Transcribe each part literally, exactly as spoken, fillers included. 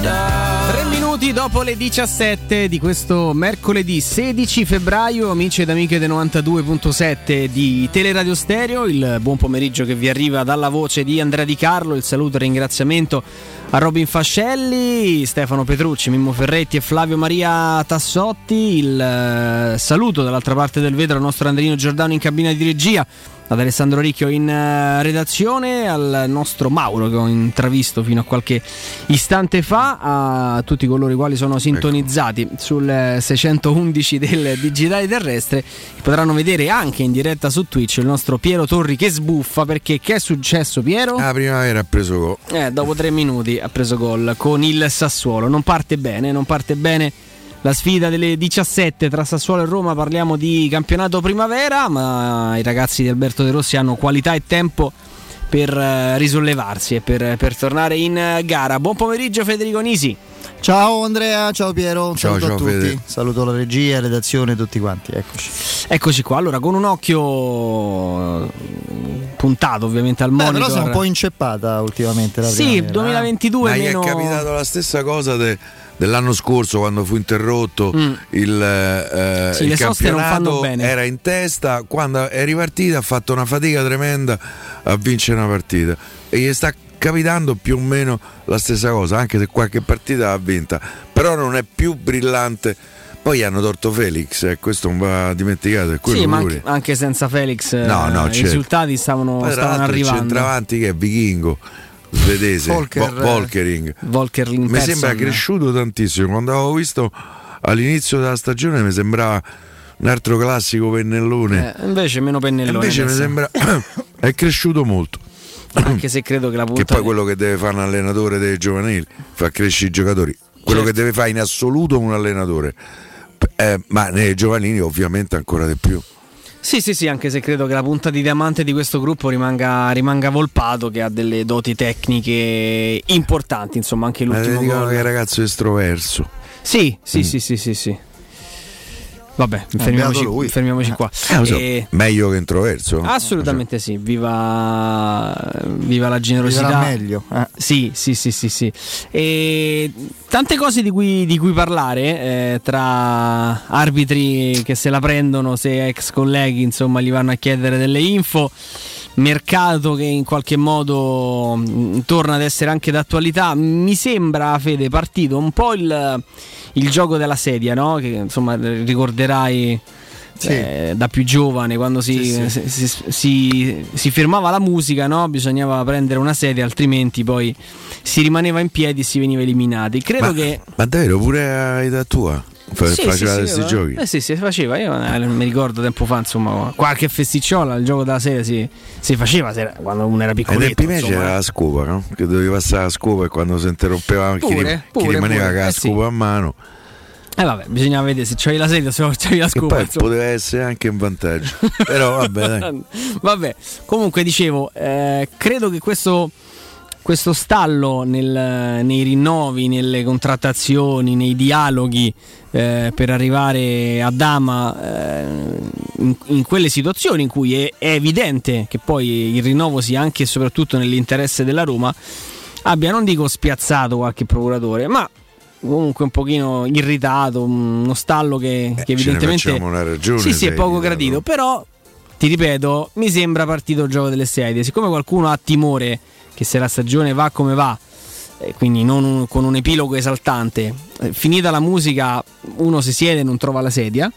Tre minuti dopo le diciassette di questo mercoledì sedici febbraio, amici ed amiche del novantadue virgola sette di Teleradio Stereo, il buon pomeriggio che vi arriva dalla voce di Andrea Di Carlo, il saluto e il ringraziamento a Robin Fascelli, Stefano Petrucci, Mimmo Ferretti e Flavio Maria Tassotti, il saluto dall'altra parte del vetro al nostro Andrino Giordano in cabina di regia, ad Alessandro Ricchio in uh, redazione, al nostro Mauro che ho intravisto fino a qualche istante fa, a tutti coloro i quali sono sintonizzati ecco. sul seicentoundici del digitale terrestre, potranno vedere anche in diretta su Twitch il nostro Piero Torri che sbuffa, perché che è successo, Piero? La primavera ha preso gol. Eh, dopo tre minuti ha preso gol con il Sassuolo, non parte bene, non parte bene la sfida delle diciassette tra Sassuolo e Roma. Parliamo di campionato primavera, ma i ragazzi di Alberto De Rossi hanno qualità e tempo per risollevarsi e per, per tornare in gara. Buon pomeriggio Federico Nisi. Ciao Andrea, ciao Piero, ciao, saluto ciao, a tutti, Fede. Saluto la regia, redazione, tutti quanti, eccoci. Eccoci qua, allora con un occhio puntato ovviamente al Beh, monitor. Però sei un po' inceppata ultimamente la Sì, primavera, duemilaventidue Ma meno... gli è capitato la stessa cosa de, dell'anno scorso quando fu interrotto mm. il, eh, sì, il le soste non fanno campionato, bene. Era in testa, quando è ripartita ha fatto una fatica tremenda a vincere una partita e gli sta capitando più o meno la stessa cosa, anche se qualche partita ha vinta, però non è più brillante. Poi hanno torto Felix e eh, questo non va dimenticato, è quello sì, ma pure. anche, anche senza Felix no, no, i certo. risultati stavano, Poi, stavano arrivando. Il centravanti che è vichingo svedese, Volker, Vo- Volkering, Volker mi sembra cresciuto tantissimo. Quando avevo visto all'inizio della stagione mi sembrava un altro classico pennellone, eh, invece meno pennellone. Invece mi sembra è cresciuto molto. Anche se credo che la punta che poi quello che deve fare un allenatore dei giovanili, fa crescere i giocatori, quello certo. che deve fare in assoluto un allenatore, eh, ma nei giovanili ovviamente ancora di più. Sì, sì, sì, anche se credo che la punta di diamante di questo gruppo rimanga, rimanga Volpato, che ha delle doti tecniche importanti, insomma, anche l'ultimo Ma dicono gol. che è ragazzo estroverso. Sì, sì, mm. sì, sì, sì, sì. Vabbè, fermiamoci, fermiamoci qua. Eh, so, e... meglio che introverso. Assolutamente sì. Viva, viva la generosità. Viva meglio. Eh. Sì, sì, sì, sì, sì. E tante cose di cui, di cui parlare eh, tra arbitri che se la prendono, se ex colleghi, insomma, gli vanno a chiedere delle info. Mercato che in qualche modo mh, torna ad essere anche d'attualità. Mi sembra, Fede, partito un po' il, il gioco della sedia, no? Che insomma ricorderai sì. eh, da più giovane, quando si, sì, sì. Si, si, si, si fermava la musica, no? Bisognava prendere una sedia, altrimenti poi si rimaneva in piedi e si veniva eliminati. Credo ma, che ma davvero pure a età tua? Fa, sì, faceva sì, questi sì, giochi? Eh sì, si faceva. Io eh, mi ricordo tempo fa, insomma, qualche festicciola, il gioco della sedia si, si faceva se, quando uno era piccoletto. Ai tempi miei c'era la scopa, no? Che dovevi passare la scopa e quando si interrompeva pure, chi, rim- pure, chi rimaneva pure. con la eh scopa sì. a mano. Eh vabbè, bisognava vedere se c'avevi la sedia o se c'avevi la scopa. E poi insomma. poteva essere anche un vantaggio. Però vabbè, dai. Vabbè, comunque dicevo, eh, credo che questo questo stallo nel, nei rinnovi, nelle contrattazioni, nei dialoghi eh, per arrivare a Dama eh, in, in quelle situazioni in cui è, è evidente che poi il rinnovo sia anche e soprattutto nell'interesse della Roma, abbia, non dico spiazzato qualche procuratore, ma comunque un pochino irritato, uno stallo che, eh, che evidentemente ce ne facciamo una ragione, sì, sì, è poco irritato. gradito, però ti ripeto, mi sembra partito il gioco delle sedie. Siccome qualcuno ha timore che se la stagione va come va, eh, quindi non un, con un epilogo esaltante, eh, finita la musica uno si siede e non trova la sedia,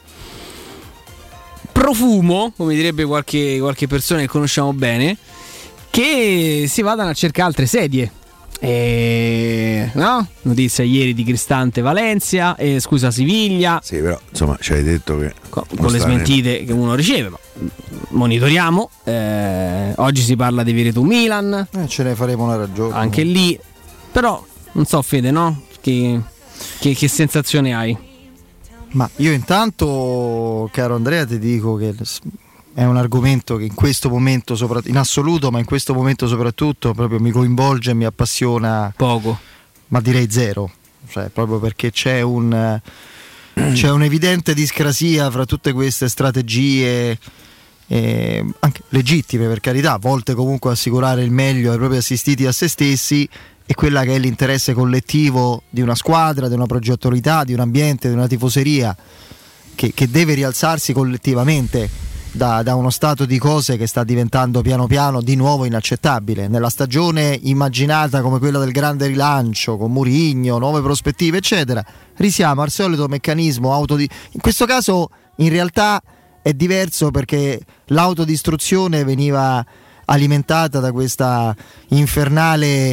profumo, come direbbe qualche, qualche persona che conosciamo bene, che si vadano a cercare altre sedie. E, no? Notizia ieri di Cristante Valencia, eh, scusa Siviglia. Sì, però insomma ci hai detto che con, con le smentite nel... che uno riceve, ma monitoriamo. Eh, oggi si parla di Veretù Milan, eh, ce ne faremo una ragione anche lì. Però non so, Fede, no? Che, che, che sensazione hai? Ma io intanto, caro Andrea, ti dico che è un argomento che in questo momento, in assoluto, ma in questo momento soprattutto, proprio mi coinvolge e mi appassiona poco, ma direi zero, cioè proprio perché c'è un c'è un'evidente discrasia fra tutte queste strategie, eh, anche legittime per carità, volte comunque assicurare il meglio ai propri assistiti e a se stessi, e quella che è l'interesse collettivo di una squadra, di una progettualità, di un ambiente, di una tifoseria che, che deve rialzarsi collettivamente da, da uno stato di cose che sta diventando piano piano di nuovo inaccettabile. Nella stagione immaginata come quella del grande rilancio, con Mourinho, nuove prospettive eccetera, risiamo al solito meccanismo autodi... in questo caso in realtà è diverso perché l'autodistruzione veniva alimentata da questa infernale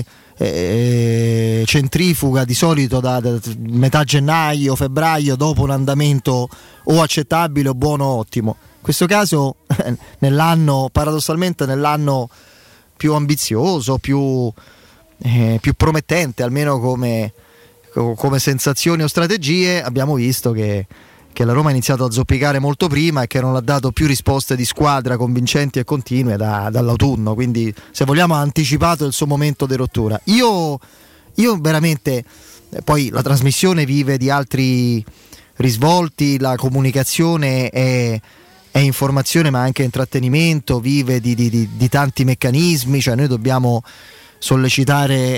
eh, centrifuga di solito da, da metà gennaio, febbraio, dopo un andamento o accettabile o buono o ottimo. In questo caso nell'anno, paradossalmente nell'anno più ambizioso, più, eh, più promettente almeno come, come sensazioni o strategie, abbiamo visto che che la Roma ha iniziato a zoppicare molto prima e che non ha dato più risposte di squadra convincenti e continue da, dall'autunno, quindi se vogliamo ha anticipato il suo momento di rottura. Io, io veramente, poi la trasmissione vive di altri risvolti, la comunicazione è, è informazione ma anche intrattenimento, vive di, di, di, di tanti meccanismi, cioè noi dobbiamo sollecitare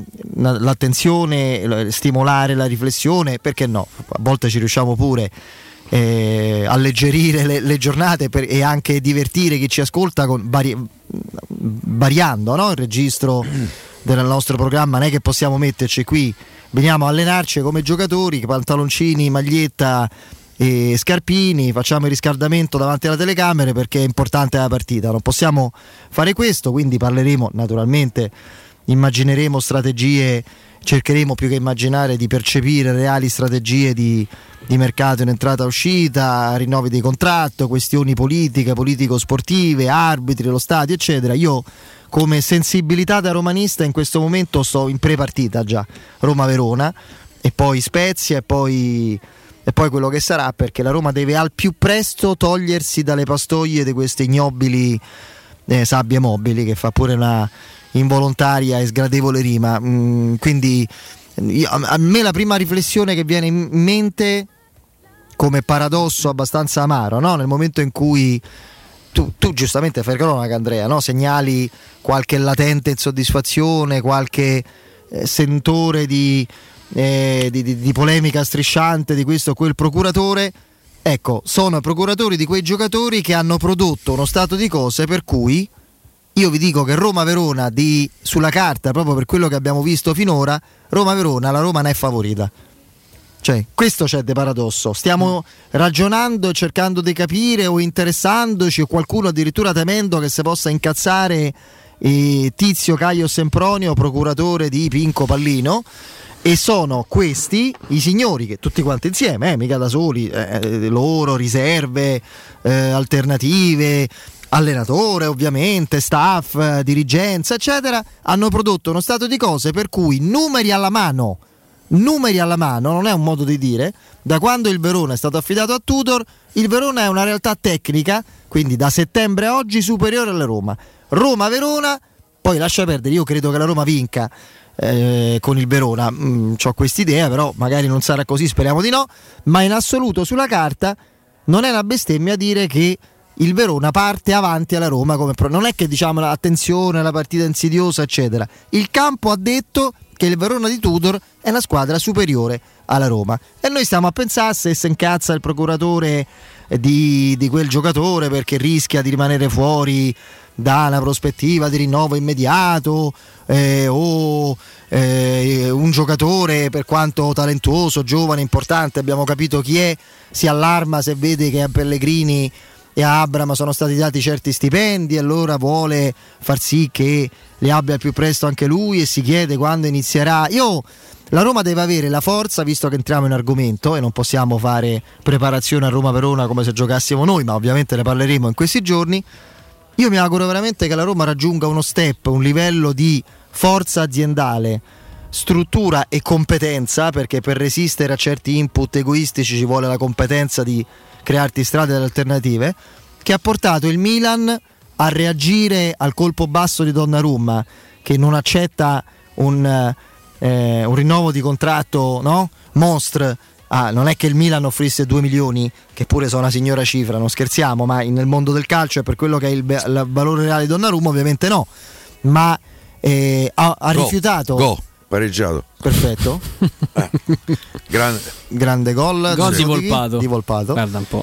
l'attenzione, stimolare la riflessione, perché no? A volte ci riusciamo pure eh, alleggerire le, le giornate per, e anche divertire chi ci ascolta con vari, variando, no? Il registro del nostro programma. Non è che possiamo metterci qui, veniamo a allenarci come giocatori, pantaloncini, maglietta e scarpini, facciamo il riscaldamento davanti alla telecamera perché è importante la partita. Non possiamo fare questo, quindi parleremo naturalmente, immagineremo strategie, cercheremo più che immaginare di percepire reali strategie di, di mercato in entrata e uscita, rinnovi di contratto, questioni politiche, politico-sportive, arbitri, lo stadio eccetera. Io come sensibilità da romanista in questo momento sto in pre-partita già, Roma-Verona e poi Spezia e poi e poi quello che sarà, perché la Roma deve al più presto togliersi dalle pastoie di queste ignobili eh, sabbie mobili, che fa pure una involontaria e sgradevole rima. Mm, quindi io, a, a me la prima riflessione che viene in mente come paradosso abbastanza amaro, no? Nel momento in cui tu, tu giustamente fai cronaca, Andrea, no? Segnali qualche latente insoddisfazione, qualche eh, sentore di Eh, di, di, di polemica strisciante di questo o quel procuratore. Ecco, sono procuratori di quei giocatori che hanno prodotto uno stato di cose per cui io vi dico che Roma-Verona di, sulla carta, proprio per quello che abbiamo visto finora, Roma-Verona, la Roma ne è favorita. Cioè, questo c'è di paradosso. Stiamo ragionando e cercando di capire o interessandoci, o qualcuno addirittura temendo che si possa incazzare eh, Tizio Caio Sempronio, procuratore di Pinco Pallino. E sono questi i signori che tutti quanti insieme, eh, mica da soli, eh, loro, riserve, eh, alternative, allenatore ovviamente, staff, eh, dirigenza eccetera, hanno prodotto uno stato di cose per cui numeri alla mano, numeri alla mano, non è un modo di dire, da quando il Verona è stato affidato a Tudor, il Verona è una realtà tecnica, quindi da settembre a oggi superiore alla Roma. Roma-Verona, poi lascia perdere, io credo che la Roma vinca Eh, con il Verona, mm, ho quest'idea, però magari non sarà così, speriamo di no, ma in assoluto sulla carta non è una bestemmia dire che il Verona parte avanti alla Roma come pro- non è che diciamo attenzione la partita insidiosa eccetera, il campo ha detto che il Verona di Tudor è una squadra superiore alla Roma e noi stiamo a pensare se si incazza il procuratore di, di quel giocatore perché rischia di rimanere fuori da una prospettiva di rinnovo immediato eh, o eh, un giocatore per quanto talentuoso, giovane, importante, abbiamo capito chi è, si allarma se vede che a Pellegrini e a Abramo sono stati dati certi stipendi, allora vuole far sì che li abbia al più presto anche lui e si chiede quando inizierà. Io la Roma deve avere la forza, visto che entriamo in argomento e non possiamo fare preparazione a Roma-Verona come se giocassimo noi, ma ovviamente ne parleremo in questi giorni. Io mi auguro veramente che la Roma raggiunga uno step, un livello di forza aziendale, struttura e competenza, perché per resistere a certi input egoistici ci vuole la competenza di crearti strade alternative, che ha portato il Milan a reagire al colpo basso di Donnarumma, che non accetta un, eh, un rinnovo di contratto, no? Monstre. Ah, non è che il Milan offrisse due milioni, che pure sono una signora cifra, non scherziamo, ma nel mondo del calcio è per quello che è il, il valore reale di Donnarumma, ovviamente no, ma eh, ha, ha go, rifiutato go. pareggiato. Perfetto. eh. grande. grande gol, gol di Volpato. di Volpato. Guarda un po'.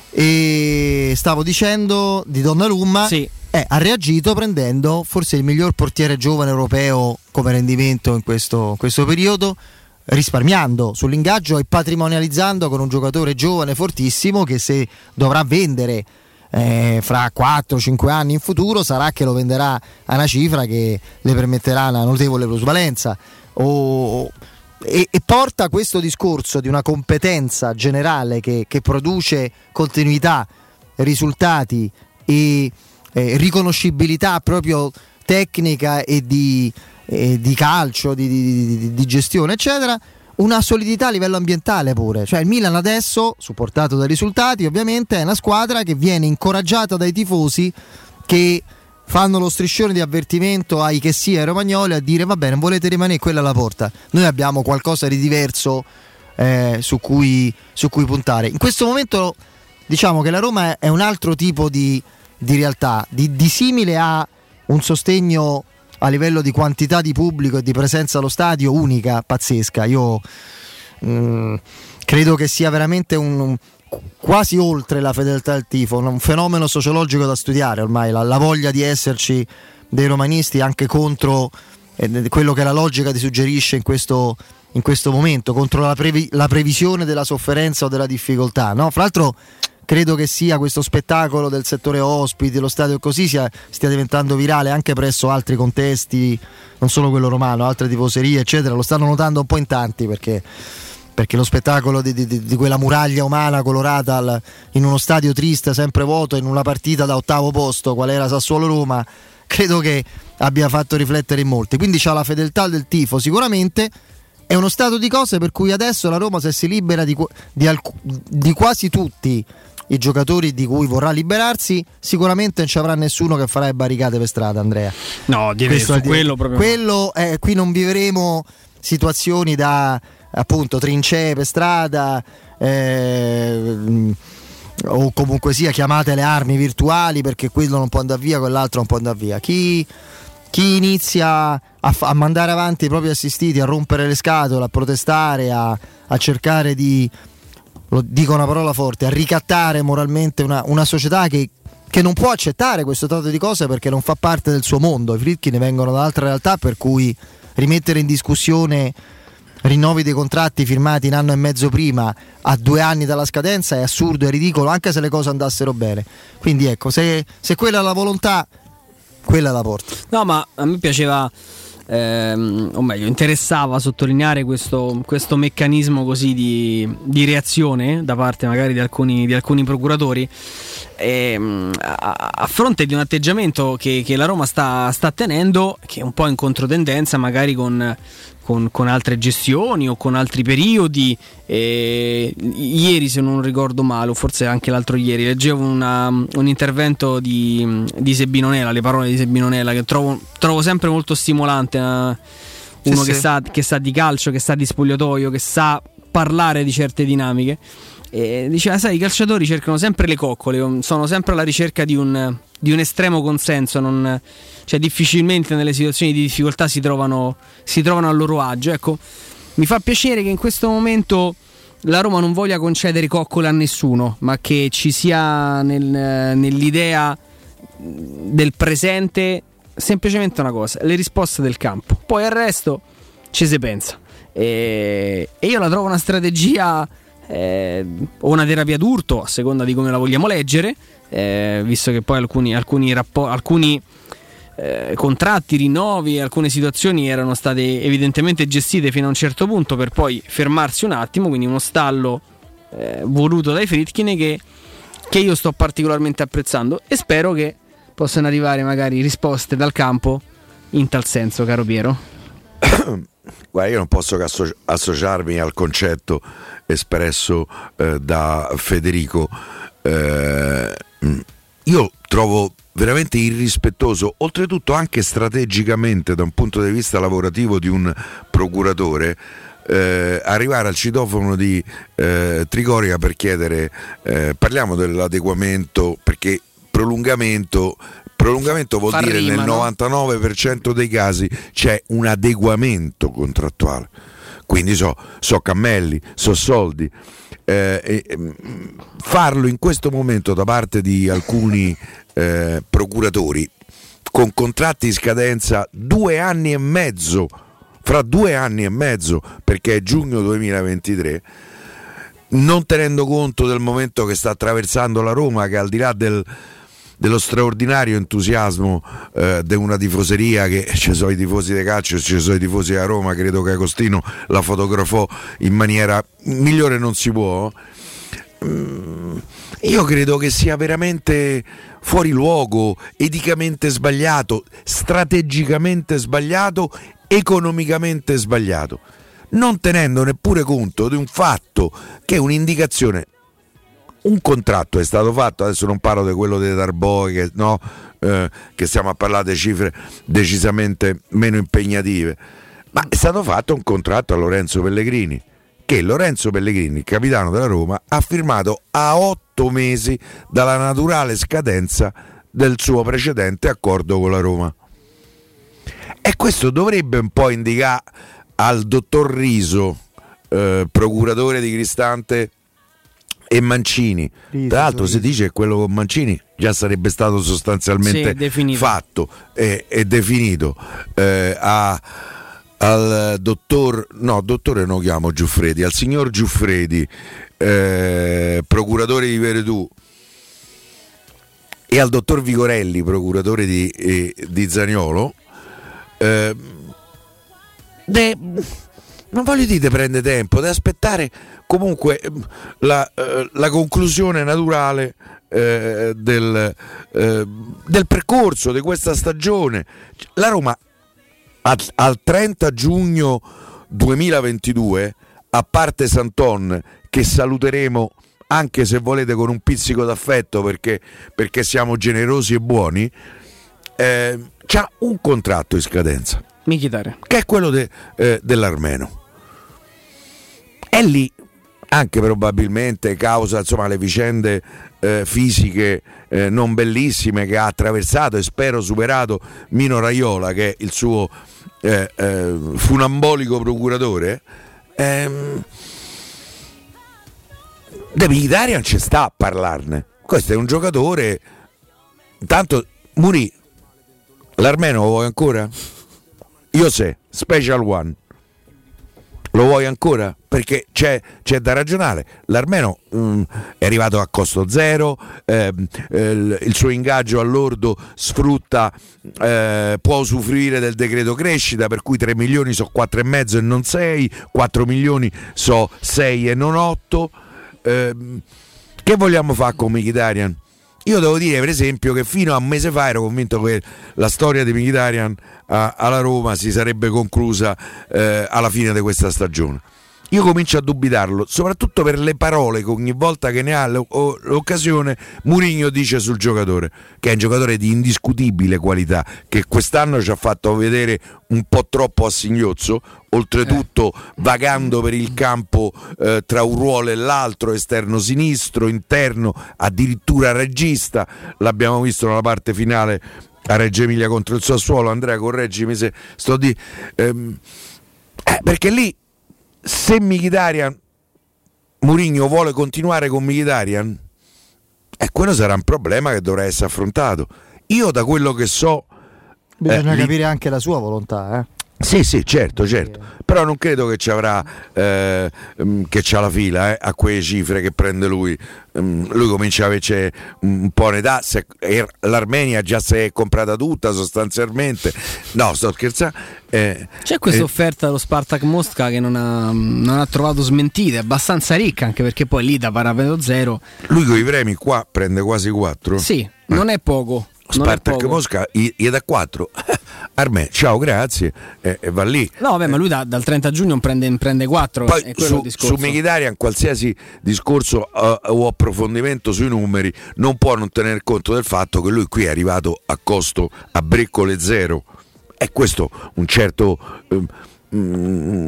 E stavo dicendo di Donnarumma, sì. eh, ha reagito prendendo forse il miglior portiere giovane europeo come rendimento in questo, questo periodo, risparmiando sull'ingaggio e patrimonializzando con un giocatore giovane fortissimo che, se dovrà vendere Eh, fra quattro cinque anni in futuro, sarà che lo venderà a una cifra che le permetterà una notevole plusvalenza, o, e, e porta questo discorso di una competenza generale che, che produce continuità, risultati e eh, riconoscibilità proprio tecnica e di, eh, di calcio, di, di, di, di gestione eccetera, una solidità a livello ambientale pure. Cioè il Milan adesso, supportato dai risultati ovviamente, è una squadra che viene incoraggiata dai tifosi che fanno lo striscione di avvertimento ai che sia ai romagnoli a dire va bene, volete rimanere, quella alla porta, noi abbiamo qualcosa di diverso eh, su cui, su cui puntare. In questo momento diciamo che la Roma è un altro tipo di, di realtà, di, di simile a un sostegno a livello di quantità di pubblico e di presenza allo stadio unica, pazzesca. Io mh, credo che sia veramente un, un quasi oltre la fedeltà del tifo, un fenomeno sociologico da studiare ormai, la, la voglia di esserci dei romanisti anche contro eh, quello che la logica ti suggerisce in questo, in questo momento, contro la, previ- la previsione della sofferenza o della difficoltà, no? Fra l'altro credo che sia questo spettacolo del settore ospiti, lo stadio così, sia, stia diventando virale anche presso altri contesti, non solo quello romano, altre tifoserie eccetera, lo stanno notando un po' in tanti, perché, perché lo spettacolo di, di, di quella muraglia umana colorata al, in uno stadio triste, sempre vuoto, in una partita da ottavo posto qual era Sassuolo-Roma, credo che abbia fatto riflettere in molti. Quindi c'ha la fedeltà del tifo sicuramente. È uno stato di cose per cui adesso la Roma, se si libera di, di, alc- di quasi tutti i giocatori di cui vorrà liberarsi, sicuramente non ci avrà nessuno che farà le barricate per strada, Andrea. No, direi su quello proprio. Quello è, qui non vivremo situazioni da appunto trincee per strada eh, o comunque sia chiamate le armi virtuali, perché quello non può andare via, quell'altro non può andare via. Chi, chi inizia a, f- a mandare avanti i propri assistiti, a rompere le scatole, a protestare, a, a cercare di, lo dico una parola forte, a ricattare moralmente una, una società che, che non può accettare questo stato di cose perché non fa parte del suo mondo. I Friedkin vengono da altre realtà, per cui rimettere in discussione rinnovi dei contratti firmati un anno e mezzo prima a due anni dalla scadenza è assurdo e ridicolo, anche se le cose andassero bene. Quindi ecco, se, se quella è la volontà, quella è la porta. No, ma a me piaceva Ehm, o meglio interessava sottolineare questo, questo meccanismo così di, di reazione da parte magari di alcuni, di alcuni procuratori ehm, a, a fronte di un atteggiamento che, che la Roma sta, sta tenendo, che è un po' in controtendenza magari con, con, con altre gestioni o con altri periodi. E ieri, se non ricordo male, o forse anche l'altro ieri, leggevo una, un intervento di, di Sebinonela, le parole di Sebinonela, che trovo, trovo sempre molto stimolante. Uno sì, che, sì. Sa, che sa di calcio, che sa di spogliatoio, che sa parlare di certe dinamiche. E diceva, sai, i calciatori cercano sempre le coccole, sono sempre alla ricerca di un, di un estremo consenso, non, cioè difficilmente nelle situazioni di difficoltà si trovano, si trovano a loro agio. Ecco, mi fa piacere che in questo momento la Roma non voglia concedere coccole a nessuno, ma che ci sia nel, nell'idea del presente semplicemente una cosa: le risposte del campo. Poi al resto ci si pensa, e, e io la trovo una strategia eh, o una terapia d'urto, a seconda di come la vogliamo leggere, eh, visto che poi alcuni, alcuni, rappo- alcuni eh, contratti, rinnovi, alcune situazioni erano state evidentemente gestite fino a un certo punto per poi fermarsi un attimo, quindi uno stallo eh, voluto dai Friedkin che, che io sto particolarmente apprezzando, e spero che possano arrivare magari risposte dal campo in tal senso, caro Piero. Guarda, io non posso che associ- associarmi al concetto espresso eh, da Federico. Eh, io trovo veramente irrispettoso, oltretutto anche strategicamente da un punto di vista lavorativo di un procuratore, eh, arrivare al citofono di eh, Trigoria per chiedere, eh, parliamo dell'adeguamento, perché prolungamento prolungamento vuol Fa dire rima, nel no? novantanove per cento dei casi c'è un adeguamento contrattuale. Quindi so, so cammelli, so soldi. Eh, eh, farlo in questo momento da parte di alcuni eh, procuratori con contratti di scadenza due anni e mezzo, fra due anni e mezzo, perché è giugno duemilaventitré, non tenendo conto del momento che sta attraversando la Roma, che al di là del, dello straordinario entusiasmo eh, di una tifoseria, che ci sono i tifosi di calcio, ci sono i tifosi della Roma, credo che Agostino la fotografò in maniera migliore non si può. Mm, io credo che sia veramente fuori luogo, eticamente sbagliato, strategicamente sbagliato, economicamente sbagliato, non tenendo neppure conto di un fatto che è un'indicazione. Un contratto è stato fatto, adesso non parlo di quello dei Darboe, che, no, eh, che stiamo a parlare di cifre decisamente meno impegnative, ma è stato fatto un contratto a Lorenzo Pellegrini, che Lorenzo Pellegrini, il capitano della Roma, ha firmato a otto mesi dalla naturale scadenza del suo precedente accordo con la Roma. E questo dovrebbe un po' indicare al dottor Riso, eh, procuratore di Cristante e Mancini. Riso, tra l'altro si dice che quello con Mancini già sarebbe stato sostanzialmente sì, fatto e, e definito. Eh, a, al dottor, no, dottore non lo chiamo Giuffredi, al signor Giuffredi, eh, procuratore di Veretù, e al dottor Vigorelli, procuratore di, eh, di Zaniolo. Eh, de, non voglio dire prende tempo, deve aspettare comunque la, eh, la conclusione naturale eh, del, eh, del percorso di questa stagione. La Roma al, al trenta giugno duemilaventidue, a parte Santon, che saluteremo anche se volete con un pizzico d'affetto perché, perché siamo generosi e buoni, eh, c'ha un contratto in scadenza, Mkhitaryan, che è quello de, eh, dell'armeno. E lì, anche probabilmente causa, insomma, le vicende eh, fisiche eh, non bellissime che ha attraversato e spero superato Mino Raiola, che è il suo eh, eh, funambolico procuratore, ehm, De Mkhitaryan ci sta a parlarne. Questo è un giocatore, tanto Muri, l'armeno lo vuoi ancora? Io sé, Special One, lo vuoi ancora? Perché c'è, c'è da ragionare. L'armeno mh, è arrivato a costo zero, eh, eh, il suo ingaggio all'ordo sfrutta, eh, può usufruire del decreto crescita, per cui tre milioni sono quattro e mezzo e non sei, quattro milioni sono sei e non otto. Eh, che vogliamo fare con Mkhitaryan? Io devo dire per esempio che fino a un mese fa ero convinto che la storia di Mkhitaryan a, alla Roma si sarebbe conclusa eh, alla fine di questa stagione. Io comincio a dubitarlo, soprattutto per le parole che ogni volta che ne ha l'occasione Mourinho dice sul giocatore, che è un giocatore di indiscutibile qualità, che quest'anno ci ha fatto vedere un po' troppo a singhiozzo, oltretutto vagando per il campo eh, tra un ruolo e l'altro, esterno sinistro, interno, addirittura regista. L'abbiamo visto nella parte finale a Reggio Emilia contro il Sassuolo. Andrea, correggimi se sto di ehm, eh, perché lì, se Mkhitaryan, Mourinho vuole continuare con Mkhitaryan, eh, quello sarà un problema che dovrà essere affrontato. Io da quello che so bisogna eh, capire li... anche la sua volontà, eh. Sì, sì, certo, certo. Però non credo che ci avrà eh, che c'ha la fila eh, a quelle cifre che prende lui. Um, lui comincia a averci un po' un'età. Se, l'Armenia già si è comprata tutta sostanzialmente. No, sto scherzando. Eh, C'è questa eh, offerta dello Spartak Mosca che non ha, non ha trovato smentite, abbastanza ricca, anche perché poi lì da parametro zero. Lui con i premi qua prende quasi quattro. Sì, eh. non è poco. Spartak Mosca gli dà quattro. Armè, ciao, grazie, e, e va lì. No, vabbè, ma lui da, dal trenta giugno prende, prende quattro. Poi è quello su, il discorso. su Mkhitaryan qualsiasi discorso uh, o approfondimento sui numeri non può non tener conto del fatto che lui qui è arrivato a costo a breccole zero, e questo un certo uh, mm,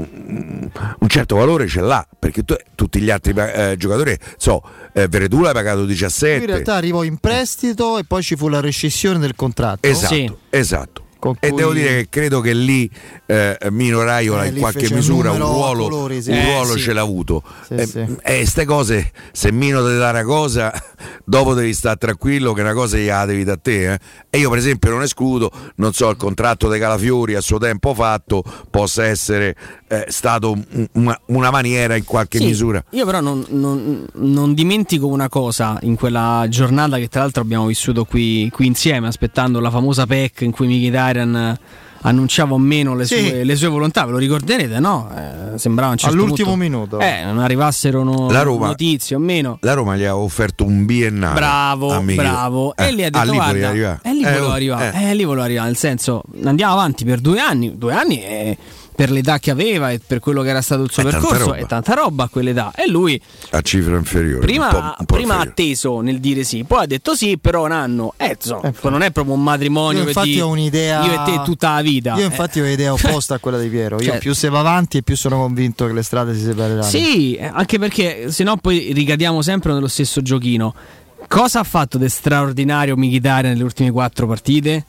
un certo valore ce l'ha, perché tu, tutti gli altri eh, giocatori, so, eh, Veretù l'hai pagato diciassette. In realtà arrivò in prestito e poi ci fu la rescissione del contratto. Esatto, sì. esatto. Con E cui... devo dire che credo che lì eh, Mino Raiola Eh, in lì qualche fece un misura un, numero a ruolo, colori, sì. un Eh, ruolo sì. ce l'ha avuto. Sì, e sì. queste cose, se Mino ti dà una cosa, dopo devi stare tranquillo che una cosa gliela devi da te. Eh? E io per esempio non escludo, non so, il contratto dei Calafiori a suo tempo fatto possa essere eh, stato un, una, una maniera in qualche Sì, misura. Io però non, non, non dimentico una cosa in quella giornata che tra l'altro abbiamo vissuto qui, qui insieme, aspettando la famosa P E C in cui Mkhitaryan annunciava o meno le sue, Sì. le sue volontà, ve lo ricorderete, no? Eh, sembrava a un certo All'ultimo punto, minuto. eh, non arrivassero no, La Roma- notizie o meno. La Roma gli ha offerto un biennale. Bravo, a Mkhitaryan. bravo. Eh, E lì ha ah, detto lì guarda, volevi arrivare. e lì Eh, volevo oh, arrivare, eh. eh, lì volevo arrivare, nel senso andiamo avanti per due anni, due anni e per l'età che aveva e per quello che era stato il suo È tanta percorso roba. è tanta roba a quell'età e lui A cifra inferiore. prima, un po', un po' prima ha inferiore. atteso nel dire sì, poi ha detto sì, però un anno eh, insomma, Eh, non è proprio un matrimonio Io che infatti di- ho un'idea. io e te tutta la vita. Io infatti Eh. ho un'idea opposta a quella di Piero. Io Cioè- più se va avanti e più sono convinto che le strade si separeranno. Sì, eh, anche perché se no poi ricadiamo sempre nello stesso giochino. Cosa ha fatto di straordinario Mkhitaryan nelle ultime quattro partite?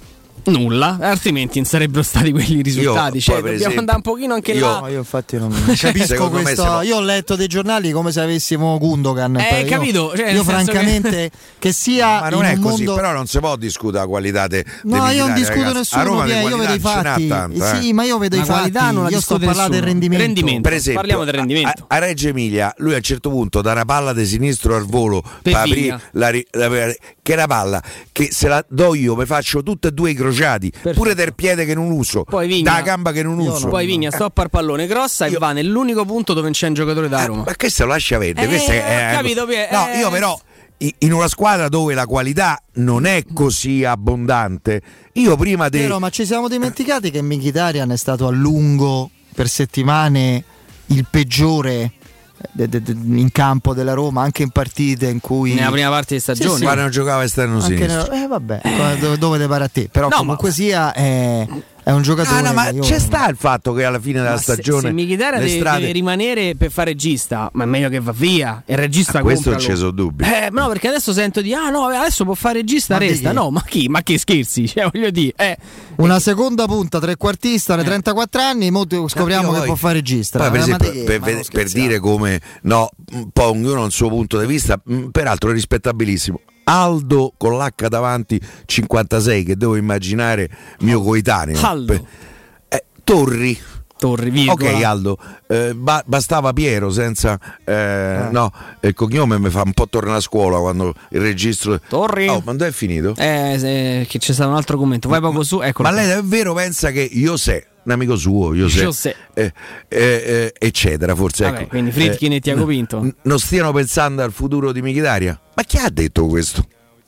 Nulla, altrimenti non sarebbero stati quelli i risultati. Io, Cioè, poi, per dobbiamo esempio, andare un pochino anche io- là. No, io infatti non capisco Secondo me questo. se no- Io ho letto dei giornali come se avessimo Gundogan. Eh, Poi io- capito, cioè, nel io senso francamente che, sia Ma non in è un così, mondo... però non si può discutere la qualità de, No, de io non Mkhitaryan, discuto ragazzi. nessuno, A Roma di Piero, io vedo i qualità ce n'ha fatti. tanta, eh. Sì, ma io vedo La i fatti. qualità non la Io sto discute parlando del nessuno. rendimento. Rendimento. Per esempio, Parliamo del rendimento. A, a Reggio Emilia lui a un certo punto da una palla di sinistro al volo Per pa' aprire Vigna. la, ri- la- che è una palla che se la do io mi faccio tutte e due i crociati, pure del piede che non uso, Poi Vigna. da gamba che non Io uso. no. Poi Vigna stoppa il pallone, crossa Io- e va nell'unico punto dove non c'è un giocatore da Eh, Roma. ma questo lo lascia vedere. Eh, questo è, ho capito, Pier- no, eh. io però i- in una squadra dove la qualità non è così abbondante, io prima di Però, ma ci siamo dimenticati che Mkhitaryan è stato a lungo per settimane il peggiore de- de- de- in campo della Roma, anche in partite in cui Nella prima parte di stagione. Sì, quando non giocava esterno anche sinistro. nella- eh, vabbè, dove, dove te pare a te, però No, comunque ma- sia è, è un giocatore. Ah, no, ma che io- c'è sta il fatto che alla fine della Ma se, stagione se Mkhitaryan le deve, strade deve rimanere per fare regista, ma è meglio che va via. Il regista Ah, questo compralo. non ci sono dubbi. Eh, no, perché adesso sento di ah no, adesso può fare regista, Ma di resta. chi? No, ma chi? Ma che scherzi? Cioè, voglio dire, eh, Una seconda punta, trequartista, nei trentaquattro anni, mo te- scopriamo Io che poi- può fare regista. Poi, per Eh, ma esempio, di che? per, Ma per- non per scherziamo. dire come no, un po' ognuno ha il suo punto di vista, mh, peraltro rispettabilissimo. Aldo con l'H davanti cinquantasei, che devo immaginare mio coetaneo. Aldo. Per- eh, Torri. Torri, virgola. Ok Aldo, eh, ba- bastava Piero senza eh, no, il cognome mi fa un po' tornare a scuola quando il registro. Torri. Oh, ma dove è finito? Eh, se- che c'è stato un altro commento. Vai poco su, eccolo. Ma lei davvero pensa che José, un amico suo, José, José. eh, eh, eh, eccetera, forse Vabbè, ecco. quindi Friedkin e Tiago Pinto. n- non stiano pensando al futuro di Mkhitaryan? Ma chi ha detto questo?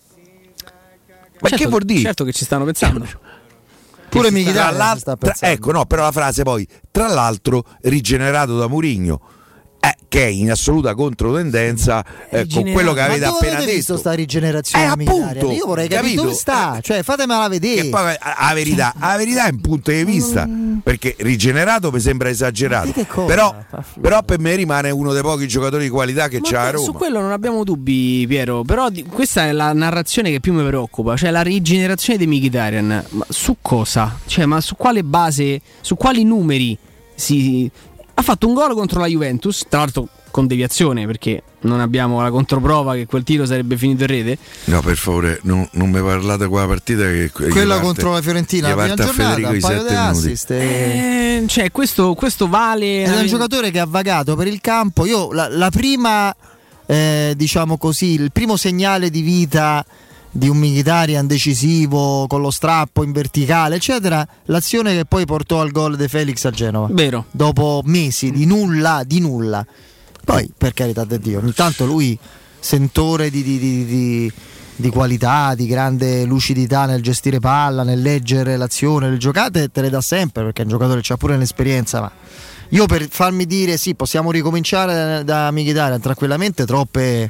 Ma Certo- che vuol dire? Certo che ci stanno pensando. Pure Tra Mkhitaryan ci l'altro- sta tra- pensando. ecco, no, però la frase poi, tra l'altro, rigenerato da Mourinho, eh, che è in assoluta controtendenza eh, con quello che Ma avete dove appena avete visto detto. sta rigenerazione Eh, di Mkhitaryan? appunto, Io vorrei capire capito? dove sta, cioè fatemela vedere. Che poi a- la verità, la verità è un punto di vista, perché rigenerato mi sembra esagerato, Ma che cosa? però, Fa finta. però per me rimane uno dei pochi giocatori di qualità che Ma c'ha a que- Roma. su quello non abbiamo dubbi, Piero. Però di- questa è la narrazione che più mi preoccupa. Cioè la rigenerazione di Mkhitaryan. Ma su cosa? Cioè, ma su quale base? Su quali numeri? Si... Ha fatto un gol contro la Juventus, tra l'altro con deviazione, perché non abbiamo la controprova che quel tiro sarebbe finito in rete. No, per favore, non, non mi parlate di quella partita che che Quella parte- contro la Fiorentina, che la prima parte a giornata, Federico un i paio sette di minuti. assist. e- Eh, cioè, questo, questo vale. Ed è un giocatore che ha vagato per il campo. Io la, la prima, eh, diciamo così, il primo segnale di vita di un Mkhitaryan decisivo con lo strappo in verticale, eccetera, l'azione che poi portò al gol di Felix a Genova. Vero. Dopo mesi di nulla, di nulla. Poi, per carità di Dio, ogni tanto lui, sentore di, di, di, di, di qualità, di grande lucidità nel gestire palla, nel leggere l'azione, le giocate, te le dà sempre, perché è un giocatore che ha pure l'esperienza, ma io per farmi dire sì, possiamo ricominciare da, da Mkhitaryan tranquillamente, troppe,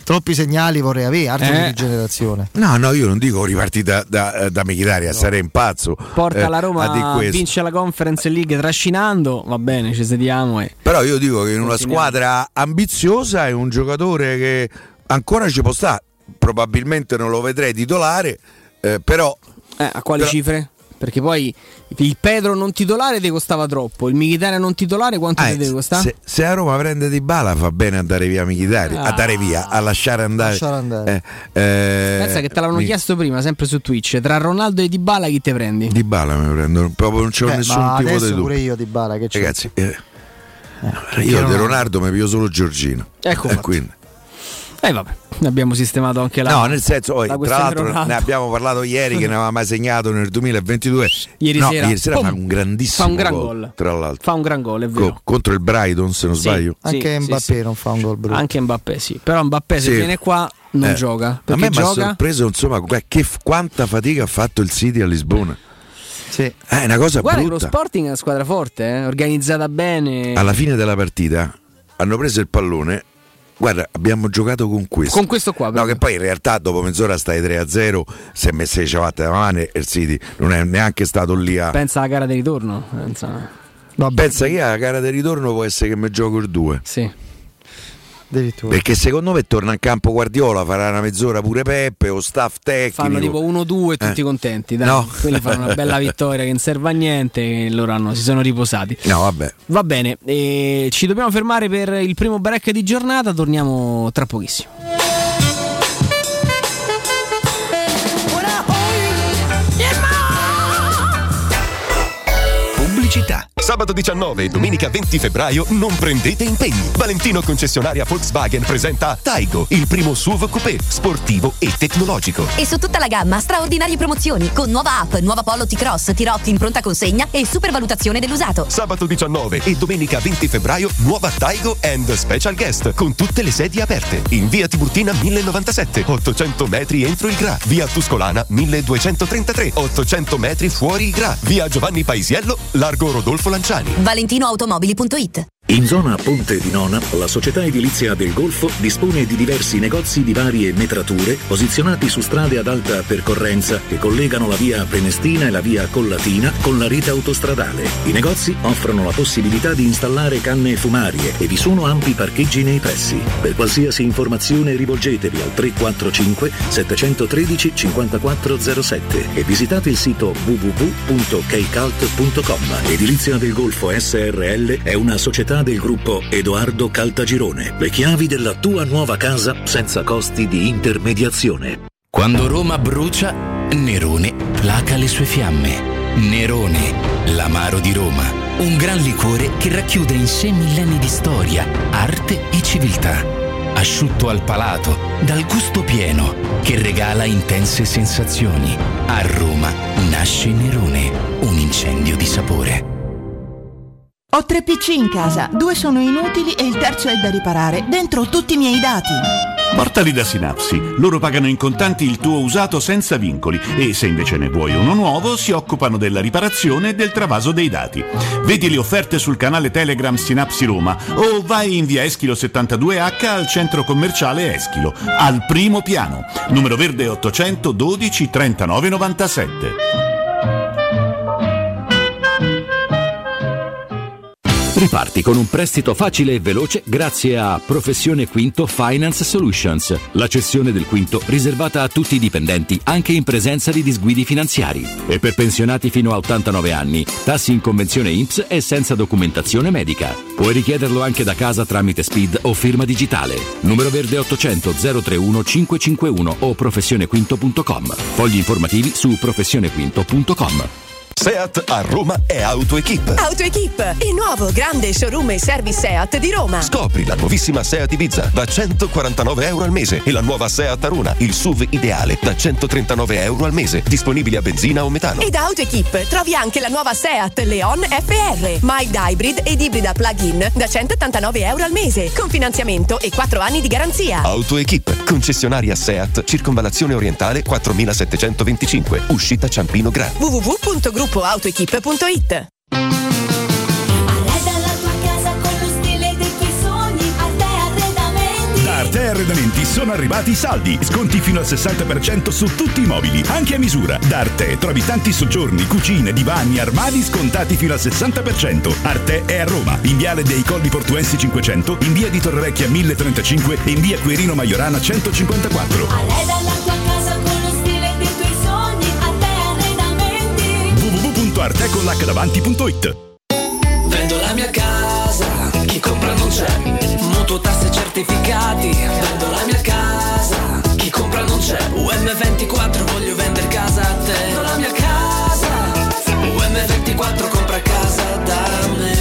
troppi segnali vorrei avere, altro Eh. di rigenerazione. No, no, io non dico ripartita da, da Mkhitaryan, sarei in pazzo. Porta eh, la Roma a dire a questo. vince la Conference League trascinando, va bene, ci sediamo e Però io dico che in una Continuiamo. squadra ambiziosa è un giocatore che ancora ci può stare. Probabilmente non lo vedrei titolare, eh, però eh, a quali Però- cifre? Perché poi il Pedro non titolare ti costava troppo, il Mkhitaryan non titolare quanto Ah, ti deve costare? se, se a Roma prende Dybala fa bene andare via Mkhitaryan, Ah. a dare via, a lasciare andare. Lasciare andare. Eh, eh, Pensa che te l'avevano mi- chiesto prima, sempre su Twitch, tra Ronaldo e Dybala chi te prendi? Dybala mi prendo, proprio non c'è Eh, nessun ma tipo adesso di pure dubbio. io di Bala che c'è. Ragazzi, eh, Eh, io non- di Ronaldo mi piglio solo Giorgino. Ecco Eh, fatto. quindi. Eh vabbè, abbiamo sistemato anche la No, nel senso, poi, la tra questione l'altro Ronaldo. ne abbiamo parlato ieri che ne aveva mai segnato nel duemilaventidue. Ieri no, sera, ieri sera pum, fa un grandissimo fa un gran gol, gol. tra l'altro. Fa un gran gol, è vero. Co- contro il Brighton, se non Sì. sbaglio. Anche Sì, Mbappé sì, sì. non fa un gol brutto. Anche Mbappé sì, però Mbappé se Sì. viene qua non Eh. gioca. A Perché me mi ha gioca? sorpreso, insomma, que- che, quanta fatica ha fatto il City a Lisbona. Sì. Eh, È una cosa Guarda che lo brutta. Sporting è una squadra forte, eh? Organizzata bene. Alla fine della partita hanno preso il pallone. Guarda, abbiamo giocato con questo. Con questo qua, No, però. che poi in realtà dopo mezz'ora stai tre a zero, si è messa le ciabatte davanti e il City non è neanche stato lì a... Pensa alla gara di ritorno. Pensa. Vabbè, Pensa che a gara di ritorno può essere che mi gioco il due. Sì. addirittura. Perché secondo me torna in campo Guardiola, farà una mezz'ora pure Peppe o staff tecnico. Fanno tipo uno due e tutti Eh. contenti. Dai. No. Quelli fanno una bella vittoria che non serve a niente e loro hanno- si sono riposati. No, vabbè. Va bene, eh, ci dobbiamo fermare per il primo break di giornata, torniamo tra pochissimo. Pubblicità. Sabato diciannove e domenica venti febbraio non prendete impegni. Valentino concessionaria Volkswagen presenta Taigo, il primo S U V coupé, sportivo e tecnologico. E su tutta la gamma straordinarie promozioni con nuova app, nuova Polo T-Cross, T-Rock in pronta consegna e supervalutazione dell'usato. Sabato diciannove e domenica venti febbraio nuova Taigo and Special Guest con tutte le sedie aperte. In via Tiburtina mille novantasette, ottocento metri entro il Gra. Via Tuscolana milleduecentotrentatré, ottocento metri fuori il Gra. Via Giovanni Paisiello, largo Rodolfo Lanciani. valentinoautomobili punto it. In zona Ponte di Nona, la società edilizia del Golfo dispone di diversi negozi di varie metrature posizionati su strade ad alta percorrenza che collegano la via Prenestina e la via Collatina con la rete autostradale. I negozi offrono la possibilità di installare canne fumarie e vi sono ampi parcheggi nei pressi. Per qualsiasi informazione rivolgetevi al tre quattro cinque sette uno tre cinque zero sette e visitate il sito w w w punto keicalt punto com. Edilizia del Golfo S R L è una società del gruppo Edoardo Caltagirone. Le chiavi della tua nuova casa senza costi di intermediazione. Quando Roma brucia, Nerone placa le sue fiamme. Nerone, l'amaro di Roma. Un gran liquore che racchiude in sé millenni di storia, arte e civiltà. Asciutto al palato, dal gusto pieno, che regala intense sensazioni. A Roma nasce Nerone, un incendio di sapore. Ho tre P C in casa, due sono inutili e il terzo è da riparare. Dentro ho tutti i miei dati. Portali da Synapsi, loro pagano in contanti il tuo usato senza vincoli e se invece ne vuoi uno nuovo si occupano della riparazione e del travaso dei dati. Vedi le offerte sul canale Telegram Synapsi Roma o vai in via Eschilo settantadue H al centro commerciale Eschilo, al primo piano, numero verde ottocento dodici trentanove novantasette. Riparti con un prestito facile e veloce grazie a Professione Quinto Finance Solutions, la cessione del quinto riservata a tutti i dipendenti anche in presenza di disguidi finanziari. E per pensionati fino a ottantanove anni, tassi in convenzione I N P S e senza documentazione medica. Puoi richiederlo anche da casa tramite S P I D o firma digitale. Numero verde ottocento zero trentuno cinquecentocinquantuno o professionequinto punto com. Fogli informativi su professionequinto punto com. Seat a Roma è AutoEquip. AutoEquip, il nuovo grande showroom e service Seat di Roma. Scopri la nuovissima Seat Ibiza da centoquarantanove euro al mese e la nuova Seat Arona, il S U V ideale, da centotrentanove euro al mese, disponibili a benzina o metano. E da AutoEquip trovi anche la nuova Seat Leon F R, mild hybrid ed ibrida plug-in da centottantanove euro al mese, con finanziamento e quattro anni di garanzia. AutoEquip, concessionaria Seat, circonvallazione orientale quattromilasettecentoventicinque, uscita Ciampino Gra. w w w punto gruppo autoequip punto it. Da Arte Arredamenti arredamenti sono arrivati i saldi. Sconti fino al sessanta per cento su tutti i mobili, anche a misura. Da Arte trovi tanti soggiorni, cucine, divani, armadi scontati fino al sessanta per cento. Arte è a Roma, in viale dei Colli Portuensi cinquecento, in via di Torrevecchia mille trentacinque e in via Quirino Maiorana centocinquantaquattro. Arreda la tua casa con lo stile dei tuoi sogni, Arte Arredamenti. w w w punto arte con l'acca davanti punto it. Vendo la mia casa, chi compra non c'è. Mutuo, tasse, certificati. Vendo la mia casa, chi compra non c'è. U M ventiquattro, voglio vendere casa a te. Vendo la mia casa, U M ventiquattro, compra casa da me.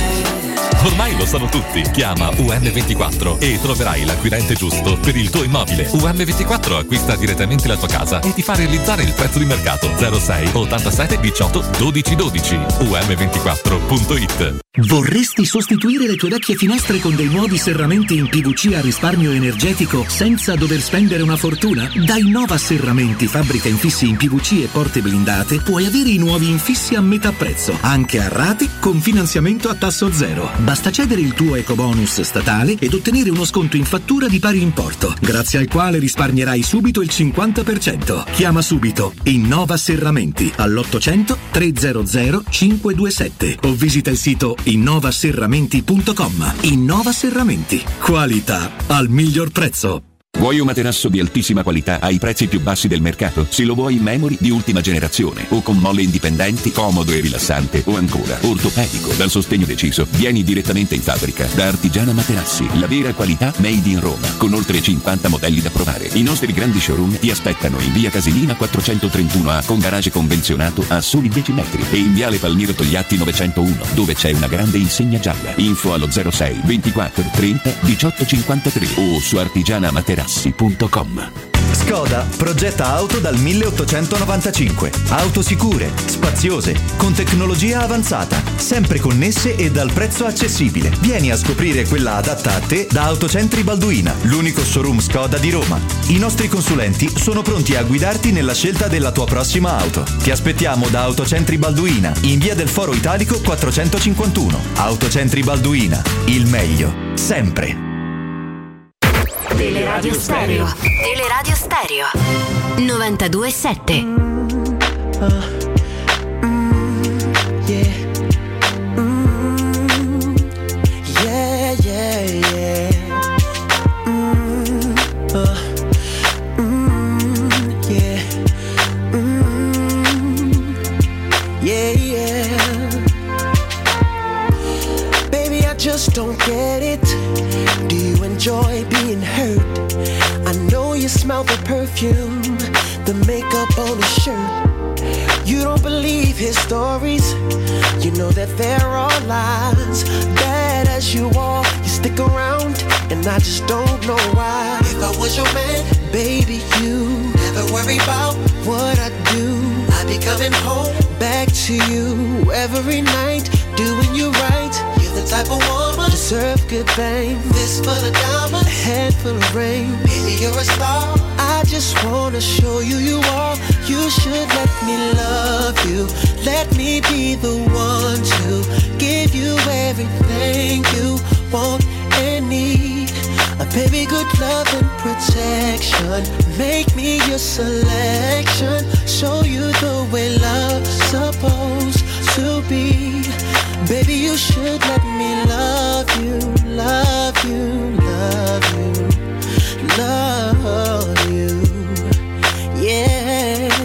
Ormai lo sanno tutti. Chiama U M ventiquattro e troverai l'acquirente giusto per il tuo immobile. U M ventiquattro acquista direttamente la tua casa e ti fa realizzare il prezzo di mercato. zero sei ottantasette diciotto dodici dodici. U M ventiquattro punto it. Vorresti sostituire le tue vecchie finestre con dei nuovi serramenti in P V C a risparmio energetico senza dover spendere una fortuna? Da Innova Serramenti, fabbrica infissi in P V C e porte blindate, puoi avere i nuovi infissi a metà prezzo, anche a rate con finanziamento a tasso zero. Basta cedere il tuo ecobonus statale ed ottenere uno sconto in fattura di pari importo, grazie al quale risparmierai subito il cinquanta per cento. Chiama subito Innova Serramenti all'ottocento trecento cinque due sette o visita il sito innova serramenti punto com. Innova Serramenti, qualità al miglior prezzo. Vuoi un materasso di altissima qualità ai prezzi più bassi del mercato? Se lo vuoi in memory di ultima generazione o con molle indipendenti, comodo e rilassante, o ancora ortopedico dal sostegno deciso, vieni direttamente in fabbrica da Artigiana Materassi, la vera qualità made in Roma, con oltre cinquanta modelli da provare. I nostri grandi showroom ti aspettano in via Casilina quattrocentotrentuno A con garage convenzionato a soli dieci metri e in viale Palmiro Togliatti novecentouno, dove c'è una grande insegna gialla. Info allo zero sei ventiquattro trenta diciotto cinquantatré o su artigiana materassi punto com. Skoda progetta auto dal milleottocentonovantacinque. Auto sicure, spaziose, con tecnologia avanzata, sempre connesse e dal prezzo accessibile. Vieni a scoprire quella adatta a te da Autocentri Balduina, l'unico showroom Skoda di Roma. I nostri consulenti sono pronti a guidarti nella scelta della tua prossima auto. Ti aspettiamo da Autocentri Balduina, in via del Foro Italico quattrocentocinquantuno. Autocentri Balduina, il meglio, sempre. Teleradio Stereo. Teleradio Stereo. novantadue sette. Just don't get it. Do you enjoy being hurt? I know you smell the perfume, the makeup on his shirt. You don't believe his stories. You know that there are lies. Bad as you are, you stick around, and I just don't know why. If I was your man, baby, you never worry about what I do. I'd be coming home back to you every night, doing you right. The type of woman deserve good fame. This full of diamonds, a head full of rain. Baby, you're a star. I just wanna show you you are. You should let me love you. Let me be the one to give you everything you want and need. A baby, good love and protection. Make me your selection. Show you the way love's supposed to be. Baby, you should let me love you, love you, love you, love you, yeah.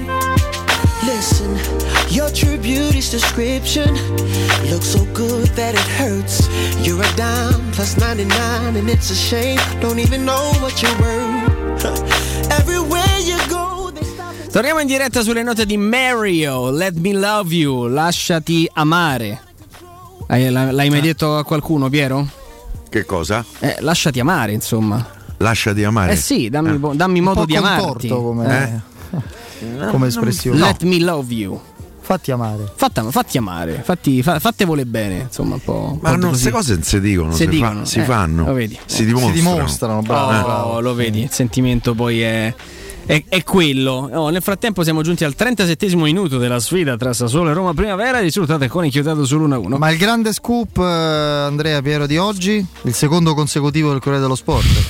Listen, your true beauty's description looks so good that it hurts. You're a dime plus ninety-nine and it's a shame. Don't even know what you're worth. Everywhere you go. Torniamo in diretta sulle note di Mario. Let me love you, lasciati amare. L'hai mai detto a qualcuno, Piero? Che cosa? Eh, lasciati amare, insomma. Lasciati amare? Eh sì, dammi, eh. dammi modo di amarti. Come, eh? come espressione. Let me love you. Fatti amare. Fatta, fatti amare, fatti, fa, fattevole bene, insomma, un po'. Ma non queste cose non si dicono, si, si, dicono, fa, si eh, fanno, lo vedi. si dimostrano. Si dimostrano, bravo, oh, bravo. Lo vedi, il sentimento poi è È, è quello. Oh, nel frattempo siamo giunti al trentasettesimo minuto della sfida tra Sassuolo e Roma Primavera. Il risultato è con inchiodato sull'uno a uno. Ma il grande scoop, eh, Andrea Piero, di oggi, il secondo consecutivo del Corriere dello Sport.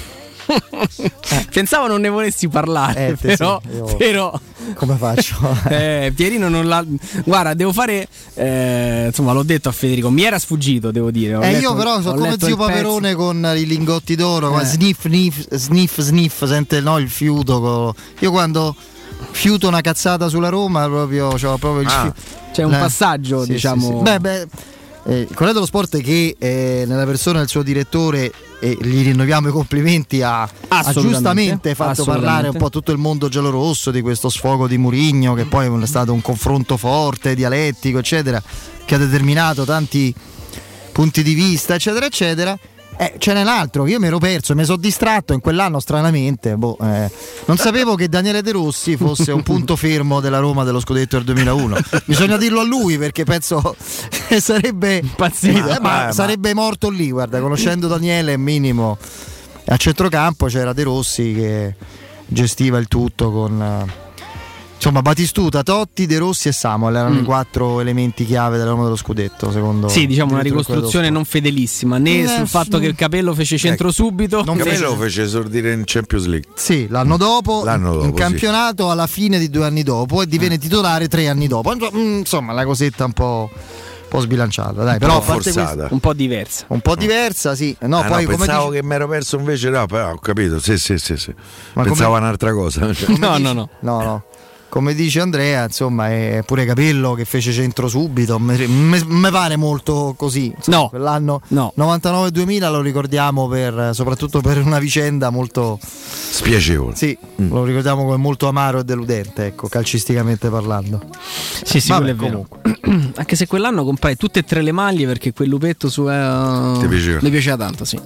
Pensavo non ne volessi parlare, Eh, te però, sì, io- però come faccio? eh, Pierino non l'ha. Guarda, devo fare. eh, insomma, l'ho detto a Federico. Mi era sfuggito, devo dire. Ho Eh, letto- io però ho sono come letto zio il pezzo. Paperone con i lingotti d'oro, qua, Eh. sniff, sniff, sniff, sniff, sente no, il fiuto. co- Io quando fiuto una cazzata sulla Roma, proprio, c'ho proprio il Ah, fi- c'è un passaggio, sì, diciamo- sì, sì. Beh, beh, eh, il Corriere dello Sport che eh, nella persona del suo direttore, e gli rinnoviamo i complimenti, ha, ha Assolutamente, giustamente fatto assolutamente. parlare un po' tutto il mondo giallorosso di questo sfogo di Mourinho, che poi è stato un confronto forte, dialettico, eccetera, che ha determinato tanti punti di vista, eccetera, eccetera. Eh, ce n'è un altro che io mi ero perso, mi sono distratto in quell'anno stranamente. Boh, eh, non sapevo che Daniele De Rossi fosse un punto fermo della Roma dello scudetto del duemilauno. Bisogna dirlo a lui perché penso che sarebbe impazzito. Eh, ma Eh, ma- sarebbe morto lì. Guarda, conoscendo Daniele, minimo a centrocampo c'era De Rossi che gestiva il tutto con. eh, Insomma, Batistuta, Totti, De Rossi e Samuel erano Mm. i quattro elementi chiave della Roma dello scudetto, secondo Sì, diciamo una il direttore del ricostruzione non fedelissima né Eh, sul fatto sì. che il Capello fece centro subito. non Capello fece- lo fece esordire in Champions League. Sì, l'anno dopo, L'anno dopo, in sì. campionato alla fine di due anni dopo e divenne titolare tre anni dopo. Mm, Insomma, la cosetta un po', un po' sbilanciata, dai, però po' a parte forzata. questo- Un po' diversa. un po' diversa, sì. No, Ah, poi no, come pensavo dici- che mi ero perso invece, no, però ho capito, sì, sì, sì, sì. Ma Pensavo come- a un'altra cosa. come No, dici- no, no. no, no. Come dice Andrea, insomma, è pure Capello che fece centro subito. Mi pare molto così. Insomma, No. quell'anno No. novantanove duemila lo ricordiamo per, soprattutto per una vicenda molto. Spiacevole. Sì, lo ricordiamo come molto amaro e deludente, ecco, calcisticamente parlando. Sì, sì, Vabbè, quello è vero. comunque. Anche se quell'anno comprai tutte e tre le maglie perché quel lupetto su eh, Ti piaceva? mi piaceva tanto, sì.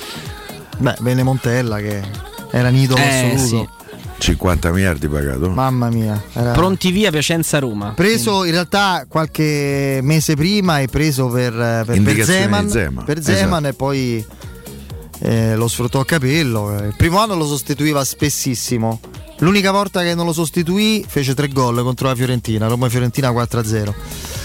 Beh, bene Montella che era un idolo Eh, assoluto. sì. cinquanta miliardi pagato. Mamma mia. Era... Pronti via Piacenza Roma. Preso in realtà qualche mese prima è preso per, per, per Indicazione Zeman, di Zeman, per Zeman esatto. e poi eh, lo sfruttò a Capello. Il primo anno lo sostituiva spessissimo. L'unica volta che non lo sostituì fece tre gol contro la Fiorentina, Roma-Fiorentina quattro a zero.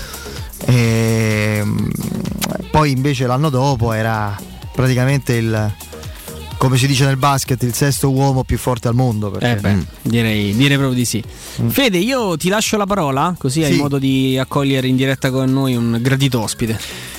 E, poi invece l'anno dopo era praticamente il, come si dice nel basket, il sesto uomo più forte al mondo. Perché, Eh beh, direi, direi proprio di sì. Fede, io ti lascio la parola, così hai Sì. modo di accogliere in diretta con noi un gradito ospite.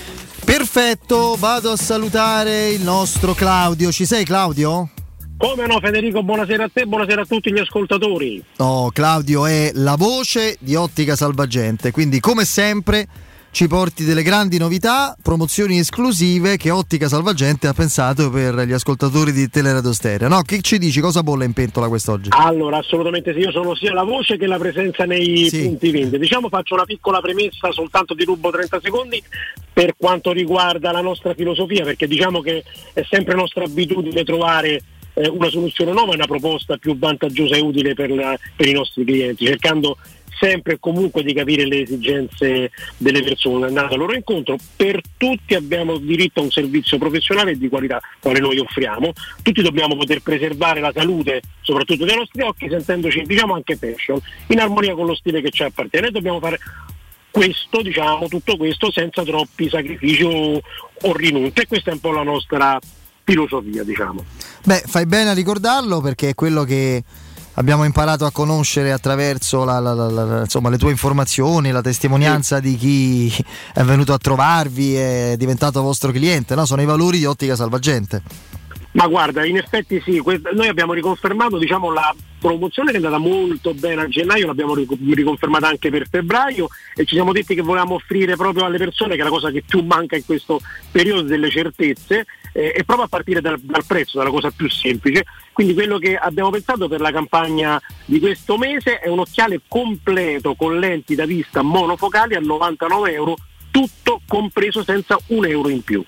Perfetto, vado a salutare il nostro Claudio. Ci sei, Claudio? Come no, Federico, buonasera a te, buonasera a tutti gli ascoltatori. No, Claudio è la voce di Ottica Salvagente, quindi come sempre ci porti delle grandi novità, promozioni esclusive che Ottica Salvagente ha pensato per gli ascoltatori di Teleradio Stereo. No, che ci dici? Cosa bolle in pentola quest'oggi? Allora, assolutamente sì, io sono sia la voce che la presenza nei Sì. punti vendita. Diciamo, faccio una piccola premessa, soltanto ti rubo trenta secondi per quanto riguarda la nostra filosofia, perché diciamo che è sempre nostra abitudine trovare eh, una soluzione nuova e una proposta più vantaggiosa e utile per, la- per i nostri clienti, cercando sempre e comunque di capire le esigenze delle persone, andare al loro incontro. Per tutti abbiamo diritto a un servizio professionale e di qualità quale noi offriamo. Tutti dobbiamo poter preservare la salute, soprattutto dei nostri occhi, sentendoci, diciamo, anche passion, in armonia con lo stile che ci appartiene. Noi dobbiamo fare questo, diciamo, tutto questo senza troppi sacrifici o, o rinunce, e questa è un po' la nostra filosofia, diciamo. Beh, fai bene a ricordarlo perché è quello che abbiamo imparato a conoscere attraverso la, la, la, la, insomma, le tue informazioni, la testimonianza di chi è venuto a trovarvi e è diventato vostro cliente, no? Sono i valori di Ottica Salvagente. Ma guarda, in effetti sì, quest- noi abbiamo riconfermato, diciamo, la promozione che è andata molto bene a gennaio, l'abbiamo ric- riconfermata anche per febbraio, e ci siamo detti che volevamo offrire proprio alle persone, che è la cosa che più manca in questo periodo, delle certezze, eh, e proprio a partire dal, dal prezzo, dalla cosa più semplice. Quindi quello che abbiamo pensato per la campagna di questo mese è un occhiale completo con lenti da vista monofocali a novantanove euro, tutto compreso, senza un euro in più.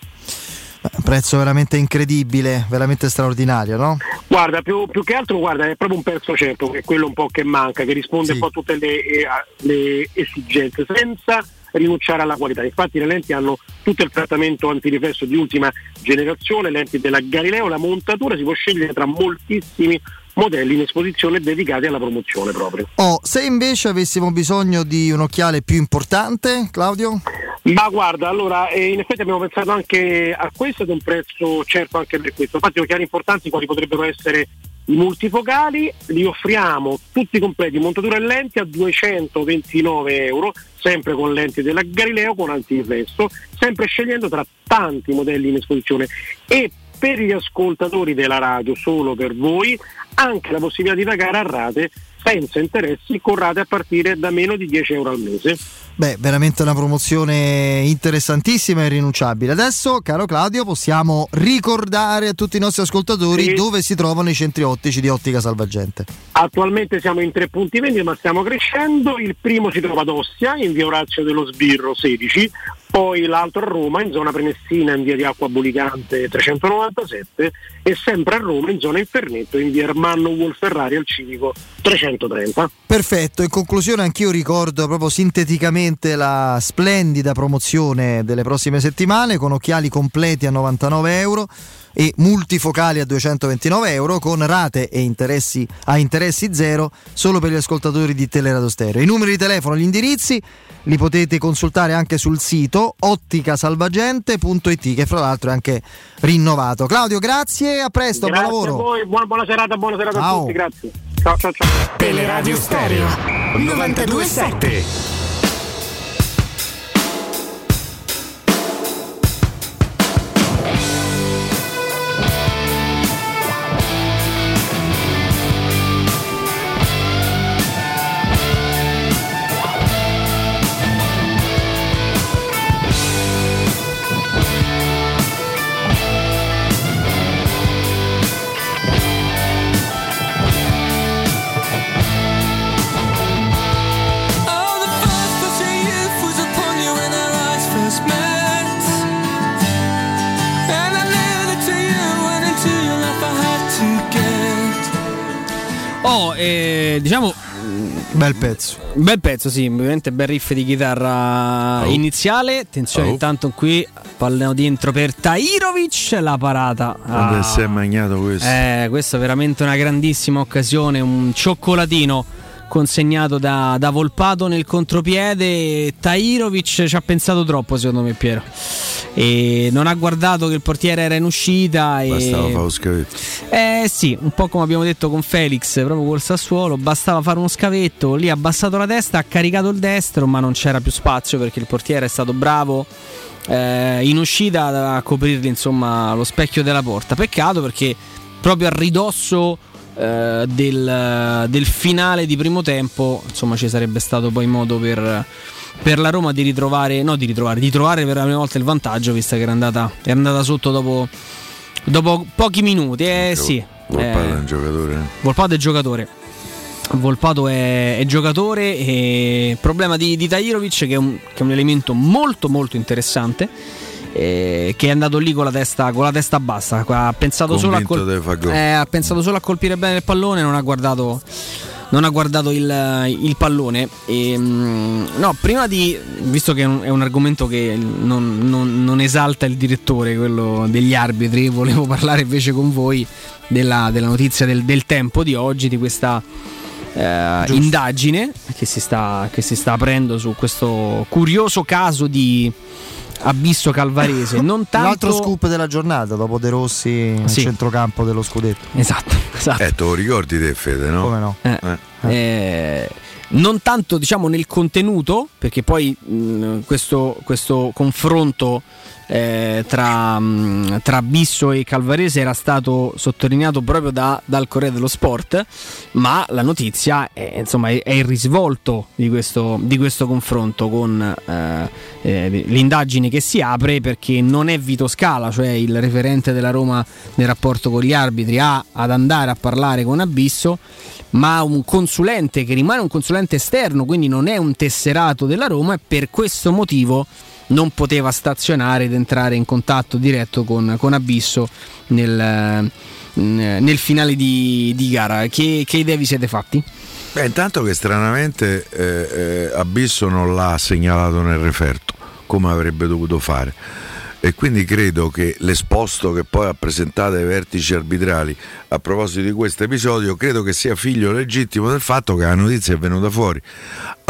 Un prezzo veramente incredibile, veramente straordinario, no? Guarda, più, più che altro, guarda, è proprio un prezzo certo, che è quello un po' che manca, che risponde Sì. un po' a tutte le, eh, le esigenze, senza rinunciare alla qualità. Infatti le lenti hanno tutto il trattamento antiriflesso di ultima generazione, lenti della Galileo, la montatura si può scegliere tra moltissimi modelli in esposizione dedicati alla promozione proprio. Oh, se invece avessimo bisogno di un occhiale più importante, Claudio? Ma guarda, allora eh, in effetti abbiamo pensato anche a questo ed è un prezzo certo anche per questo. Infatti ho chiari importanti quali potrebbero essere i multifocali, li offriamo tutti completi, montatura e lenti a duecentoventinove euro, sempre con lenti della Galileo con antiriflesso, sempre scegliendo tra tanti modelli in esposizione. E per gli ascoltatori della radio, solo per voi, anche la possibilità di pagare a rate senza interessi, con rate a partire da meno di dieci euro al mese. Beh, veramente una promozione interessantissima e irrinunciabile. Adesso, caro Claudio, possiamo ricordare a tutti i nostri ascoltatori sì. dove si trovano i centri ottici di Ottica Salvagente. Attualmente siamo in tre punti vendita, ma stiamo crescendo. Il primo si trova ad Ostia, in via Orazio dello Sbirro sedici, poi l'altro a Roma, in zona Prenestina, in via di Acqua Bulicante trecentonovantasette, e sempre a Roma, in zona Infernetto, in via Ermanno Wolferrari al Civico trecentotrenta. Perfetto, in conclusione anch'io ricordo proprio sinteticamente la splendida promozione delle prossime settimane, con occhiali completi a novantanove euro e multifocali a duecentoventinove euro, con rate e interessi a interessi zero solo per gli ascoltatori di Teleradio Stereo. I numeri di telefono, gli indirizzi li potete consultare anche sul sito otticasalvagente punto it, che fra l'altro è anche rinnovato. Claudio, grazie, a presto, grazie buon lavoro. A voi, buona, buona serata, buona serata ciao. A tutti, grazie. Ciao ciao ciao. Teleradio Stereo novantadue sette. Oh, eh, diciamo bel pezzo. Bel pezzo, sì, ovviamente bel riff di chitarra oh. iniziale. Attenzione, oh. intanto qui pallino dentro per Tahirovic, la parata. Quando ah. si è magnato questo. Eh, questa è veramente una grandissima occasione, un cioccolatino consegnato da, da Volpato nel contropiede. Tahirovic ci ha pensato troppo, secondo me, Piero, e non ha guardato che il portiere era in uscita. Bastava e... fare uno scavetto. Eh sì, un po' come abbiamo detto con Felix, proprio col Sassuolo, bastava fare uno scavetto, lì ha abbassato la testa, ha caricato il destro, ma non c'era più spazio perché il portiere è stato bravo eh, in uscita a coprirgli, insomma, lo specchio della porta. Peccato, perché proprio a ridosso eh, del, del finale di primo tempo, insomma, ci sarebbe stato poi modo per per la Roma di ritrovare, no di ritrovare, di trovare per la prima volta il vantaggio, vista che era andata, era andata sotto dopo, dopo pochi minuti. Eh sì, Volpato eh, è un giocatore. Volpato è giocatore. Volpato è, è giocatore. E problema di, di Tahirovic, che è, un, che è un elemento molto molto interessante, eh, che è andato lì con la testa, con la testa bassa. Ha pensato, solo a, col- eh, ha pensato solo a colpire bene il pallone, non ha guardato. Non ha guardato il, il pallone. E, no, prima di, visto che è un, è un argomento che non, non, non esalta il direttore, quello degli arbitri, volevo parlare invece con voi della, della notizia del, del Tempo di oggi, di questa eh, indagine che si, sta, che si sta aprendo su questo curioso caso di Abisso Calvarese. Non tanto... L'altro scoop della giornata dopo De Rossi nel sì. centrocampo dello scudetto. Esatto, esatto. Eh, te lo ricordi te, Fede, no? Come no? Eh, eh. Eh, non tanto, diciamo, nel contenuto, perché poi mh, questo, questo confronto eh, tra, mh, tra Abisso e Calvarese era stato sottolineato proprio da, dal Corriere dello Sport, ma la notizia è, insomma, è, è il risvolto di questo, di questo confronto con eh, eh, l'indagine che si apre, perché non è Vito Scala, cioè il referente della Roma nel rapporto con gli arbitri, a, ad andare a parlare con Abisso, ma un consulente che rimane un consulente esterno, quindi non è un tesserato della Roma, e per questo motivo non poteva stazionare ed entrare in contatto diretto con, con Abisso nel, nel finale di, di gara. Che, che idea vi siete fatti? Beh, intanto che stranamente eh, eh, Abisso non l'ha segnalato nel referto come avrebbe dovuto fare, e quindi credo che l'esposto che poi ha presentato ai vertici arbitrali a proposito di questo episodio credo che sia figlio legittimo del fatto che la notizia è venuta fuori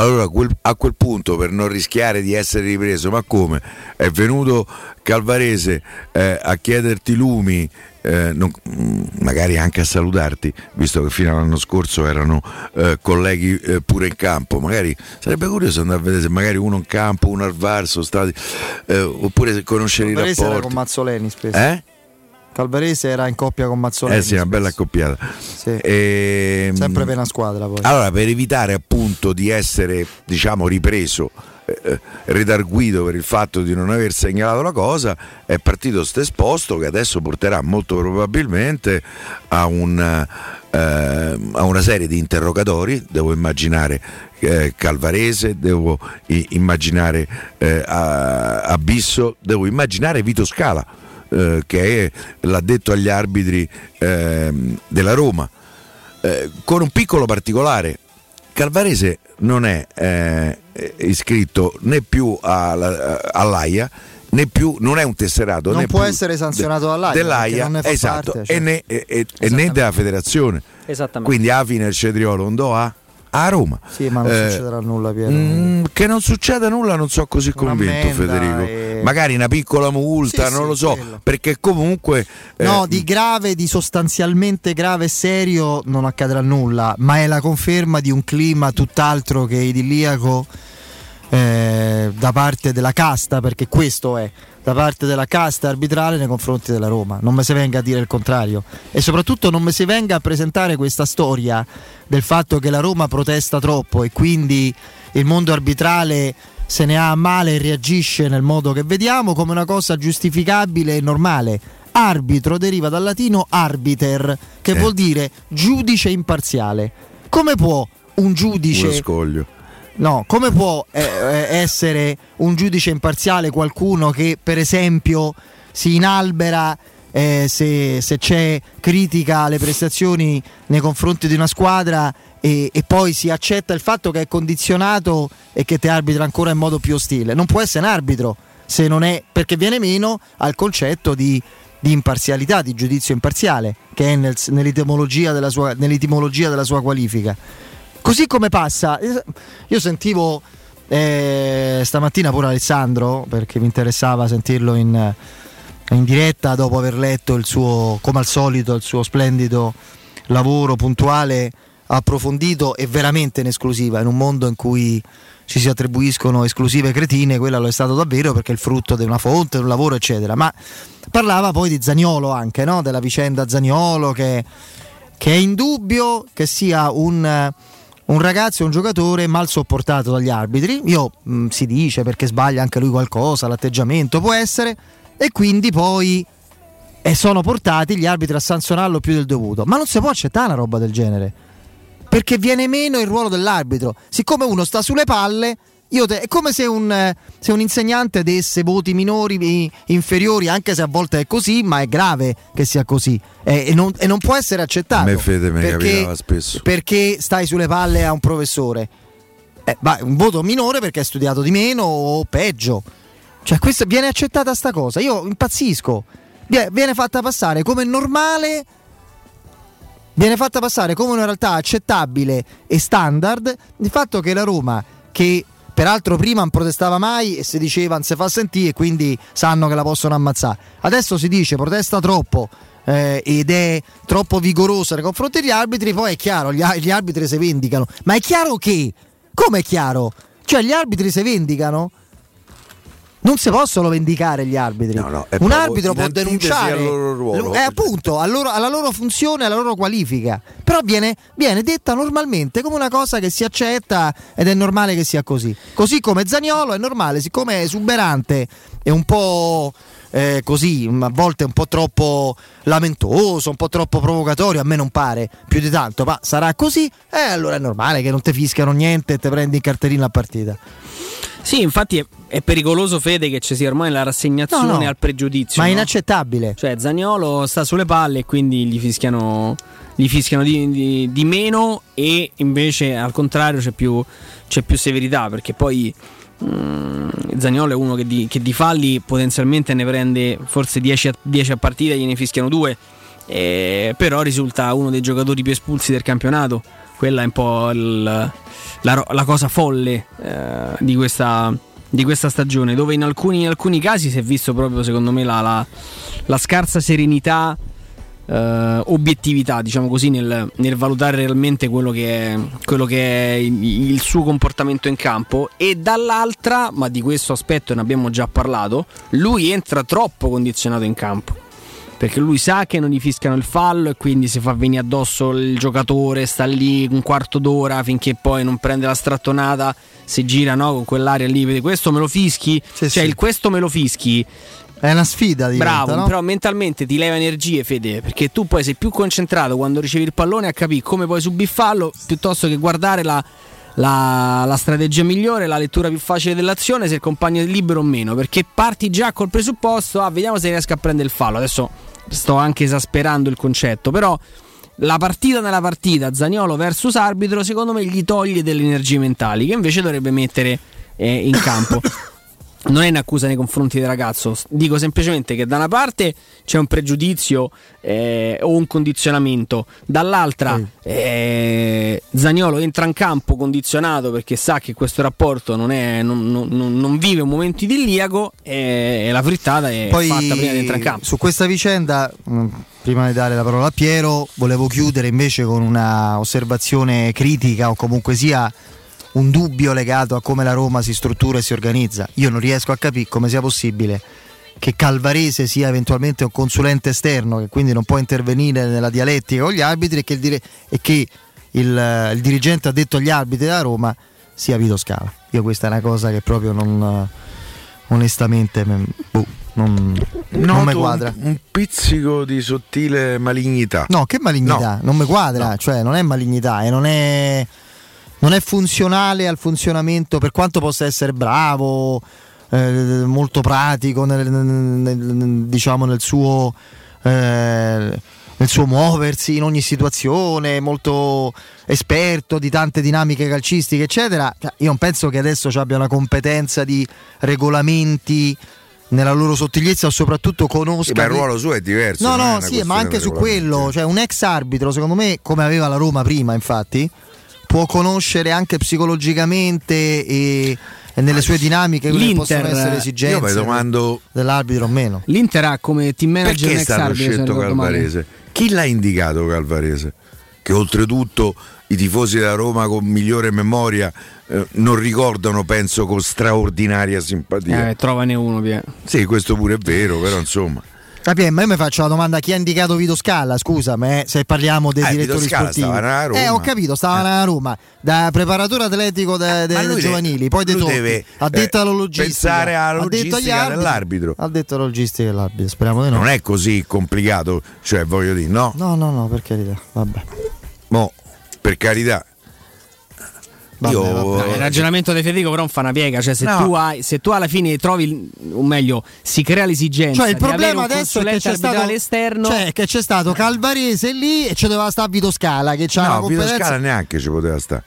allora quel, a quel punto, per non rischiare di essere ripreso, ma come? È venuto Calvarese eh, a chiederti lumi, eh, non, magari anche a salutarti, visto che fino all'anno scorso erano eh, colleghi eh, pure in campo. Magari sarebbe curioso andare a vedere se magari uno in campo, uno al V A R sono stati, eh, oppure se conoscere i rapporti. Calvarese era con Mazzoleni spesso. Eh? Calvarese era in coppia con Mazzoleni. Eh sì, una bella accoppiata. Sì. E, sempre per una squadra poi. Allora, per evitare appunto di essere, diciamo, ripreso, eh, redarguito per il fatto di non aver segnalato la cosa, è partito sto esposto che adesso porterà molto probabilmente a, un, eh, a una serie di interrogatori. Devo immaginare eh, Calvarese, devo i- immaginare eh, Abisso, devo immaginare Vito Scala, Eh, che è l'addetto agli arbitri eh, della Roma, eh, con un piccolo particolare: Calvarese non è eh, iscritto né più alla, all'Aia, né più, non è un tesserato, non né può più essere sanzionato dall'Aia, dell'Aia, non ne fa esatto, parte, cioè. e, né, e, e, e né della federazione. Esattamente. Quindi alla fine il Cetriolo andò a a Roma. Sì, ma non Eh, succederà nulla, Piero. Mm, che non succeda nulla, non sono così convinto, Federico. e- Magari una piccola multa, Sì, non sì, lo so, quello. perché comunque eh, No, di grave, di sostanzialmente grave e serio non accadrà nulla, ma è la conferma di un clima tutt'altro che idilliaco eh, da parte della casta, perché questo è, da parte della casta arbitrale nei confronti della Roma. Non mi si venga a dire il contrario, e soprattutto non mi si venga a presentare questa storia del fatto che la Roma protesta troppo e quindi il mondo arbitrale se ne ha a male e reagisce nel modo che vediamo come una cosa giustificabile e normale. Arbitro deriva dal latino arbiter, che Eh. vuol dire giudice imparziale. Come può un giudice uno scoglio. No, come può eh, eh, essere un giudice imparziale qualcuno che per esempio si inalbera eh, se, se c'è critica alle prestazioni nei confronti di una squadra e, e poi si accetta il fatto che è condizionato e che te arbitra ancora in modo più ostile? Non può essere un arbitro se non è, perché viene meno al concetto di, di imparzialità, di giudizio imparziale, che è nel, nell'etimologia della sua, nell'etimologia della sua qualifica. Così come passa, io sentivo eh, stamattina pure Alessandro, perché mi interessava sentirlo in, in diretta dopo aver letto il suo, come al solito, il suo splendido lavoro puntuale, approfondito e veramente in esclusiva, in un mondo in cui ci si attribuiscono esclusive cretine. Quella lo è stato davvero, perché è il frutto di una fonte, di un lavoro, eccetera. Ma parlava poi di Zaniolo anche, no? Della vicenda Zaniolo, che, che è indubbio che sia un... un ragazzo, un giocatore mal sopportato dagli arbitri. Io mh, si dice perché sbaglia anche lui qualcosa, l'atteggiamento può essere, e quindi poi eh, sono portati gli arbitri a sanzionarlo più del dovuto. Ma non si può accettare una roba del genere, perché viene meno il ruolo dell'arbitro. Siccome uno sta sulle palle, io te, è come se un, eh, se un insegnante desse voti minori, i- inferiori, anche se a volte è così, ma è grave che sia così, eh, e, non, e non può essere accettato. A me Fede mi perché, capitava spesso. perché stai sulle palle a un professore. Eh, ma un voto minore perché hai studiato di meno o peggio. Cioè, questo viene accettata sta cosa. Io impazzisco. Vie- Viene fatta passare come normale. Viene fatta passare come una realtà accettabile e standard il fatto che la Roma, che peraltro prima non protestava mai e si diceva non si fa sentire e quindi sanno che la possono ammazzare, adesso si dice protesta troppo eh, ed è troppo vigorosa nei confronti degli arbitri, poi è chiaro, gli, a- gli arbitri si vendicano. Ma è chiaro che? Come è chiaro? Cioè gli arbitri si vendicano? Non si possono vendicare gli arbitri. No, no, è un proprio arbitro in può antitesi denunciare al loro ruolo. è appunto al loro- alla loro funzione, alla loro qualifica, però viene, viene detta normalmente come una cosa che si accetta ed è normale che sia così. Così come Zaniolo è normale, siccome è esuberante e un po' eh, così, a volte un po' troppo lamentoso, un po' troppo provocatorio, a me non pare più di tanto, ma sarà così, e eh, allora è normale che non ti fischiano niente e te prendi in cartellina a partita. Sì, infatti è, è pericoloso, Fede, che ci sia ormai la rassegnazione No, no. al pregiudizio. Ma è no? inaccettabile. Cioè Zaniolo sta sulle palle e quindi gli fischiano, gli fischiano di, di- di meno, e invece al contrario c'è più, c'è più severità, perché poi mm, Zaniolo è uno che di, che di falli potenzialmente ne prende forse dieci a, dieci a partita, gliene fischiano due, eh, però risulta uno dei giocatori più espulsi del campionato. quella è un po' il, la, la cosa folle eh, di questa di questa stagione, dove in alcuni, in alcuni casi si è visto proprio, secondo me, la, la, la scarsa serenità, eh, obiettività, diciamo così, nel, nel valutare realmente quello che è, quello che è il, il suo comportamento in campo. E dall'altra, ma di questo aspetto ne abbiamo già parlato, lui entra troppo condizionato in campo, perché lui sa che non gli fischiano il fallo e quindi si fa venire addosso il giocatore, sta lì un quarto d'ora finché poi non prende la strattonata, si gira, no, con quell'aria lì, vedi, questo me lo fischi, Sì, cioè sì. il questo me lo fischi È una sfida, diventa, bravo, no? però mentalmente ti leva energie, Fede, perché tu poi sei più concentrato quando ricevi il pallone a capire come puoi subire il fallo, piuttosto che guardare la, la, la strategia migliore, la lettura più facile dell'azione, se il compagno è libero o meno, perché parti già col presupposto, ah, vediamo se riesco a prendere il fallo. Adesso sto anche esasperando il concetto, però la partita nella partita, Zaniolo versus arbitro, secondo me gli toglie delle energie mentali che invece dovrebbe mettere eh, in campo. Non è un'accusa nei confronti del ragazzo, dico semplicemente che da una parte c'è un pregiudizio eh, o un condizionamento, dall'altra eh, Zaniolo entra in campo condizionato perché sa che questo rapporto non, è, non, non, non vive un momento idilliaco e, e la frittata è Poi, fatta prima di entrare in campo. Su questa vicenda, mh, prima di dare la parola a Piero, volevo chiudere invece con una osservazione critica, o comunque sia un dubbio legato a come la Roma si struttura e si organizza. Io non riesco a capire come sia possibile che Calvarese sia eventualmente un consulente esterno, che quindi non può intervenire nella dialettica con gli arbitri, e che il, dire- e che il, il dirigente ha detto agli arbitri della Roma sia Vito Scala. Io questa è una cosa che proprio non, onestamente, boh, non, non mi quadra. Un, un pizzico di sottile malignità. No, che malignità? No. Non mi quadra, no. Cioè non è malignità e non è... non è funzionale al funzionamento, per quanto possa essere bravo, eh, molto pratico nel, nel, nel, diciamo nel suo eh, nel suo muoversi in ogni situazione, molto esperto di tante dinamiche calcistiche eccetera. Io non penso che adesso ci abbia una competenza di regolamenti nella loro sottigliezza, o soprattutto conosca. Sì, ma il ruolo suo è diverso. No, no, no, sì, ma anche su quello, cioè un ex arbitro, secondo me, come aveva la Roma prima, infatti, può conoscere anche psicologicamente e, e nelle sue dinamiche quelle che possono essere esigenze. Io mi domando dell'arbitro o meno. L'Inter ha come team manager perché un è ex stato arbitro, scelto Calvarese? Chi l'ha indicato Calvarese? Che oltretutto i tifosi della Roma con migliore memoria eh, non ricordano, penso, con straordinaria simpatia. Eh, trovane uno, Pia. Sì, questo pure è vero, però insomma. Capì, ma io mi faccio la domanda: chi ha indicato Vito Scala? Scusa, ma se parliamo dei eh, direttori Vito Scala sportivi. stava nella Roma. Eh, ho capito, stava eh. nella Roma, da preparatore atletico dei de, de giovanili, poi dei topi, ha detto alla logistica, pensare alla ha detto agli logistica arbitri, dell'arbitro. Ha detto alla logistica dell'arbitro, speriamo di no. Non è così complicato, cioè voglio dire, no. No, no, no, per carità, vabbè. Mo, per carità. Vabbè, Io... vabbè. Il ragionamento di Federico però non fa una piega, cioè se, no. tu hai, se tu alla fine trovi, o meglio, si crea l'esigenza, cioè il di problema avere un adesso è che c'è stato esterno, cioè che c'è stato Calvarese lì e ci doveva stare Vito Scala che c'ha no, una competenza. Vito Scala neanche ci poteva stare.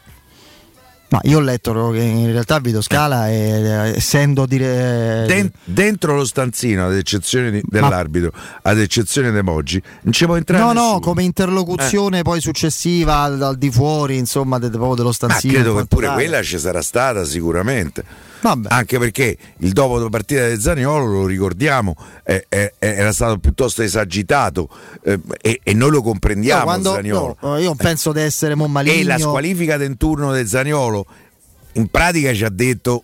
Ma io ho letto che in realtà Vito Scala è, essendo dire... Den- dentro lo stanzino, ad eccezione di, dell'arbitro, ad eccezione dei Moggi, non ci può entrare no nessuno. no come interlocuzione eh. poi successiva al, al di fuori, insomma, de, proprio dello stanzino. Ma credo che pure tale. quella ci sarà stata sicuramente. Vabbè. Anche perché il dopo partita di Zaniolo, lo ricordiamo, eh, eh, era stato piuttosto esagitato eh, e, e noi lo comprendiamo. No, quando, Zaniolo. No, io penso di essere mo maligno. E la squalifica del turno del Zaniolo in pratica ci ha detto: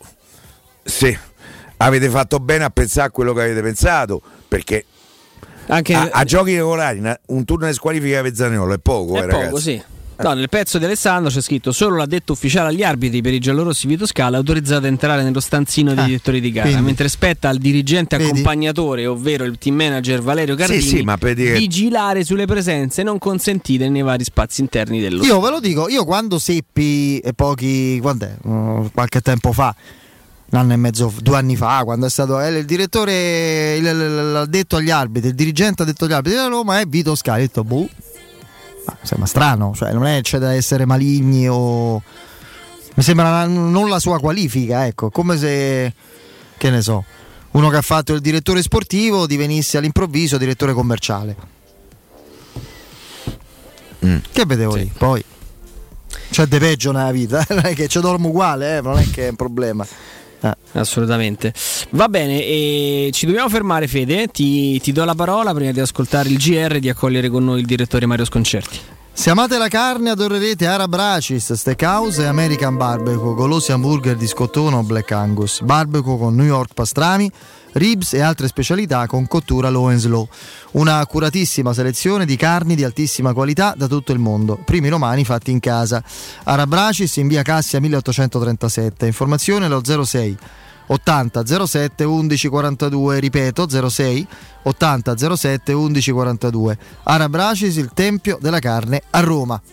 se avete fatto bene a pensare a quello che avete pensato, perché anche a, a giochi regolari un turno di squalifica per Zaniolo è poco, è eh, poco, ragazzi. sì. No, nel pezzo di Alessandro c'è scritto: solo l'addetto ufficiale agli arbitri per i giallorossi Vito Scala è autorizzato a entrare nello stanzino dei ah, direttori di gara, quindi, mentre spetta al dirigente vedi? accompagnatore, ovvero il team manager Valerio Cardini, sì, sì, ma per dire... vigilare sulle presenze non consentite nei vari spazi interni dello Io ve lo dico, io quando seppi e pochi, quando è? Uh, qualche tempo fa, un anno e mezzo, due anni fa, quando è stato eh, il direttore, l'ha detto agli arbitri, il dirigente ha detto agli arbitri della Roma è Vito Scala, ha detto boh. Ma sembra strano, cioè non è c'è da essere maligni o mi sembra non la sua qualifica, ecco, come se, che ne so, uno che ha fatto il direttore sportivo divenisse all'improvviso direttore commerciale. Mm. Che vedevo sì. lì, poi C'è de peggio nella vita, non è che ci dormo uguale, eh, non è che è un problema. Ah. Assolutamente. Va bene, e ci dobbiamo fermare, Fede. Ti, ti do la parola prima di ascoltare il G R, di accogliere con noi il direttore Mario Sconcerti. Se amate la carne adorerete Arab Racis, Steakhouse e American Barbecue, golosi hamburger di scottone o Black Angus, barbecue con New York pastrami, ribs e altre specialità con cottura low and slow. Una accuratissima selezione di carni di altissima qualità da tutto il mondo, primi romani fatti in casa. Arab Racis in via Cassia milleottocentotrentasette, informazione allo zero sei ottanta zero sette undici quarantadue, ripeto zero sei ottanta zero sette undici quarantadue. Arab Racis, il tempio della carne a Roma.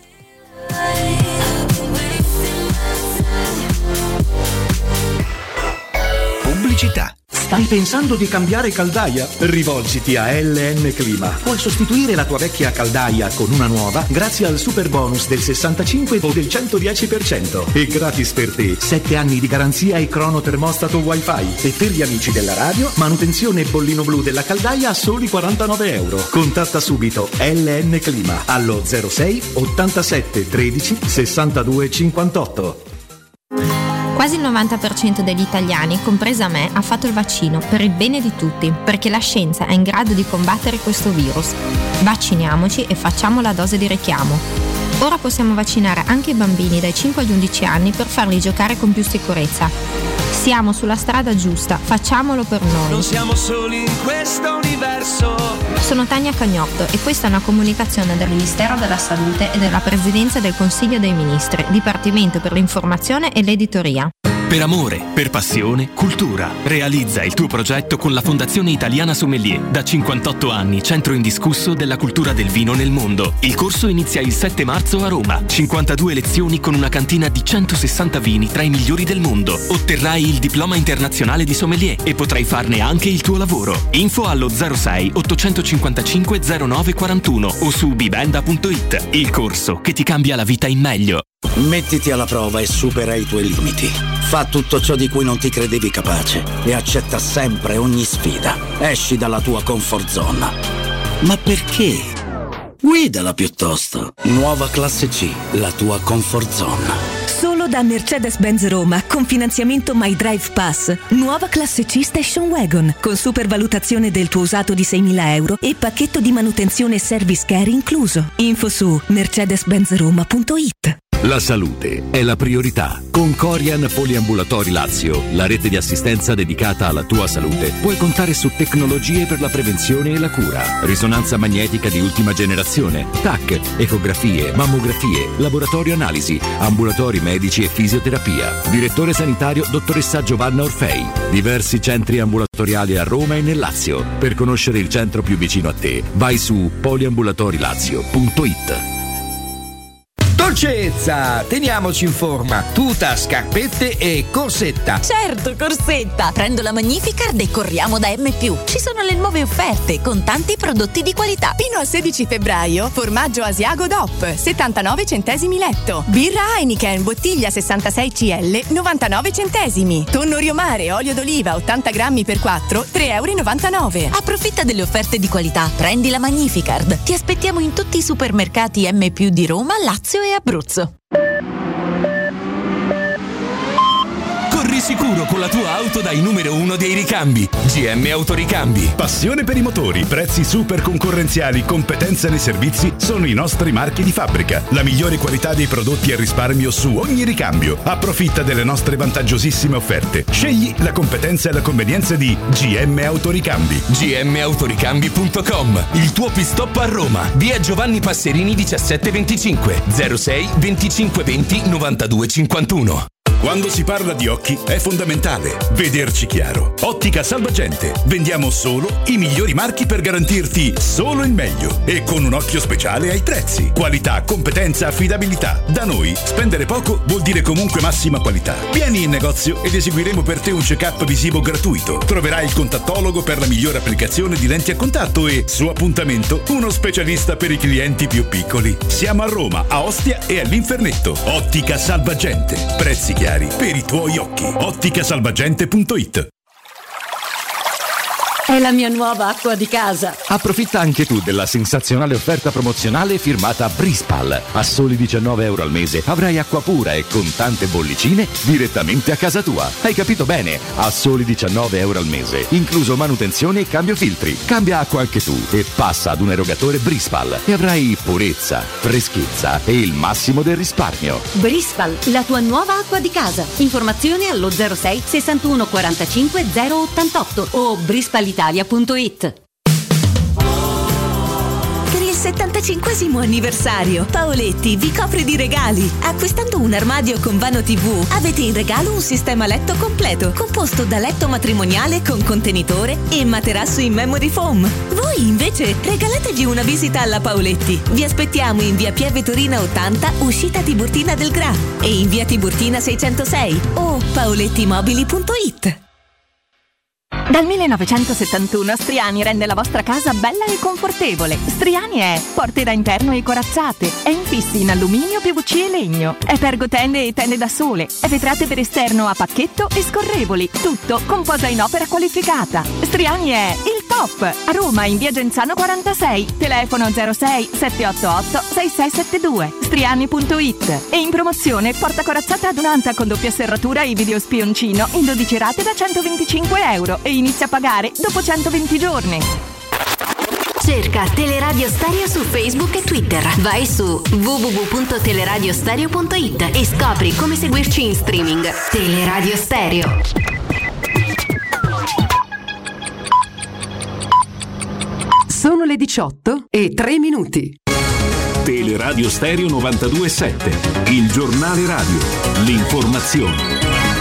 Pubblicità. Stai pensando di cambiare caldaia? Rivolgiti a L N Clima. Puoi sostituire la tua vecchia caldaia con una nuova grazie al super bonus del sessantacinque o del centodieci per cento. E gratis per te sette anni di garanzia e cronotermostato wifi. E per gli amici della radio, manutenzione bollino blu della caldaia a soli quarantanove euro. Contatta subito L N Clima allo zero sei ottantasette tredici sessantadue cinquantotto. Quasi il novanta per cento degli italiani, compresa me, ha fatto il vaccino per il bene di tutti, perché la scienza è in grado di combattere questo virus. Vacciniamoci e facciamo la dose di richiamo. Ora possiamo vaccinare anche i bambini dai cinque agli undici anni per farli giocare con più sicurezza. Siamo sulla strada giusta, facciamolo per noi. Non siamo soli in questo universo. Sono Tania Cagnotto e questa è una comunicazione del Ministero della Salute e della Presidenza del Consiglio dei Ministri, Dipartimento per l'Informazione e l'Editoria. Per amore, per passione, cultura. Realizza il tuo progetto con la Fondazione Italiana Sommelier. Da cinquantotto anni, centro indiscusso della cultura del vino nel mondo. Il corso inizia il sette marzo a Roma. cinquantadue lezioni con una cantina di centosessanta vini tra i migliori del mondo. Otterrai il diploma internazionale di sommelier e potrai farne anche il tuo lavoro. Info allo zero sei ottocentocinquantacinque zero nove quarantuno o su bibenda punto it. Il corso che ti cambia la vita in meglio. Mettiti alla prova e supera i tuoi limiti. Fa tutto ciò di cui non ti credevi capace e accetta sempre ogni sfida. Esci dalla tua comfort zone. Ma perché? Guidala piuttosto. Nuova classe C, la tua comfort zone. Solo da Mercedes-Benz Roma, con finanziamento My Drive Pass. Nuova classe C Station Wagon, con supervalutazione del tuo usato di seimila euro e pacchetto di manutenzione e service care incluso. Info su mercedes benz roma punto it. La salute è la priorità. Con Corian Poliambulatori Lazio, la rete di assistenza dedicata alla tua salute, puoi contare su tecnologie per la prevenzione e la cura. Risonanza magnetica di ultima generazione, T A C, ecografie, mammografie, laboratorio analisi, ambulatori medici e fisioterapia. Direttore sanitario dottoressa Giovanna Orfei. Diversi centri ambulatoriali a Roma e nel Lazio. Per conoscere il centro più vicino a te, vai su poliambulatorilazio punto it. Dolcezza, teniamoci in forma. Tuta, scarpette e corsetta. Certo, corsetta. Prendo la Magnificard e corriamo da M più. Ci sono le nuove offerte con tanti prodotti di qualità. Fino al sedici febbraio, formaggio Asiago D O P, settantanove centesimi letto. Birra Heineken, bottiglia sessantasei centilitri, novantanove centesimi. Tonno Riomare, olio d'oliva, ottanta grammi per quattro, tre e novantanove euro. Approfitta delle offerte di qualità. Prendi la Magnificard. Ti aspettiamo in tutti i supermercati M più di Roma, Lazio e Abruzzo. Corri sicuro con la tua auto dai numero uno dei ricambi. G M Autoricambi. Passione per i motori, prezzi super concorrenziali, competenza nei servizi sono i nostri marchi di fabbrica. La migliore qualità dei prodotti e risparmio su ogni ricambio. Approfitta delle nostre vantaggiosissime offerte. Scegli la competenza e la convenienza di G M Autoricambi. G M autoricambi punto com. Il tuo pit stop a Roma. Via Giovanni Passerini diciassette venticinque, zero sei venticinque venti novantadue cinquantuno. Quando si parla di occhi è fondamentale vederci chiaro. Ottica Salvagente. Vendiamo solo i migliori marchi per garantirti solo il meglio e con un occhio speciale ai prezzi. Qualità, competenza, affidabilità. Da noi spendere poco vuol dire comunque massima qualità. Vieni in negozio ed eseguiremo per te un check-up visivo gratuito. Troverai il contattologo per la migliore applicazione di lenti a contatto e, su appuntamento, uno specialista per i clienti più piccoli. Siamo a Roma, a Ostia e all'Infernetto. Ottica Salvagente. Prezzi chiari per i tuoi occhi. ottica salvagente punto it. È la mia nuova acqua di casa. Approfitta anche tu della sensazionale offerta promozionale firmata Brispal. A soli diciannove euro al mese avrai acqua pura e con tante bollicine direttamente a casa tua. Hai capito bene? A soli diciannove euro al mese, incluso manutenzione e cambio filtri. Cambia acqua anche tu e passa ad un erogatore Brispal e avrai purezza, freschezza e il massimo del risparmio. Brispal, la tua nuova acqua di casa. Informazioni allo zero sei sessantuno quarantacinque zero ottantotto o brispalitalia punto it. Per il settantacinquesimo anniversario, Paoletti vi copre di regali. Acquistando un armadio con vano tivù, avete in regalo un sistema letto completo, composto da letto matrimoniale con contenitore e materasso in memory foam. Voi invece regalatevi una visita alla Paoletti. Vi aspettiamo in via Pieve Torina ottanta, uscita Tiburtina del Gra, e in via Tiburtina seicentosei o paolettimobili punto it. Dal millenovecentosettantuno Striani rende la vostra casa bella e confortevole. Striani è porte da interno e corazzate, è infissi in alluminio, P V C e legno, è pergotende e tende da sole, è vetrate per esterno a pacchetto e scorrevoli, tutto con posa in opera qualificata. Striani è il top! A Roma in via Genzano quarantasei, telefono zero sei sette otto otto sei sei sette due, striani punto it. E in promozione porta corazzata adunata con doppia serratura e video spioncino in dodici rate da centoventicinque euro e inizia a pagare dopo centoventi giorni. Cerca Teleradio Stereo su Facebook e Twitter. Vai su w w w punto teleradiostereo punto it e scopri come seguirci in streaming. Teleradio Stereo. Sono le diciotto e tre minuti. Teleradio Stereo novantadue e sette, il giornale radio, l'informazione.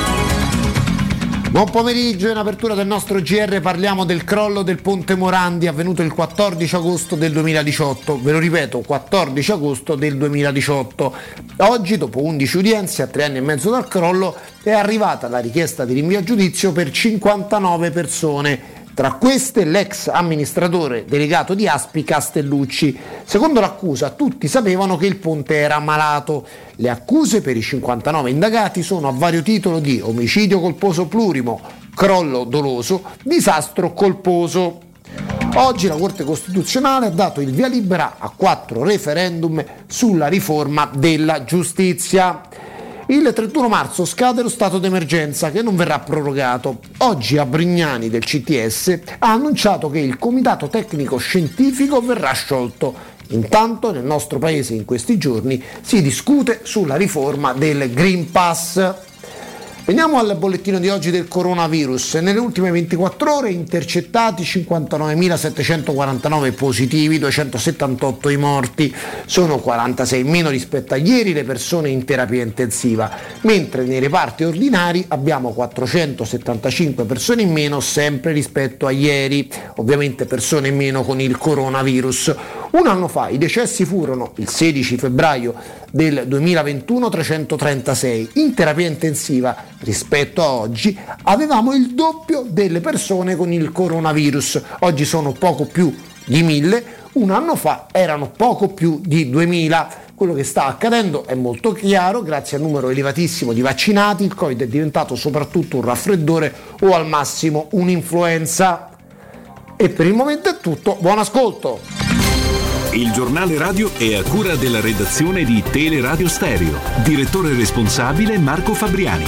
Buon pomeriggio, in apertura del nostro G R parliamo del crollo del ponte Morandi avvenuto il quattordici agosto del duemiladiciotto, ve lo ripeto, quattordici agosto del duemiladiciotto. Oggi, dopo undici udienze a tre anni e mezzo dal crollo, è arrivata la richiesta di rinvio a giudizio per cinquantanove persone. Tra queste l'ex amministratore delegato di Aspi Castellucci. Secondo l'accusa tutti sapevano che il ponte era malato. Le accuse per i cinquantanove indagati sono a vario titolo di omicidio colposo plurimo, crollo doloso, disastro colposo. Oggi la Corte Costituzionale ha dato il via libera a quattro referendum sulla riforma della giustizia. Il trentuno marzo scade lo stato d'emergenza che non verrà prorogato. Oggi Abrignani del C T S ha annunciato che il Comitato Tecnico Scientifico verrà sciolto. Intanto nel nostro paese in questi giorni si discute sulla riforma del Green Pass. Veniamo al bollettino di oggi del coronavirus. Nelle ultime ventiquattro ore intercettati cinquantanovemilasettecentoquarantanove positivi, duecentosettantotto i morti. Sono quarantasei meno rispetto a ieri le persone in terapia intensiva, mentre nei reparti ordinari abbiamo quattrocentosettantacinque persone in meno sempre rispetto a ieri. Ovviamente persone in meno con il coronavirus. Un anno fa i decessi furono il sedici febbraio del duemilaventuno trecentotrentasei. In terapia intensiva rispetto a oggi avevamo il doppio delle persone con il coronavirus. Oggi sono poco più di mille, un anno fa erano poco più di duemila. Quello che sta accadendo è molto chiaro: grazie al numero elevatissimo di vaccinati il Covid è diventato soprattutto un raffreddore o al massimo un'influenza. E per il momento è tutto, buon ascolto. Il giornale radio è a cura della redazione di Teleradio Stereo. Direttore responsabile Marco Fabriani.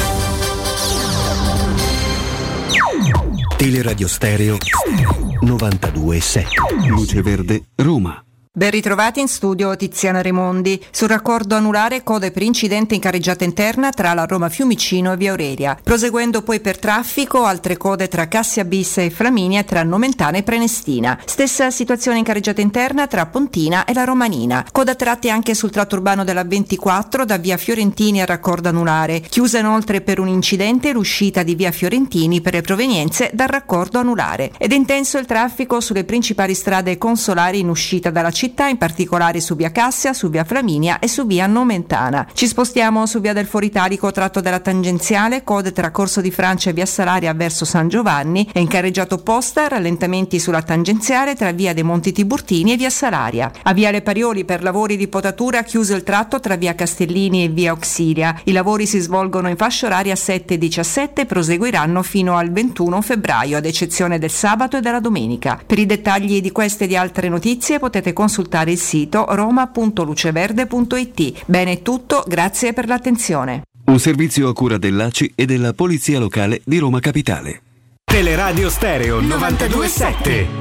Teleradio Stereo novantadue e sette. Luce Verde, Roma. Ben ritrovati in studio Tiziana Raimondi. Sul raccordo anulare code per incidente in carreggiata interna tra la Roma Fiumicino e Via Aurelia. Proseguendo poi per traffico, altre code tra Cassia Bis e Flaminia e tra Nomentana e Prenestina. Stessa situazione in carreggiata interna tra Pontina e la Romanina. Coda tratti anche sul tratto urbano della ventiquattro da Via Fiorentini al raccordo anulare. Chiusa inoltre per un incidente l'uscita di Via Fiorentini per le provenienze dal raccordo anulare. Ed è intenso il traffico sulle principali strade consolari in uscita dalla città città, in particolare su via Cassia, su via Flaminia e su via Nomentana. Ci spostiamo su via del Foritalico, tratto della tangenziale, code tra Corso di Francia e via Salaria verso San Giovanni, e in carreggiata opposta rallentamenti sulla tangenziale tra via dei Monti Tiburtini e via Salaria. A viale Parioli, per lavori di potatura, chiuso il tratto tra via Castellini e via Auxilia. I lavori si svolgono in fascia oraria sette e diciassette e proseguiranno fino al ventuno febbraio, ad eccezione del sabato e della domenica. Per i dettagli di queste e di altre notizie potete consultare il sito roma punto luceverde punto it. Bene, è tutto, grazie per l'attenzione. Un servizio a cura dell'A C I e della Polizia Locale di Roma Capitale. Teleradio Stereo novantadue sette.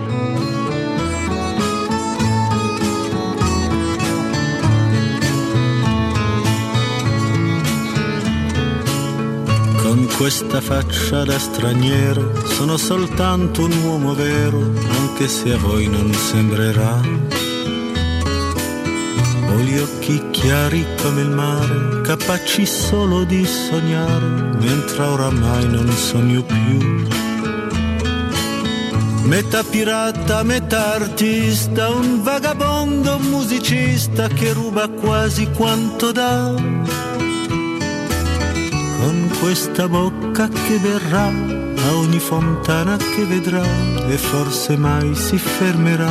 Con questa faccia da straniero sono soltanto un uomo vero, anche se a voi non sembrerà. Ho gli occhi chiari come il mare, capaci solo di sognare, mentre oramai non sogno più. Metà pirata, metà artista, un vagabondo musicista che ruba quasi quanto dà. Con questa bocca che berrà a ogni fontana che vedrà e forse mai si fermerà.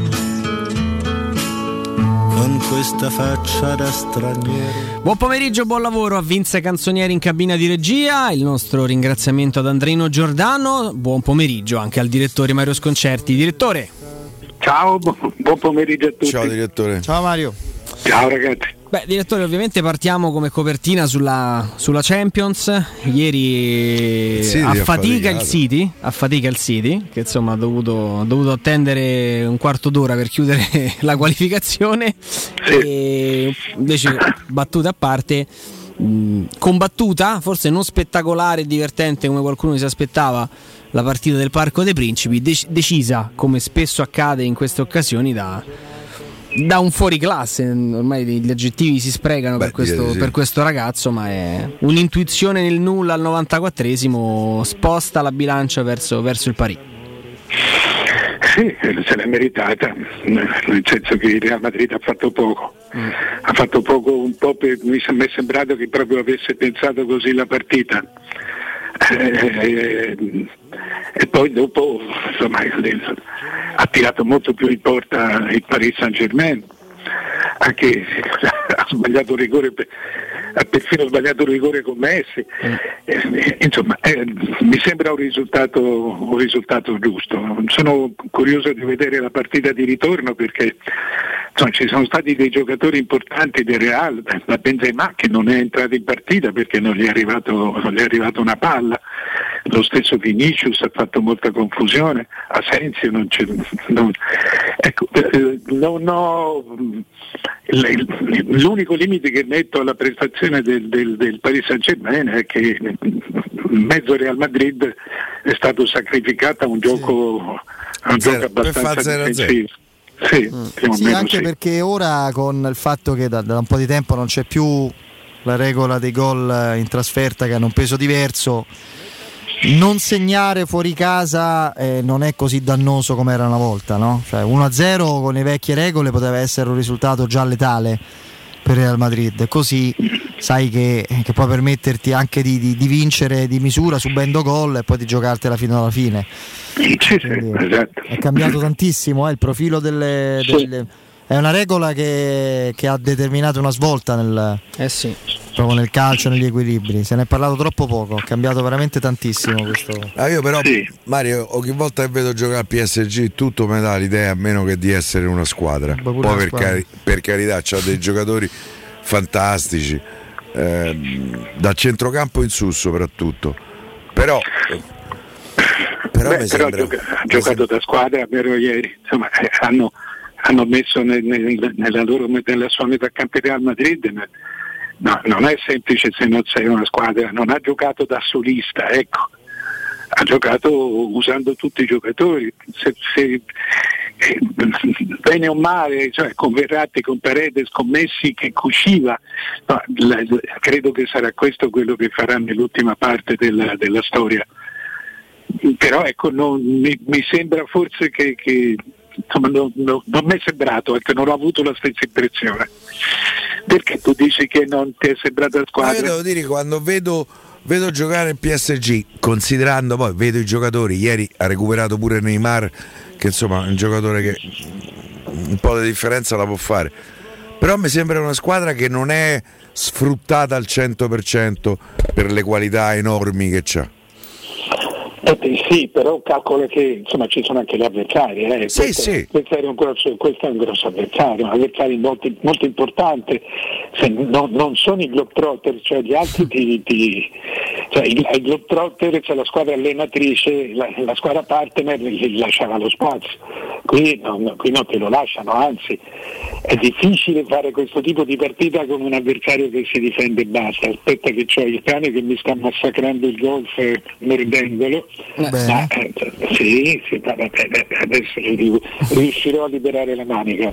Con questa faccia da straniero. Buon pomeriggio, buon lavoro a Vince Canzonieri in cabina di regia. Il nostro ringraziamento ad Andrino Giordano. Buon pomeriggio anche al direttore Mario Sconcerti. Direttore. Ciao, bu- buon pomeriggio a tutti. Ciao direttore. Ciao Mario. Ciao ragazzi. Beh, direttore, ovviamente partiamo come copertina sulla, sulla Champions. Ieri City a fatica affaticato. il City, a fatica il City, che insomma ha dovuto, ha dovuto attendere un quarto d'ora per chiudere la qualificazione. Sì. E invece, battute a parte, mh, combattuta, forse non spettacolare e divertente come qualcuno si aspettava, la partita del Parco dei Principi, dec- decisa, come spesso accade in queste occasioni, da... da un fuoriclasse. Ormai gli aggettivi si sprecano. Beh, per, questo, sì. per questo ragazzo, ma è un'intuizione nel nulla al novantaquattresimo, sposta la bilancia verso, verso il Parì. Sì, se l'è meritata, nel senso che il Real Madrid ha fatto poco, mm. ha fatto poco un po' per, mi è sembrato che proprio avesse pensato così la partita. Eh, e poi dopo insomma ha tirato molto più in porta il Paris Saint-Germain, anche ha sbagliato rigore, ha perfino sbagliato rigore con Messi. Eh, insomma eh, mi sembra un risultato, un risultato giusto. Sono curioso di vedere la partita di ritorno, perché insomma, ci sono stati dei giocatori importanti del Real, la Benzema che non è entrato in partita perché non gli è arrivato, non gli è arrivata una palla, lo stesso Vinicius ha fatto molta confusione, Asensio non c'è, non, ecco, eh, non ho, l'unico limite che metto alla prestazione del, del, del Paris Saint-Germain è che mezzo Real Madrid è stato sacrificato a un gioco, a un gioco abbastanza difensivo. Sì, mm. sì, anche sì. Perché ora, con il fatto che da, da un po' di tempo non c'è più la regola dei gol in trasferta, che hanno un peso diverso, non segnare fuori casa eh, non è così dannoso come era una volta, no? Cioè uno a zero con le vecchie regole poteva essere un risultato già letale per Real Madrid, così sai che, che puoi permetterti anche di, di, di vincere di misura subendo gol e poi di giocartela fino alla fine. Sì, sì, esatto. È cambiato tantissimo eh, il profilo delle, delle... È una regola che, che ha determinato una svolta nel, eh sì. proprio nel calcio, negli equilibri. Se ne è parlato troppo poco, ha cambiato veramente tantissimo questo. Ah, io però sì. Mario, ogni volta che vedo giocare a P S G tutto mi dà l'idea, a meno che di essere una squadra. Poi una per, squadra. Cari- per carità c'ha dei giocatori fantastici, ehm, da centrocampo in su soprattutto, però però, Beh, mi però sembra, gioca- ha giocato sembra... da squadra vero ieri, insomma eh, hanno, hanno messo nel, nel, nella loro nella sua metà campo Real Madrid. No, non è semplice se non sei una squadra, non ha giocato da solista, ecco, ha giocato usando tutti i giocatori, se, se, eh, bene o male, cioè, con Verratti, con Paredes, con Messi che cuciva, no, la, la, credo che sarà questo quello che farà nell'ultima parte della, della storia. Però ecco, non, mi, mi sembra forse che, che insomma, non, non, non mi è sembrato, perché non ho avuto la stessa impressione. Perché tu dici che non ti è sembrata la squadra? Ma io devo dire, quando vedo, vedo giocare il P S G, considerando poi, vedo i giocatori, ieri ha recuperato pure Neymar, che insomma è un giocatore che un po' di differenza la può fare, però mi sembra una squadra che non è sfruttata al cento per cento per le qualità enormi che c'ha. Eh, sì, però calcola che insomma ci sono anche gli avversari, eh. Sì, questo, sì. Questo, è un grosso, questo è un grosso avversario, un avversario molto, molto importante. Se no, non sono i Globetrotter, cioè gli altri ti, ti, cioè i, i Globetrotter, cioè la squadra allenatrice, la, la squadra partner gli lasciava lo spazio, qui non, qui non te lo lasciano, anzi è difficile fare questo tipo di partita con un avversario che si difende e basta. Aspetta che c'ho il cane che mi sta massacrando il golf eh, mordendolo. Ma, eh, sì, sì, vabbè, adesso gli dico, riuscirò a liberare la manica.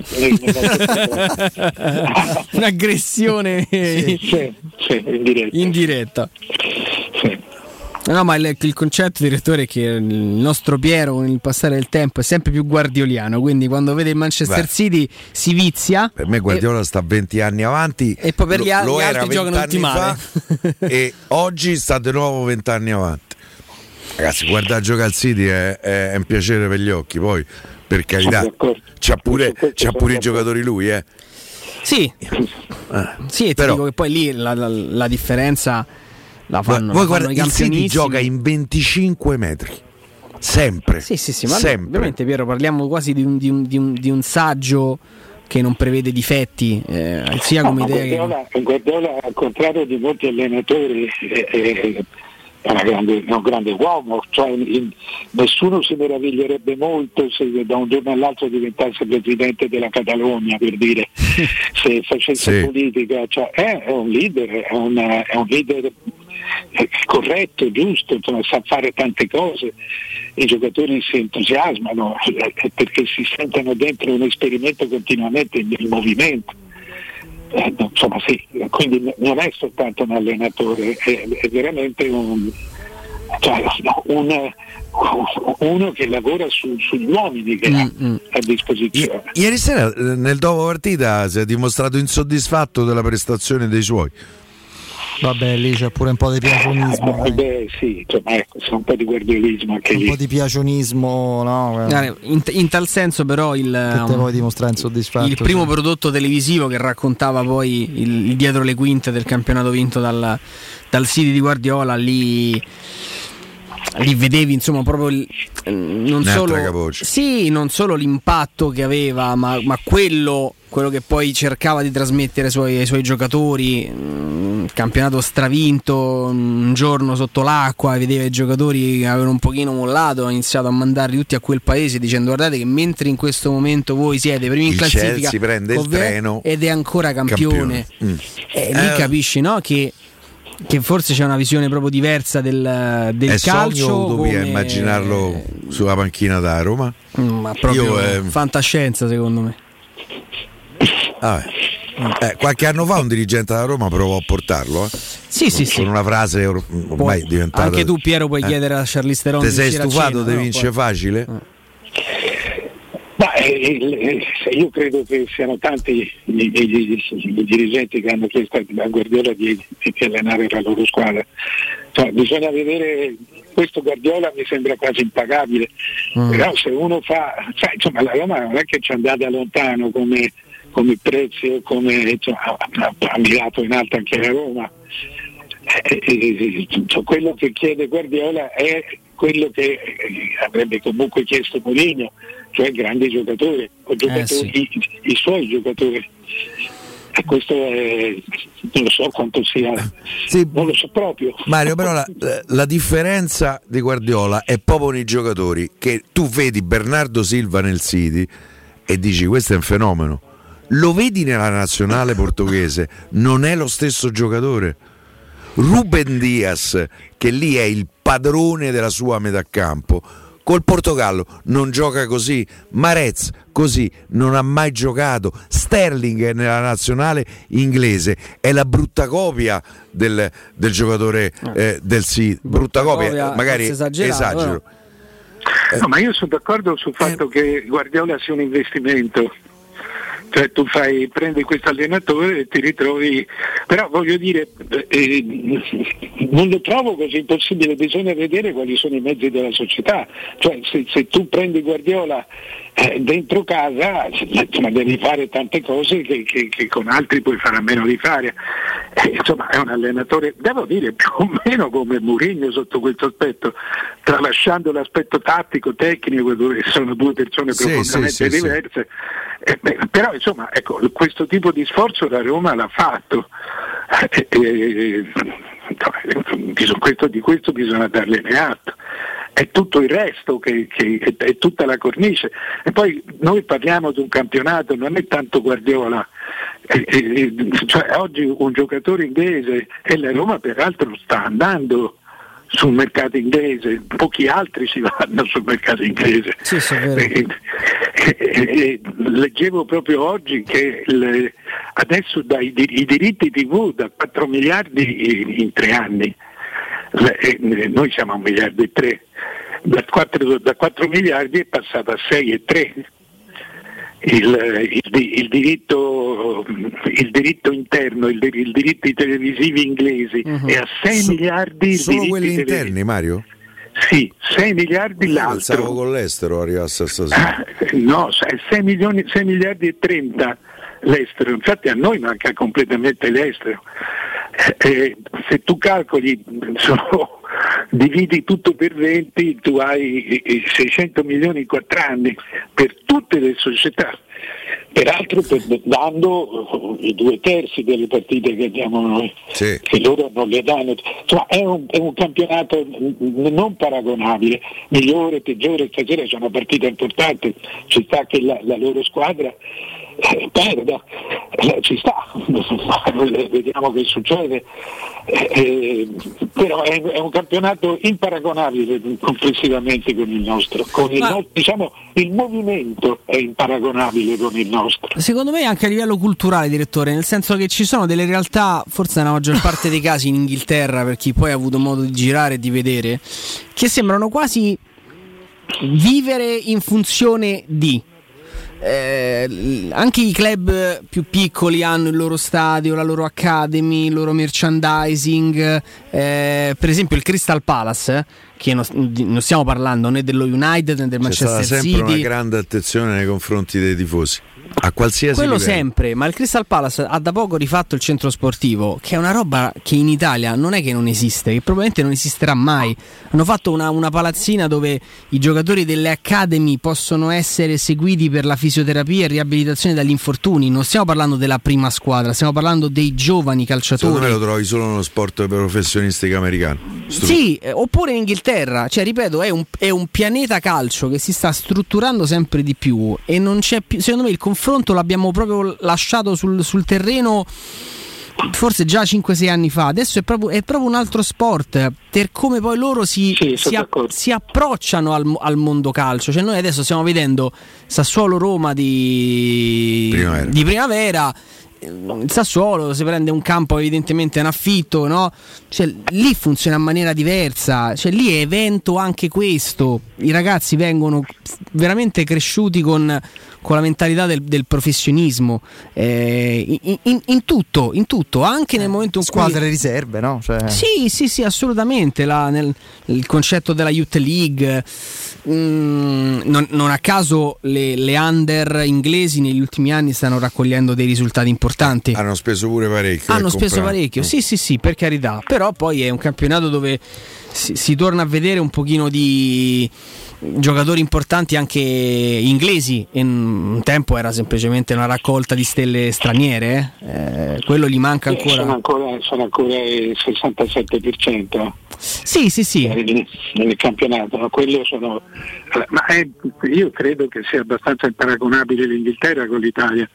Un'aggressione sì, sì, sì, in diretta. In diretta. Sì. No, ma il, il concetto, direttore, è che il nostro Piero con il passare del tempo è sempre più guardioliano, quindi quando vede il Manchester Beh, City si vizia. Per me Guardiola e, sta venti anni avanti e poi per gli, lo, lo gli altri giocano tutti male e oggi sta di nuovo venti anni avanti. Ragazzi, guardare giocare al City è, è, è un piacere per gli occhi, poi per carità c'ha pure, c'ha pure i giocatori lui, eh. Sì, eh, sì, e ti però, dico che poi lì la, la, la differenza la fanno. Voi guarda, il City gioca in venticinque metri, sempre. Sì, sì, sì, ma sempre. Ovviamente, Piero, parliamo quasi di un, di un, di un, di un saggio che non prevede difetti, eh, sia come no, idea Guardiola, che... Guardiola, al contrario di molti allenatori, eh, eh, è una grande, è un grande uomo, cioè, in, nessuno si meraviglierebbe molto se da un giorno all'altro diventasse presidente della Catalogna, per dire, se facesse sì. politica, cioè, è, è un leader, è, una, è un leader corretto, giusto, insomma, sa fare tante cose, i giocatori si entusiasmano perché si sentono dentro un esperimento continuamente in movimento. Eh, insomma sì, quindi non è soltanto un allenatore, è, è veramente un, cioè, un, uno che lavora su, sugli uomini che ha mm, mm. a disposizione. I, ieri sera nel dopo partita si è dimostrato insoddisfatto della prestazione dei suoi. Vabbè, lì c'è pure un po' di piacionismo. Eh, beh, sì, insomma, ecco, c'è un po' di guardiolismo anche un lì. Un po' di piacionismo, no? In, in tal senso, però, il, che te vuoi dimostrare insoddisfatto, il primo sì. prodotto televisivo che raccontava poi il, il dietro le quinte del campionato vinto dal, dal City di Guardiola, lì. Lì vedevi insomma proprio il, non solo, sì, non solo l'impatto che aveva, ma, ma quello, quello che poi cercava di trasmettere ai suoi, ai suoi giocatori. Mm, campionato stravinto, un giorno sotto l'acqua, vedeva i giocatori che avevano un pochino mollato, ha iniziato a mandarli tutti a quel paese dicendo guardate che mentre in questo momento voi siete primi in il classifica, Chelsea prende il treno ed è ancora campione, campione. Mm. E lì eh. capisci, no, che che forse c'è una visione proprio diversa del, del è calcio. È sogno utopia come... immaginarlo sulla panchina da Roma. Ma proprio Io, eh... fantascienza secondo me. Ah, eh, qualche anno fa un dirigente da Roma provò a portarlo. Eh. Sì, con, sì, sì. Con una frase ormai Può. diventata. Anche tu, Piero, puoi eh. chiedere a Charlize Theron. Ti sei stufato di vincere facile? Eh. Ma eh, io credo che siano tanti i, i, i, i dirigenti che hanno chiesto a Guardiola di, di allenare la loro squadra. Cioè, bisogna vedere, questo Guardiola mi sembra quasi impagabile, mm. però se uno fa, cioè, insomma, la Roma non è che ci è andata lontano come, come prezzi o come insomma, ha mirato in alto anche la Roma. Eh, eh, cioè, quello che chiede Guardiola è quello che eh, avrebbe comunque chiesto Mourinho, cioè grandi giocatori o giocatori, eh, sì. i, i suoi giocatori. E questo è, non lo so quanto sia, sì. non lo so proprio. Mario, però la, la differenza di Guardiola è proprio nei giocatori, che tu vedi Bernardo Silva nel City e dici questo è un fenomeno, lo vedi nella nazionale portoghese, non è lo stesso giocatore. Ruben Dias, che lì è il padrone della sua metà campo, col Portogallo non gioca così. Mahrez così non ha mai giocato. Sterling nella nazionale inglese è la brutta copia del, del giocatore eh, del City. Brutta, brutta copia, copia, magari esagero. No, ma io sono d'accordo sul fatto eh. che Guardiola sia un investimento. Cioè tu fai, prendi questo allenatore e ti ritrovi, però voglio dire, eh, non lo trovo così impossibile, bisogna vedere quali sono i mezzi della società, cioè se, se tu prendi Guardiola eh, dentro casa, insomma, devi fare tante cose che, che, che con altri puoi fare a meno di fare, eh, insomma è un allenatore, devo dire, più o meno come Mourinho sotto questo aspetto, tralasciando l'aspetto tattico, tecnico, dove sono due persone sì, profondamente sì, sì, diverse, sì. Eh, beh, però insomma ecco, questo tipo di sforzo la Roma l'ha fatto, eh, eh, no, questo, di questo bisogna dargliene atto. È tutto il resto che, che è, è tutta la cornice, e poi noi parliamo di un campionato, non è tanto Guardiola, eh, eh, cioè, oggi un giocatore inglese, e la Roma peraltro sta andando sul mercato inglese, pochi altri si vanno sul mercato inglese. Sì, sì, è vero. E, e, e, leggevo proprio oggi che le, adesso dai i diritti tivù da quattro miliardi in, in tre anni, le, noi siamo a un miliardo e tre, da quattro, da quattro miliardi è passato a sei e tre. Il, il, il, diritto, il diritto interno, il, il diritti televisivi inglesi uh-huh. è a sei so, miliardi. Solo quelli interni, Mario? Sì, sei miliardi Io l'altro. Pensavo con l'estero arrivasse a stasera. Ah, no, sei milioni, sei miliardi e trenta l'estero, infatti a noi manca completamente l'estero. Eh, se tu calcoli, sono, dividi tutto per venti, tu hai seicento milioni in quattro anni per tutte le società, peraltro per, dando i due terzi delle partite che abbiamo noi, sì. che loro non le danno. Insomma, è un, è un campionato non paragonabile, migliore, peggiore, stasera c'è una partita importante, ci sta che la, la loro squadra Eh, perda, eh, ci sta, vediamo che succede, eh, eh, però è, è un campionato imparagonabile complessivamente con il nostro, con il, no, diciamo il movimento è imparagonabile con il nostro. Secondo me anche a livello culturale, direttore, nel senso che ci sono delle realtà, forse nella maggior parte dei casi in Inghilterra, per chi poi ha avuto modo di girare e di vedere, che sembrano quasi vivere in funzione di Eh, anche i club più piccoli hanno il loro stadio, la loro academy, il loro merchandising, eh, per esempio il Crystal Palace, eh, che non, non stiamo parlando né dello United né del Manchester City. C'è stata sempre City. Una grande attenzione nei confronti dei tifosi, a qualsiasi quello livello. Sempre, ma il Crystal Palace ha da poco rifatto il centro sportivo, che è una roba che in Italia non è che non esiste, che probabilmente non esisterà mai. Hanno fatto una, una palazzina dove i giocatori delle academy possono essere seguiti per la fisioterapia e riabilitazione dagli infortuni. Non stiamo parlando della prima squadra, stiamo parlando dei giovani calciatori. Secondo me lo trovi solo nello sport professionistico americano. Stru- sì, eh, oppure in Inghilterra, cioè ripeto, è un, è un pianeta calcio che si sta strutturando sempre di più e non c'è più, secondo me il confronto l'abbiamo proprio lasciato sul, sul terreno forse già cinque sei anni fa. Adesso è proprio, è proprio un altro sport, per come poi loro si, sì, si, a, si approcciano al, al mondo calcio. Cioè noi adesso stiamo vedendo Sassuolo-Roma di primavera. di primavera. Il Sassuolo si prende un campo evidentemente in affitto, no? Cioè, lì funziona in maniera diversa, cioè lì è evento anche questo. I ragazzi vengono veramente cresciuti con, con la mentalità del, del professionismo, eh, in, in, in tutto, in tutto, anche nel momento in cui squadre riserve, no? Cioè... Sì, sì, sì, assolutamente. La, nel, il concetto della Youth League, mm, non, non a caso le, le under inglesi negli ultimi anni stanno raccogliendo dei risultati importanti. Hanno speso pure parecchio. Hanno speso comprare. parecchio, sì, sì, sì, per carità. Però poi è un campionato dove si, si torna a vedere un pochino di giocatori importanti anche inglesi. In un tempo era semplicemente una raccolta di stelle straniere, eh? Eh, quello gli manca ancora. Sono ancora, sono ancora il sessantasette per cento. Sì, sì, sì. Nel campionato, ma quello sono. Ma è, io credo che sia abbastanza imparagonabile l'Inghilterra con l'Italia.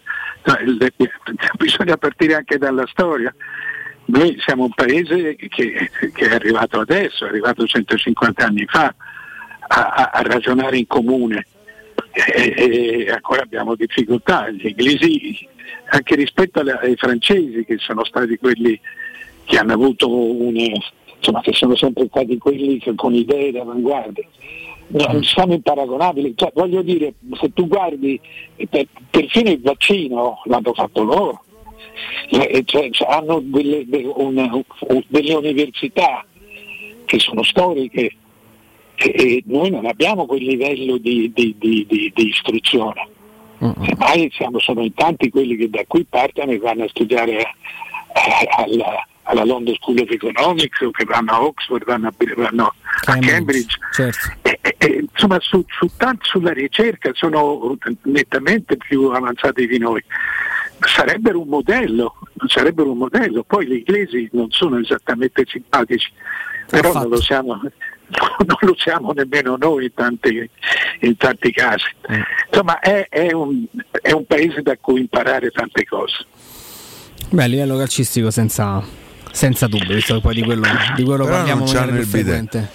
Bisogna partire anche dalla storia. Noi siamo un paese che, che è arrivato adesso, è arrivato centocinquanta anni fa a, a ragionare in comune e, e ancora abbiamo difficoltà. Gli inglesi, anche rispetto alle, ai francesi, che sono stati quelli che hanno avuto un, insomma, che sono sempre stati quelli che, con idee d'avanguardia. non siamo imparagonabili, cioè, voglio dire, se tu guardi per, perfino il vaccino l'hanno fatto loro, eh, cioè, cioè, hanno delle, de, una, delle università che sono storiche e, e noi non abbiamo quel livello di, di, di, di, di istruzione. Semmai siamo, sono in tanti quelli che da qui partono e vanno a studiare eh, alla, alla London School of Economics o che vanno a Oxford, vanno a, vanno a Cambridge. Certo. E, e, insomma su, su tanto, sulla ricerca sono nettamente più avanzati di noi. Sarebbero un modello, sarebbero un modello. Poi gli inglesi non sono esattamente simpatici, però non lo siamo. Non lo siamo nemmeno noi in tanti, in tanti casi. Insomma è, è, un, è un paese da cui imparare tante cose. Beh, a livello calcistico senza, senza dubbio, visto che poi di quello, di quello parliamo magari più frequente.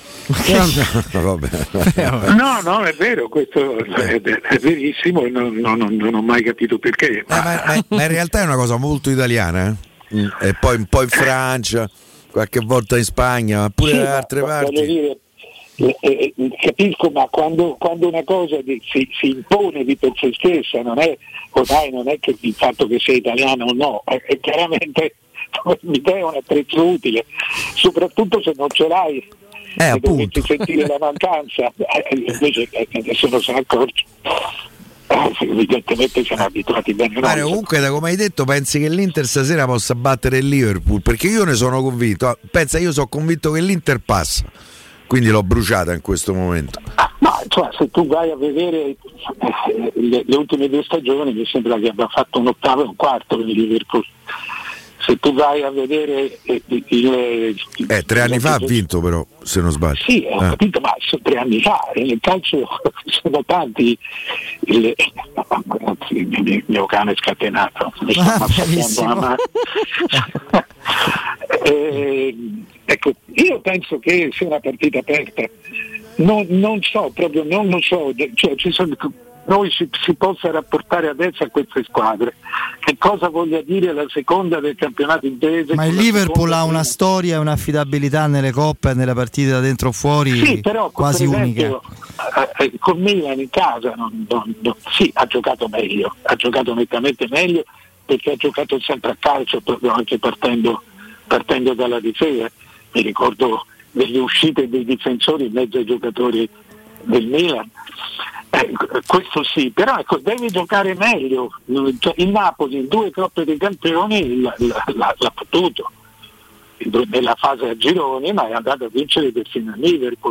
No, no, è vero, questo è, è verissimo e non, non, non ho mai capito perché. Eh, ma, ma, ma in realtà è una cosa molto italiana, eh? E poi un po' in Francia, qualche volta in Spagna, ma pure sì, da altre ma, parti. Dire, eh, eh, capisco, ma quando, quando una cosa di, si, si impone di per sé stessa, non è ormai non è che il fatto che sia italiano o no, è, è chiaramente l'idea è un attrezzo utile, soprattutto se non ce l'hai. Eh, e dovessi sentire la mancanza, eh, invece eh, nessuno se ne accorge. Eh, evidentemente siamo abituati bene. Mario, comunque, da come hai detto, pensi che l'Inter stasera possa battere il Liverpool? Perché io ne sono convinto. Pensa, io sono convinto che l'Inter passa, quindi l'ho bruciata in questo momento. No, cioè, se tu vai a vedere eh, le, le ultime due stagioni, mi sembra che abbia fatto un ottavo e un quarto con il Liverpool. Se tu vai a vedere eh, il, il, eh, tre anni fa ha vinto, però, se non sbaglio. Sì, ho eh. capito, ma sono tre anni fa, e nel calcio sono tanti. Il, il mio cane è scatenato, mi sta ammazzando la mano. eh, ecco, io penso che sia una partita aperta. Non, non so, proprio non lo so, cioè, ci sono, noi si, si possa rapportare adesso a queste squadre, che cosa voglia dire la seconda del campionato inglese. Ma il Liverpool ha una storia e un'affidabilità nelle coppe e nelle partite da dentro o fuori sì, però, quasi per unica. esempio, eh, con Milan in casa non, non, non, sì, ha giocato meglio, ha giocato nettamente meglio perché ha giocato sempre a calcio, proprio anche partendo, partendo dalla difesa. Mi ricordo delle uscite dei difensori in mezzo ai giocatori del Milan. Eh, questo sì, però ecco, deve giocare meglio. Cioè, il Napoli in due Coppe dei Campioni l'ha, l'ha, l'ha potuto nella fase a gironi, ma è andato a vincere persino il Liverpool.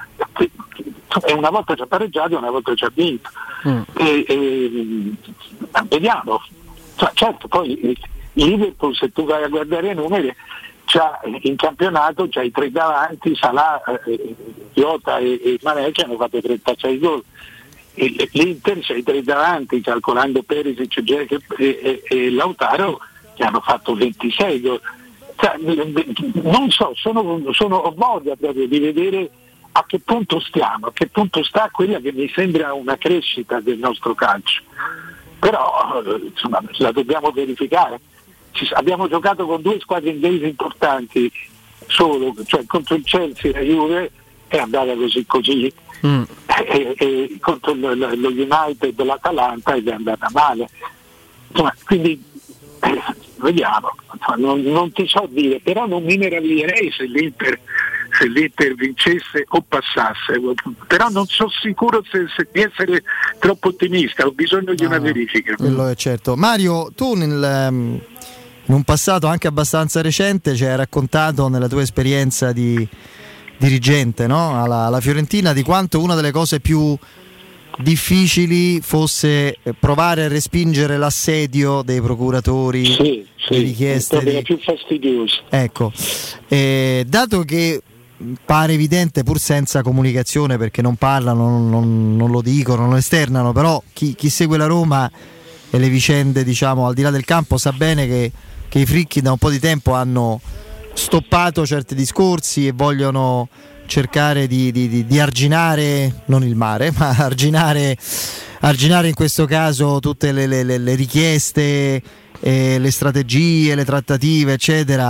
E una volta ci ha pareggiato e una volta ci ha vinto. Mm. E, e, vediamo. Cioè, certo, poi il Liverpool, se tu vai a guardare i numeri, c'ha, in campionato c'ha i tre davanti, Salah, eh, Jota e, e Mané, che hanno fatto trentasei gol. E, l'Inter c'ha i tre davanti, calcolando Perisic, Dzeko e, e, e Lautaro, che hanno fatto ventisei gol. Cioè, non so, sono, sono, ho voglia proprio di vedere a che punto stiamo, a che punto sta quella che mi sembra una crescita del nostro calcio. Però insomma, la dobbiamo verificare. Ci, abbiamo giocato con due squadre inglesi importanti solo, cioè contro il Chelsea e la Juve è andata così così, mm. e, e contro lo, lo United e l'Atalanta ed è andata male. Insomma, quindi eh, vediamo, non, non ti so dire, però non mi meraviglierei se l'Inter se l'Inter vincesse o passasse, però non sono sicuro se, se di essere troppo ottimista, ho bisogno di no, una verifica. Quello è certo. Mario, tu nel, in un passato anche abbastanza recente ci hai raccontato nella tua esperienza di dirigente, no? alla, alla Fiorentina, di quanto una delle cose più difficili fosse provare a respingere l'assedio dei procuratori, sì, sì, le richieste di... di... più fastidiose. Ecco, eh, dato che pare evidente, pur senza comunicazione, perché non parlano, non, non, non lo dicono, non esternano, però chi, chi segue la Roma e le vicende, diciamo, al di là del campo sa bene che, che i fricchi da un po' di tempo hanno stoppato certi discorsi e vogliono cercare di, di, di, di arginare, non il mare, ma arginare, arginare in questo caso tutte le, le, le richieste, eh, le strategie, le trattative, eccetera.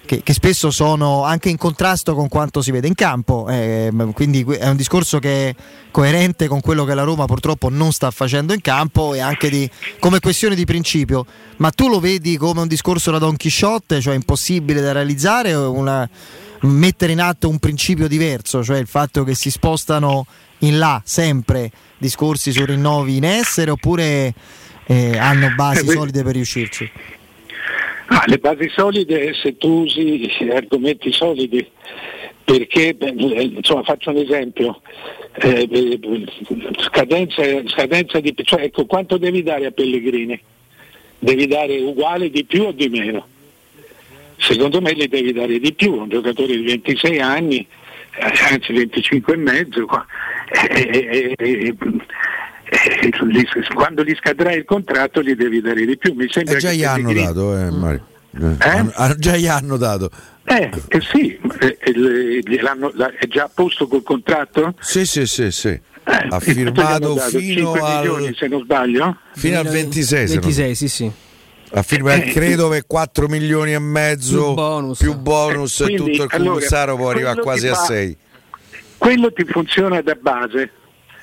che, che spesso sono anche in contrasto con quanto si vede in campo, eh, quindi è un discorso che è coerente con quello che la Roma purtroppo non sta facendo in campo, e anche di, come questione di principio. Ma tu lo vedi come un discorso da Don Chisciotte, cioè impossibile da realizzare, o una, mettere in atto un principio diverso, cioè il fatto che si spostano in là sempre discorsi su rinnovi in essere, oppure eh, hanno basi eh, solide per riuscirci? Ah, le basi solide, se tu usi argomenti solidi, perché insomma, faccio un esempio, eh, scadenza, scadenza di, cioè, ecco, quanto devi dare a Pellegrini? Devi dare uguale, di più o di meno? Secondo me li devi dare di più, un giocatore di ventisei anni, anzi venticinque e mezzo, e, e, e, e, quando gli scadrà il contratto gli devi dare di più. Mi sembra eh, già che gli hanno Pellegrini... dato, eh, Mario. Eh? Hanno, già gli hanno dato. Eh, eh sì, eh, eh, l'hanno, è già a posto col contratto? Sì, sì, sì, sì. Eh, ha firmato fino cinque al milioni, se non sbaglio, fino al ventisei, ventisei, sì, sì. Ha firmato, credo, per quattro milioni e mezzo più bonus, più bonus eh, e quindi, tutto il commissaro allora, può arrivare quasi fa, a sei. Quello ti funziona da base,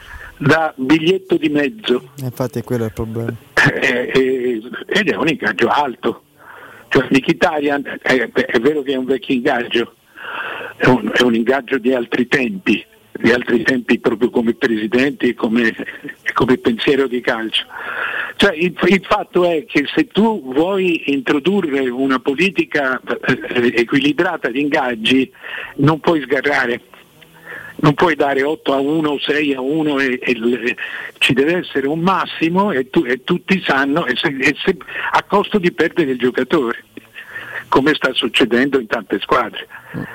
da biglietto di mezzo. Infatti è quello il problema. Eh, eh, ed è un ingaggio alto. Cioè Mkhitaryan è, è vero che è un vecchio ingaggio, è un, è un ingaggio di altri tempi, di altri tempi proprio come presidenti e come, come pensiero di calcio. Cioè il, il fatto è che se tu vuoi introdurre una politica eh, equilibrata di ingaggi, non puoi sgarrare. Non puoi dare otto a uno o sei a uno, e, e, e ci deve essere un massimo, e, tu, e tutti sanno, e se, e se, a costo di perdere il giocatore, come sta succedendo in tante squadre.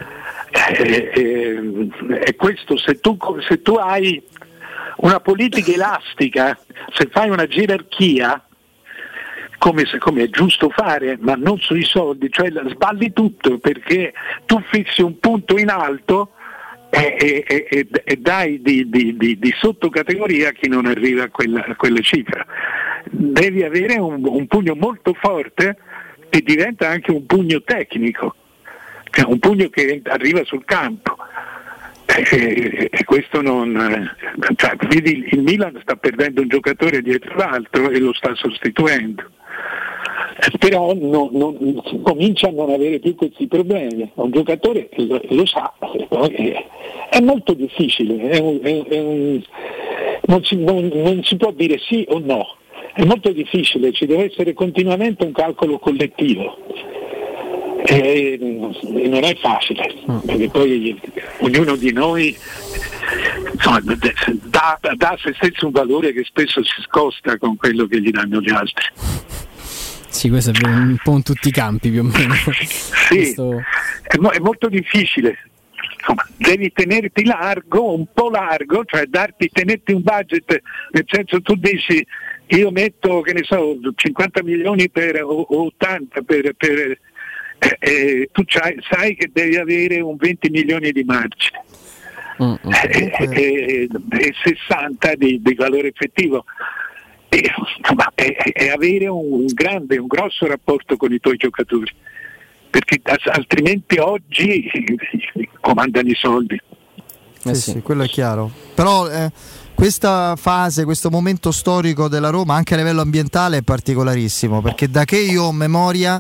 E, e, e questo, se tu, se tu hai una politica elastica, se fai una gerarchia, come, se, come è giusto fare, ma non sui soldi, cioè sballi tutto, perché tu fissi un punto in alto E, e, e, e dai di, di, di, di sottocategoria a chi non arriva a quella, a quella cifra. Devi avere un, un pugno molto forte, e diventa anche un pugno tecnico, cioè un pugno che arriva sul campo, e, e questo non, cioè, vedi, il Milan sta perdendo un giocatore dietro l'altro e lo sta sostituendo. Però no, no, comincia a non avere più questi problemi. Un giocatore lo, lo sa, è molto difficile, è un, è, è un, non, si, non, non si può dire sì o no, è molto difficile, ci deve essere continuamente un calcolo collettivo, e, e non è facile, perché poi ognuno di noi insomma, dà, dà a se stesso un valore che spesso si scosta con quello che gli danno gli altri. Sì, questo è un po' in tutti i campi più o meno. Sì, questo... è, mo- è molto difficile. Insomma, devi tenerti largo, un po' largo, cioè darti, tenerti un budget, nel senso tu dici io metto, che ne so, cinquanta milioni per, o, o ottanta per, per eh, eh, tu sai che devi avere un venti milioni di margine. Mm-hmm. e, e, e sessanta di, di valore effettivo. E, insomma, è, è avere un, un grande, un grosso rapporto con i tuoi giocatori, perché altrimenti oggi comandano i soldi. Eh sì, sì, quello è chiaro. Però eh, questa fase, questo momento storico della Roma, anche a livello ambientale, è particolarissimo, perché da che io ho memoria,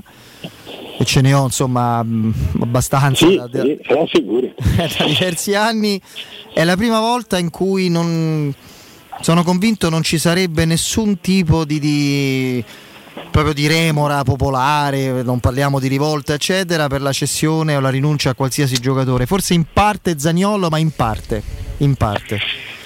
e ce ne ho insomma abbastanza, sì, da, da, sì, da diversi anni, è la prima volta in cui non... sono convinto non ci sarebbe nessun tipo di, di proprio di remora popolare, non parliamo di rivolta eccetera, per la cessione o la rinuncia a qualsiasi giocatore. Forse in parte Zaniolo, ma in parte in parte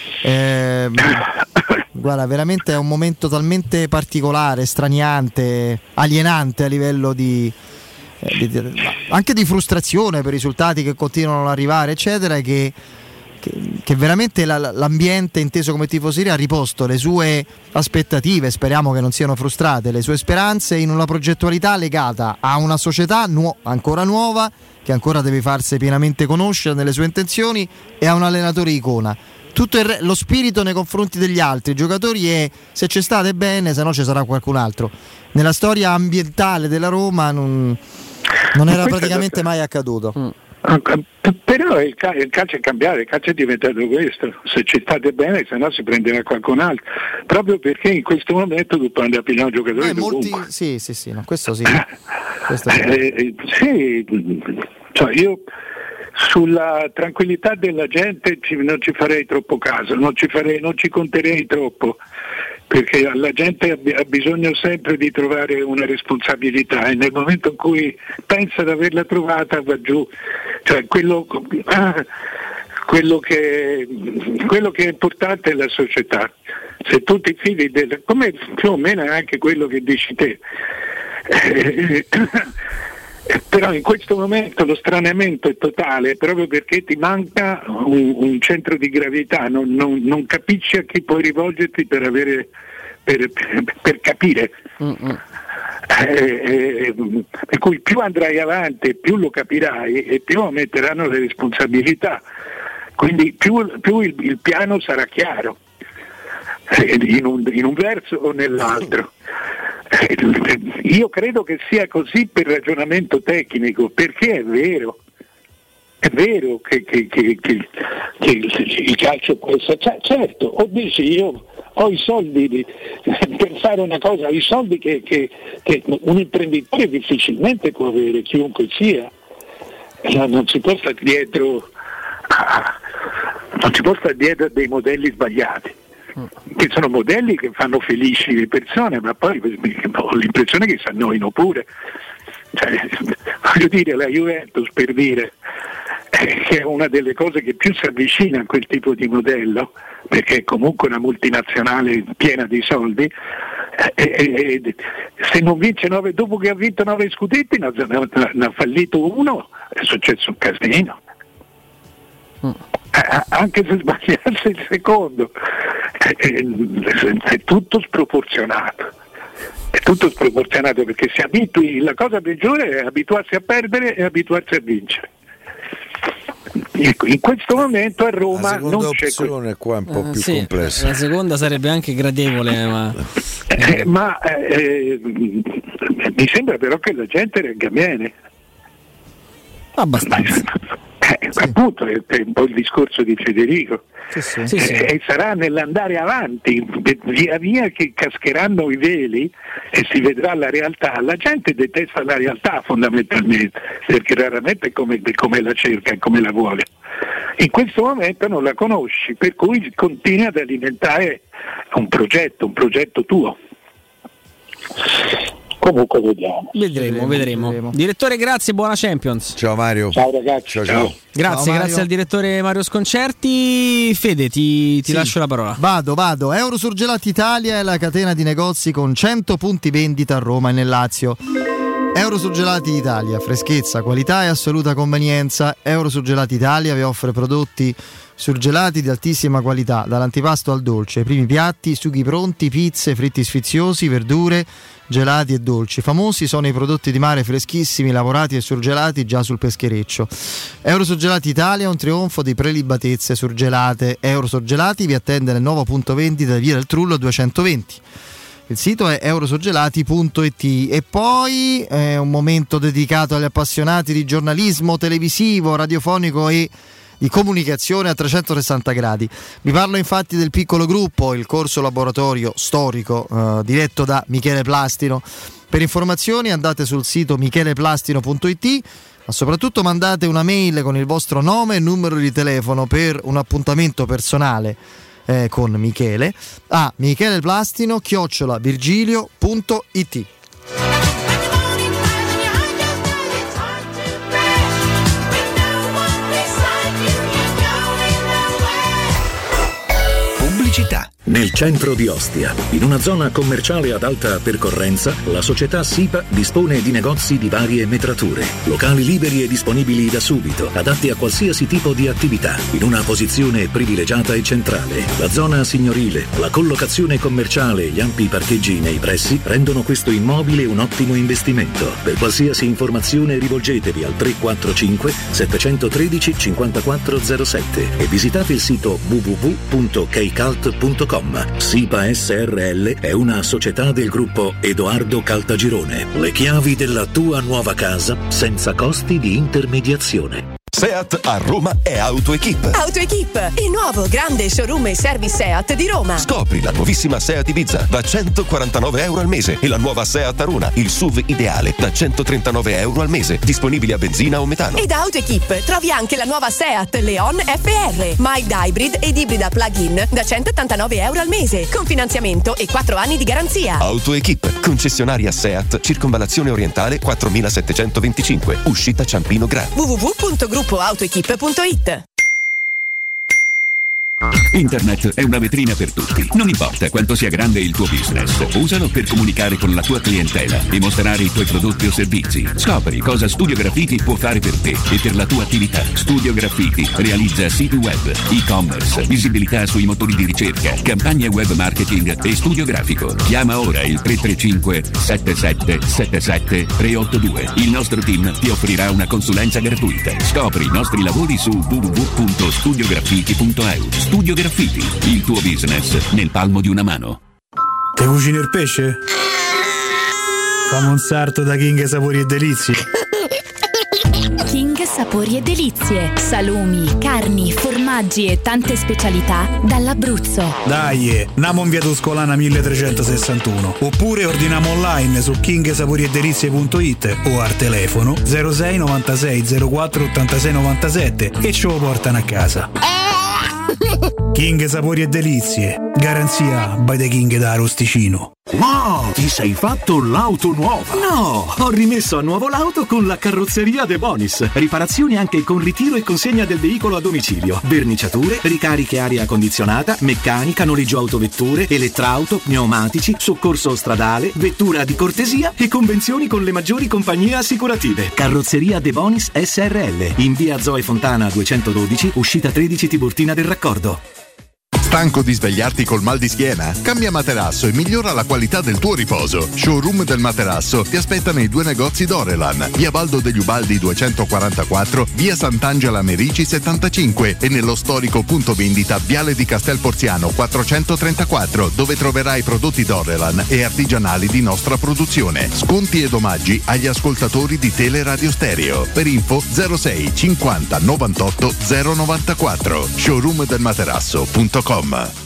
eh, guarda, veramente è un momento talmente particolare, straniante, alienante a livello di, eh, di anche di frustrazione per i risultati che continuano ad arrivare eccetera, che che veramente la, l'ambiente inteso come tifoseria ha riposto le sue aspettative, speriamo che non siano frustrate, le sue speranze in una progettualità legata a una società nu- ancora nuova, che ancora deve farsi pienamente conoscere nelle sue intenzioni, e a un allenatore icona. Tutto il re- lo spirito nei confronti degli altri giocatori è: se ci state bene, se no ci sarà qualcun altro. Nella storia ambientale della Roma non... Non era praticamente mai accaduto. Mm. Però il, cal- il calcio è cambiato, il calcio è diventato questo, se ci state bene se no si prenderà qualcun altro, proprio perché in questo momento tu puoi andare a pigliare un giocatore eh, molti... dovunque. Sì, sì, sì, no, questo sì. questo sì. Eh, sì, cioè io sulla tranquillità della gente ci, non ci farei troppo caso, non ci, farei, non ci conterei troppo, perché la gente ha bisogno sempre di trovare una responsabilità e nel momento in cui pensa di averla trovata va giù, cioè quello, ah, quello, che, quello che è importante è la società, se tu ti fidi del, come più o meno è anche quello che dici te, eh, però in questo momento lo stranamento è totale proprio perché ti manca un, un centro di gravità, non, non, non capisci a chi puoi rivolgerti per avere per, per, per capire. Eh, eh, per cui più andrai avanti, più lo capirai e più aumenteranno le responsabilità, quindi più, più il, il piano sarà chiaro eh, in, un, in un verso o nell'altro. Io credo che sia così per ragionamento tecnico, perché è vero, è vero che, che, che, che, che il calcio può essere, cioè, certo, o dici io ho i soldi di, per fare una cosa, ho i soldi che, che, che un imprenditore difficilmente può avere, chiunque sia, non si può stare dietro, non si può stare dietro a dei modelli sbagliati. Che sono modelli che fanno felici le persone, ma poi ho l'impressione che si annoino pure. Cioè, voglio dire, la Juventus, per dire, eh, che è una delle cose che più si avvicina a quel tipo di modello, perché è comunque una multinazionale piena di soldi, eh, eh, eh, se non vince nove, dopo che ha vinto nove scudetti, ne ha, ne ha fallito uno, è successo un casino. Mm. Eh, anche se sbagliasse il secondo, è tutto sproporzionato, è tutto sproporzionato perché si abitui, la cosa peggiore è abituarsi a perdere e abituarsi a vincere. In questo momento a Roma non c'è opzione, qua è un po' uh, più sì, complessa. La seconda sarebbe anche gradevole, ma, eh, ma eh, mi sembra però che la gente regga bene. Abbastanza. Eh, sì. Appunto è, è un po' il discorso di Federico, sì, sì. Eh, Sì, sì. e sarà nell'andare avanti via via che cascheranno i veli e si vedrà la realtà. La gente detesta la realtà fondamentalmente perché raramente è come, come la cerca e come la vuole. In questo momento non la conosci, per cui continui ad alimentare un progetto, un progetto tuo. Comunque vediamo. Vedremo, vedremo, vedremo. Direttore, grazie, buona Champions. Ciao Mario. Ciao ragazzi. Ciao, ciao. Grazie, ciao, grazie al direttore Mario Sconcerti. Fede, ti, ti sì. lascio la parola. Vado, vado. Eurosurgelati Italia è la catena di negozi con cento punti vendita a Roma e nel Lazio. Eurosurgelati Italia, freschezza, qualità e assoluta convenienza. Eurosurgelati Italia vi offre prodotti surgelati di altissima qualità, dall'antipasto al dolce, i primi piatti, sughi pronti, pizze, fritti sfiziosi, verdure, gelati e dolci. Famosi sono i prodotti di mare freschissimi, lavorati e surgelati già sul peschereccio. Eurosurgelati Italia è un trionfo di prelibatezze surgelate. Eurosurgelati vi attende nel nuovo punto vendita Via del Trullo duecentoventi. Il sito è eurosurgelati punto it e poi è un momento dedicato agli appassionati di giornalismo televisivo, radiofonico e di comunicazione a trecentosessanta gradi. Vi parlo infatti del Piccolo Gruppo, il corso laboratorio storico eh, diretto da Michele Plastino. Per informazioni andate sul sito michele plastino punto it, ma soprattutto mandate una mail con il vostro nome e numero di telefono per un appuntamento personale eh, con Michele a micheleplastino chiocciola virgilio punto it. Pubblicità. Nel centro di Ostia, in una zona commerciale ad alta percorrenza, la società SIPA dispone di negozi di varie metrature, locali liberi e disponibili da subito, adatti a qualsiasi tipo di attività, in una posizione privilegiata e centrale. La zona signorile, la collocazione commerciale e gli ampi parcheggi nei pressi rendono questo immobile un ottimo investimento. Per qualsiasi informazione rivolgetevi al tre quattro cinque sette uno tre cinquantaquattro zero sette e visitate il sito w w w punto k cult punto com. com. SIPA S R L è una società del gruppo Edoardo Caltagirone. Le chiavi della tua nuova casa senza costi di intermediazione. Seat a Roma è AutoEquip. AutoEquip, il nuovo grande showroom e service Seat di Roma. Scopri la nuovissima Seat Ibiza da centoquarantanove euro al mese e la nuova Seat Arona, il S U V ideale, da centotrentanove euro al mese, disponibili a benzina o metano. E da AutoEquip trovi anche la nuova Seat Leon F R, mild hybrid ed ibrida plug-in da centottantanove euro al mese, con finanziamento e quattro anni di garanzia. AutoEquip, concessionaria Seat, Circonvallazione Orientale quattromilasettecentoventicinque, uscita Ciampino Grande. w w w punto gruppo autoequip punto it. Internet è una vetrina per tutti. Non importa quanto sia grande il tuo business, usalo per comunicare con la tua clientela e mostrare i tuoi prodotti o servizi. Scopri cosa Studio Graffiti può fare per te e per la tua attività. Studio Graffiti realizza siti web, e-commerce, visibilità sui motori di ricerca, campagne web marketing e studio grafico. Chiama ora il tre tre cinque sette sette sette sette tre otto due. Il nostro team ti offrirà una consulenza gratuita. Scopri i nostri lavori su w w w punto studio graffiti punto e u. Studio Graffiti, il tuo business nel palmo di una mano. Te cucini il pesce? Fammi un sarto da King Sapori e Delizie. King Sapori e Delizie. Salumi, carni, formaggi e tante specialità dall'Abruzzo. Dai, namo in via Tuscolana milletrecentosessantuno. Oppure ordiniamo online su king sapori e delizie punto it o al telefono zero sei novantasei zero quattro ottantasei novantasette e ce lo portano a casa. King Sapori e Delizie, garanzia by the King da Arosticino. Wow, ti sei fatto l'auto nuova? No, ho rimesso a nuovo l'auto con la carrozzeria De Bonis. Riparazioni anche con ritiro e consegna del veicolo a domicilio. Verniciature, ricariche aria condizionata, meccanica, noleggio autovetture, elettrauto, pneumatici, soccorso stradale, vettura di cortesia e convenzioni con le maggiori compagnie assicurative. Carrozzeria De Bonis S R L, in via Zoe Fontana duecentododici, uscita tredici Tiburtina del Raccordo. Stanco di svegliarti col mal di schiena? Cambia materasso e migliora la qualità del tuo riposo. Showroom del materasso ti aspetta nei due negozi Dorelan, via Baldo degli Ubaldi duecentoquarantaquattro, via Sant'Angela Merici settantacinque e nello storico punto vendita Viale di Castel Porziano quattrocentotrentaquattro, dove troverai prodotti Dorelan e artigianali di nostra produzione. Sconti ed omaggi agli ascoltatori di Teleradio Stereo. Per info zero sei cinquanta novantotto zero novantaquattro. showroom del materasso punto com.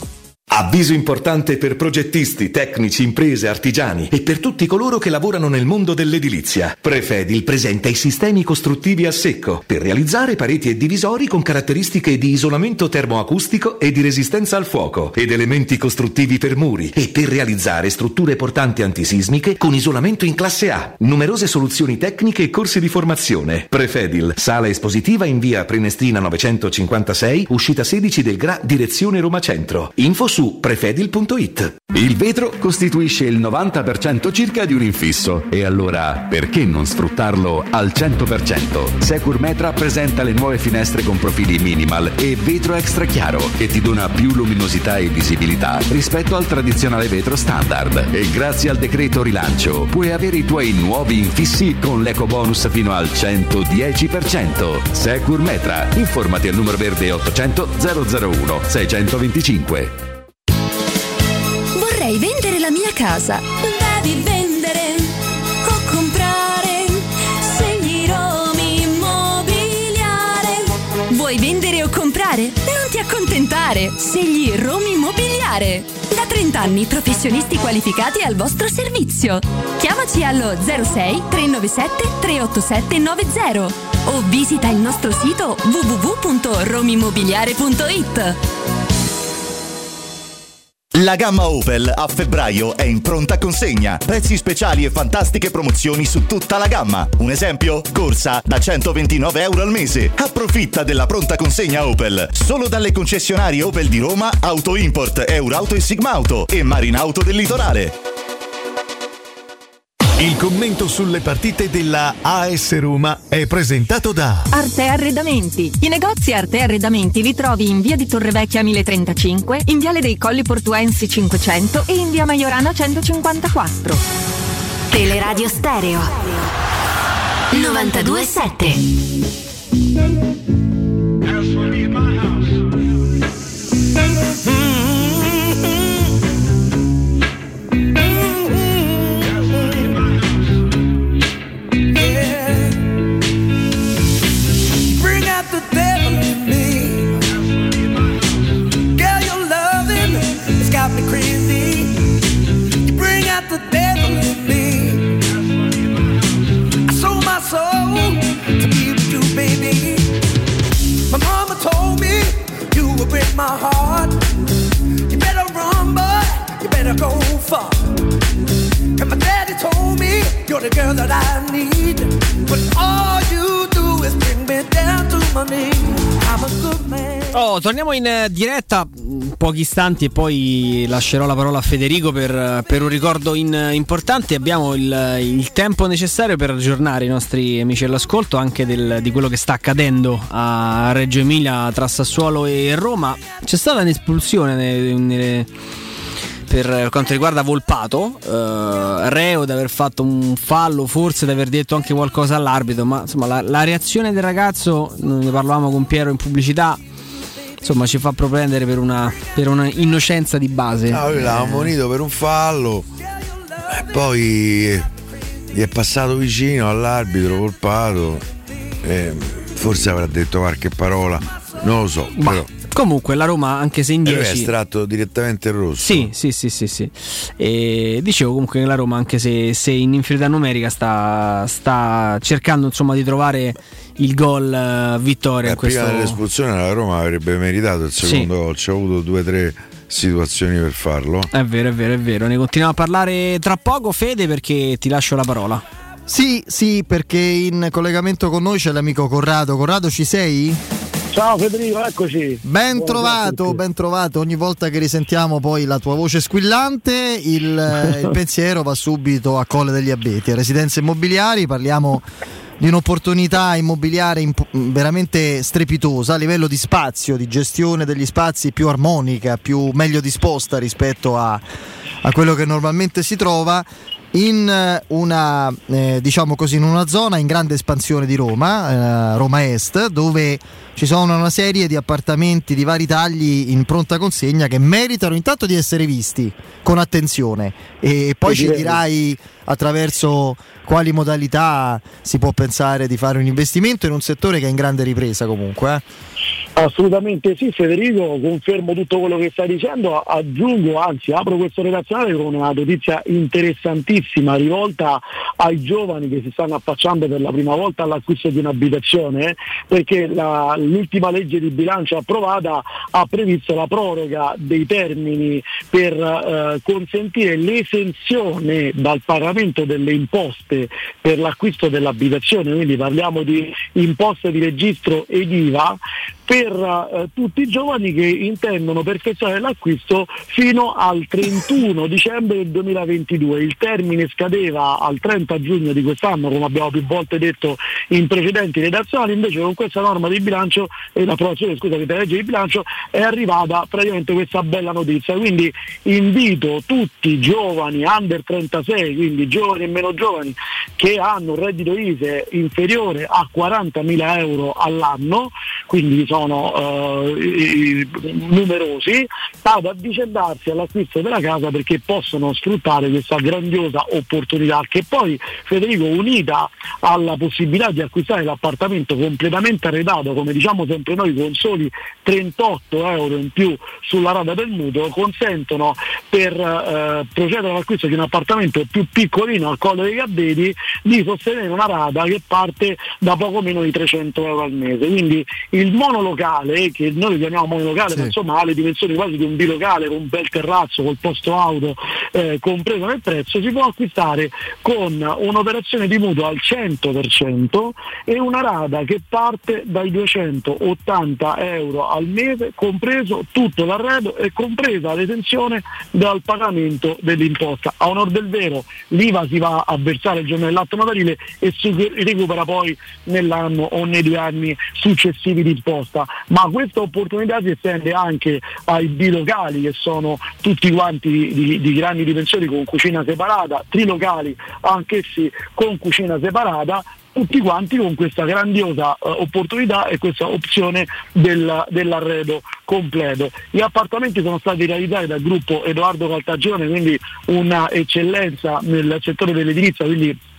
Avviso importante per progettisti, tecnici, imprese, artigiani e per tutti coloro che lavorano nel mondo dell'edilizia. Prefedil presenta i sistemi costruttivi a secco per realizzare pareti e divisori con caratteristiche di isolamento termoacustico e di resistenza al fuoco ed elementi costruttivi per muri e per realizzare strutture portanti antisismiche con isolamento in classe A. Numerose soluzioni tecniche e corsi di formazione. Prefedil, sala espositiva in via Prenestina novecentocinquantasei, uscita sedici del Gra, direzione Roma Centro. Info su prefedil punto it. Il vetro costituisce il novanta per cento circa di un infisso e allora perché non sfruttarlo al cento per cento? Securmetra presenta le nuove finestre con profili minimal e vetro extra chiaro che ti dona più luminosità e visibilità rispetto al tradizionale vetro standard e grazie al decreto rilancio puoi avere i tuoi nuovi infissi con l'eco bonus fino al centodieci per cento. Securmetra, informati al numero verde ottocento zero zero uno seicentoventicinque. Vorrei vendere la mia casa. Devi vendere o comprare. Scegli Romi Immobiliare. Vuoi vendere o comprare? Non ti accontentare. Scegli Romi Immobiliare. Da trenta anni professionisti qualificati al vostro servizio. Chiamaci allo zero sei tre nove sette tre otto sette nove zero o visita il nostro sito w w w punto romimmobiliare punto it. La gamma Opel a febbraio è in pronta consegna. Prezzi speciali e fantastiche promozioni su tutta la gamma. Un esempio? Corsa da centoventinove euro al mese. Approfitta della pronta consegna Opel. Solo dalle concessionarie Opel di Roma, Auto Import, Eurauto e Sigmauto e Marinauto del Litorale. Il commento sulle partite della A S Roma è presentato da Arte Arredamenti. I negozi Arte Arredamenti li trovi in via di Torrevecchia mille trentacinque, in viale dei Colli Portuensi cinquecento e in via Maiorana centocinquantaquattro. Teleradio Stereo novantadue sette. Mm-hmm. the girl that I need, but all you do is bring me down to my knees. I'm a good man. Oh, torniamo in diretta pochi istanti e poi lascerò la parola a Federico per, per un ricordo in, importante. Abbiamo il, il tempo necessario per aggiornare i nostri amici all'ascolto anche del, di quello che sta accadendo a Reggio Emilia tra Sassuolo e Roma. C'è stata un'espulsione nelle, nelle, per quanto riguarda Volpato, eh, reo di aver fatto un fallo, forse di aver detto anche qualcosa all'arbitro, ma insomma la, la reazione del ragazzo, ne parlavamo con Piero in pubblicità, insomma ci fa propendere per una, per una innocenza di base. No, lui l'ha ammonito per un fallo e poi gli è passato vicino all'arbitro Volpato e forse avrà detto qualche parola, non lo so, ma però comunque la Roma, anche se in dieci, è estratto direttamente il rosso. Sì, sì, sì, sì, sì. E dicevo comunque che la Roma, anche se, se in inferiorità numerica, sta, sta cercando insomma di trovare il gol uh, vittoria. Eh, in questo... Prima dell'espulsione la Roma avrebbe meritato il secondo sì. gol, c'ha avuto due o tre situazioni per farlo. È vero, è vero, è vero. Ne continuiamo a parlare tra poco, Fede, perché ti lascio la parola. Sì, sì, perché in collegamento con noi c'è l'amico Corrado. Corrado, ci sei? Ciao Federico, eccoci. Ben trovato, ben trovato. Ogni volta che risentiamo poi la tua voce squillante, il, il pensiero va subito a Colle degli Abeti, a Residenze Immobiliari. Parliamo di un'opportunità immobiliare imp- veramente strepitosa a livello di spazio, di gestione degli spazi più armonica, più meglio disposta rispetto a, a quello che normalmente si trova in una eh, diciamo così in una zona in grande espansione di Roma, eh, Roma Est, dove ci sono una serie di appartamenti di vari tagli in pronta consegna che meritano intanto di essere visti con attenzione e poi ci dirai attraverso quali modalità si può pensare di fare un investimento in un settore che è in grande ripresa comunque. Eh. Assolutamente sì Federico, confermo tutto quello che stai dicendo, aggiungo, anzi apro questo redazionale con una notizia interessantissima rivolta ai giovani che si stanno affacciando per la prima volta all'acquisto di un'abitazione, perché la, l'ultima legge di bilancio approvata ha previsto la proroga dei termini per eh, consentire l'esenzione dal pagamento delle imposte per l'acquisto dell'abitazione, quindi parliamo di imposte di registro ed I V A per uh, tutti i giovani che intendono perfezionare l'acquisto fino al trentuno dicembre del duemilaventidue. Il termine scadeva al trenta giugno di quest'anno, come abbiamo più volte detto in precedenti redazionali, invece con questa norma di bilancio e l'approvazione scusa della legge di bilancio è arrivata praticamente questa bella notizia. Quindi invito tutti i giovani under trentasei, quindi giovani e meno giovani, che hanno un reddito I S E E inferiore a quarantamila euro all'anno, quindi sono uh, numerosi, ad avvicendarsi all'acquisto della casa perché possono sfruttare questa grandiosa opportunità che poi, Federico, unita alla possibilità di acquistare l'appartamento completamente arredato, come diciamo sempre noi, con soli trentotto euro in più sulla rata del mutuo, consentono per uh, procedere all'acquisto di un appartamento più piccolino al Colle degli Abeti di sostenere una rata che parte da poco meno di trecento euro al mese. Quindi il monolocale, che noi chiamiamo monolocale, sì, ma insomma ha le dimensioni quasi di un bilocale con un bel terrazzo, col posto auto eh, compreso nel prezzo, si può acquistare con un'operazione di mutuo al cento per cento e una rata che parte dai duecentottanta euro al mese, compreso tutto l'arredo e compresa l'esenzione dal pagamento dell'imposta. A onor del vero l'I V A si va a versare il giorno dell'atto notarile e si recupera poi nell'anno o nei due anni successivi di imposta, ma questa opportunità si estende anche ai bilocali, che sono tutti quanti di, di, di grandi dimensioni con cucina separata, trilocali anch'essi con cucina separata, tutti quanti con questa grandiosa uh, opportunità e questa opzione del, dell'arredo completo. Gli appartamenti sono stati realizzati dal gruppo Edoardo Caltagirone, quindi una eccellenza nel settore dell'edilizia, quindi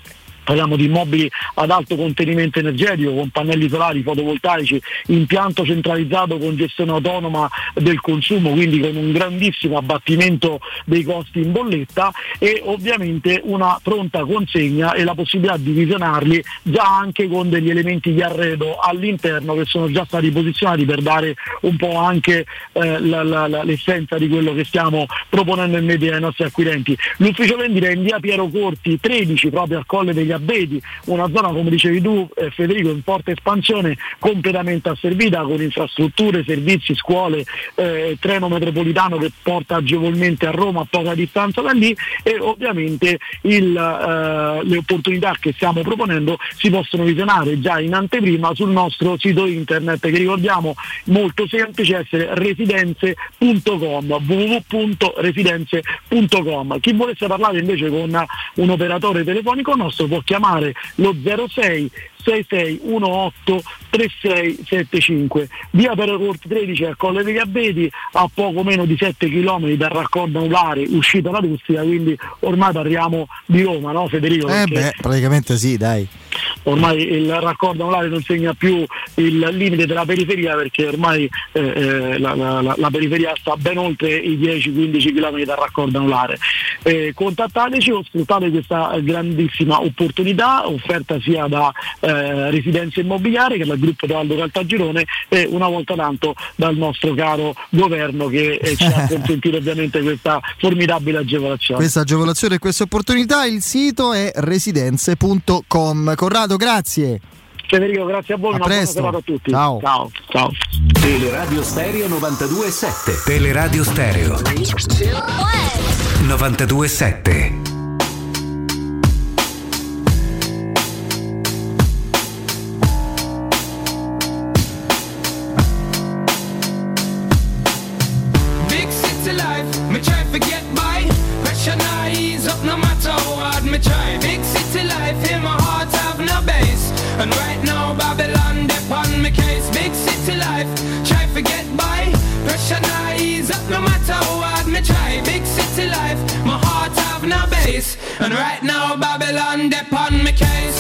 parliamo di immobili ad alto contenimento energetico, con pannelli solari, fotovoltaici, impianto centralizzato con gestione autonoma del consumo, quindi con un grandissimo abbattimento dei costi in bolletta, e ovviamente una pronta consegna e la possibilità di visionarli già anche con degli elementi di arredo all'interno che sono già stati posizionati per dare un po' anche eh, la, la, la, l'essenza di quello che stiamo proponendo in media ai nostri acquirenti. L'ufficio vendita è in via Piero Corti tredici, proprio al Colle degli Abbeti, una zona, come dicevi tu eh, Federico, in forte espansione, completamente asservita con infrastrutture, servizi, scuole, eh, treno metropolitano che porta agevolmente a Roma a poca distanza da lì, e ovviamente il, eh, le opportunità che stiamo proponendo si possono visionare già in anteprima sul nostro sito internet, che ricordiamo molto semplice, essere residenze punto com, w w w punto residenze punto com. Chi volesse parlare invece con un operatore telefonico nostro può chiamare lo zero sei sei sei uno otto tre sei sette cinque, via Piero Corti tredici al Colle degli Abbeti, a poco meno di sette chilometri dal raccordo anulare uscita da Rustica, quindi ormai parliamo di Roma, no Federico? Eh beh, praticamente sì, dai. Ormai il raccordo anulare non segna più il limite della periferia, perché ormai eh, eh, la, la, la periferia sta ben oltre i dieci quindici chilometri dal raccordo anulare. Eh, contattateci o sfruttate questa grandissima opportunità offerta sia da eh, Residenza Immobiliare che dal gruppo Edoardo Caltagirone, e una volta tanto dal nostro caro governo che eh, ci ha consentito ovviamente questa formidabile agevolazione. Questa agevolazione e questa opportunità, il sito è residenze punto com. Corrado, grazie. Federico, grazie a voi, a una presto. buona serata a tutti. Ciao. Ciao. Ciao. Teleradio Stereo novantadue virgola sette. Teleradio Stereo novantadue virgola sette. Big city life, me try to get by. Pressure now ease up no matter how hard me try. Big city life, in my heart have no base. And right now Babylon dip on me case. Big city life, try to get by. Pressure now ease up no matter how hard me try. Big city life, my heart have no base. And right now Babylon dip on me case.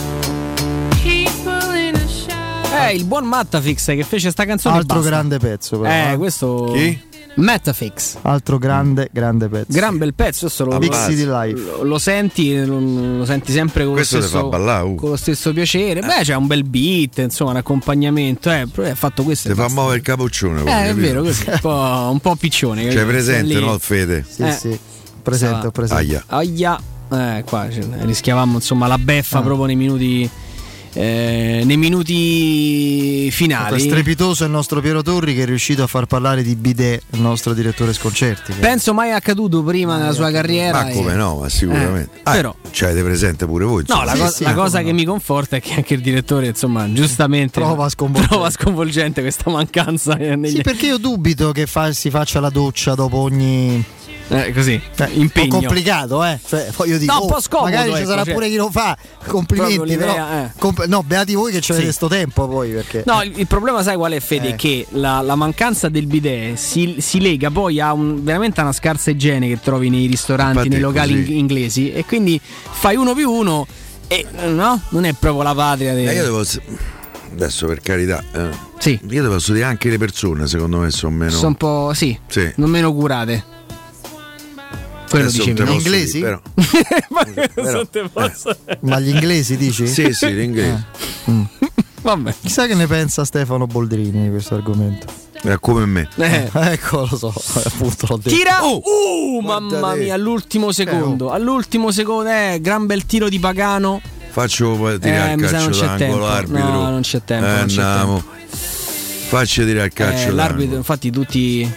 People in a shower. Eh, il buon Mattafix che fece sta canzone. Altro basta. grande pezzo però, Eh, eh. questo. Chi? Mattafix. Altro grande, grande pezzo. Gran bel pezzo, questo lo, Big City Life. lo, lo senti, lo, lo senti sempre con lo, Questo ti stesso, fa ballare, uh. con lo stesso piacere. Beh, c'è un bel beat, insomma, un accompagnaimento. Eh, però è fatto questo. Ti e fa basta. muovere il capoccione. Eh, è vero, così, un po', un po' piccione. C'è capito? presente, Lì. no, Fede? Sì, Eh. sì. Presente, ho presente. Aia. Aia. Eh, qua cioè, rischiavamo insomma la beffa Ah. proprio nei minuti eh, nei minuti finali. È strepitoso il nostro Piero Torri che è riuscito a far parlare di bidet il nostro direttore sconcerti. Penso mai accaduto prima nella sua carriera. Ma come e- no, ma sicuramente. Eh, Ah, però cioè avete presente pure voi? No, insomma. la, Sì, co- sì, la come cosa no. che mi conforta è che anche il direttore, insomma, giustamente Trova sconvolgente. trova sconvolgente questa mancanza. Negli... Sì, perché io dubito che fa- si faccia la doccia dopo ogni Eh, così, Cioè, impegno. un po' complicato, eh? Cioè, voglio dire, No, un po' oh, scomodo, magari ci ecco, sarà cioè- pure chi lo fa. Complimenti, Proprio l'idea, però. eh. comp- no, beati voi che ci avete Sì. sto tempo poi. Perché No, il, il problema sai qual è, Fede? Eh. Che la, la mancanza del bidet si, si lega poi a un, veramente a una scarsa igiene che trovi nei ristoranti, Infatti nei è locali così. in- inglesi, e quindi fai uno più uno e no? Non è proprio la patria dei... Eh, io devo, adesso per carità, eh, Sì. io devo dire anche le persone, secondo me, sono meno. Sono un po', sì, Sì. non meno curate. Quello Adesso dicevi, non te no? posso Inglesi? dire, Ma Però- non te posso- Ma gli inglesi dici? Sì, sì, l'inglese. Vabbè. Chissà che ne pensa Stefano Boldrini di questo argomento. È come me. Eh. Ecco, lo so, appunto l'ho detto. Tira! Uh, mamma guarda te. mia, all'ultimo secondo. All'ultimo secondo, eh, gran bel tiro di Pagano. Faccio poi tirare Eh, il mi sa non calcio c'è d'angolo, tempo. arbitro. No, non c'è tempo, Eh, non c'è andiamo. Faccio tirare il calcio Eh, d'angolo. l'arbitro, infatti, tutti.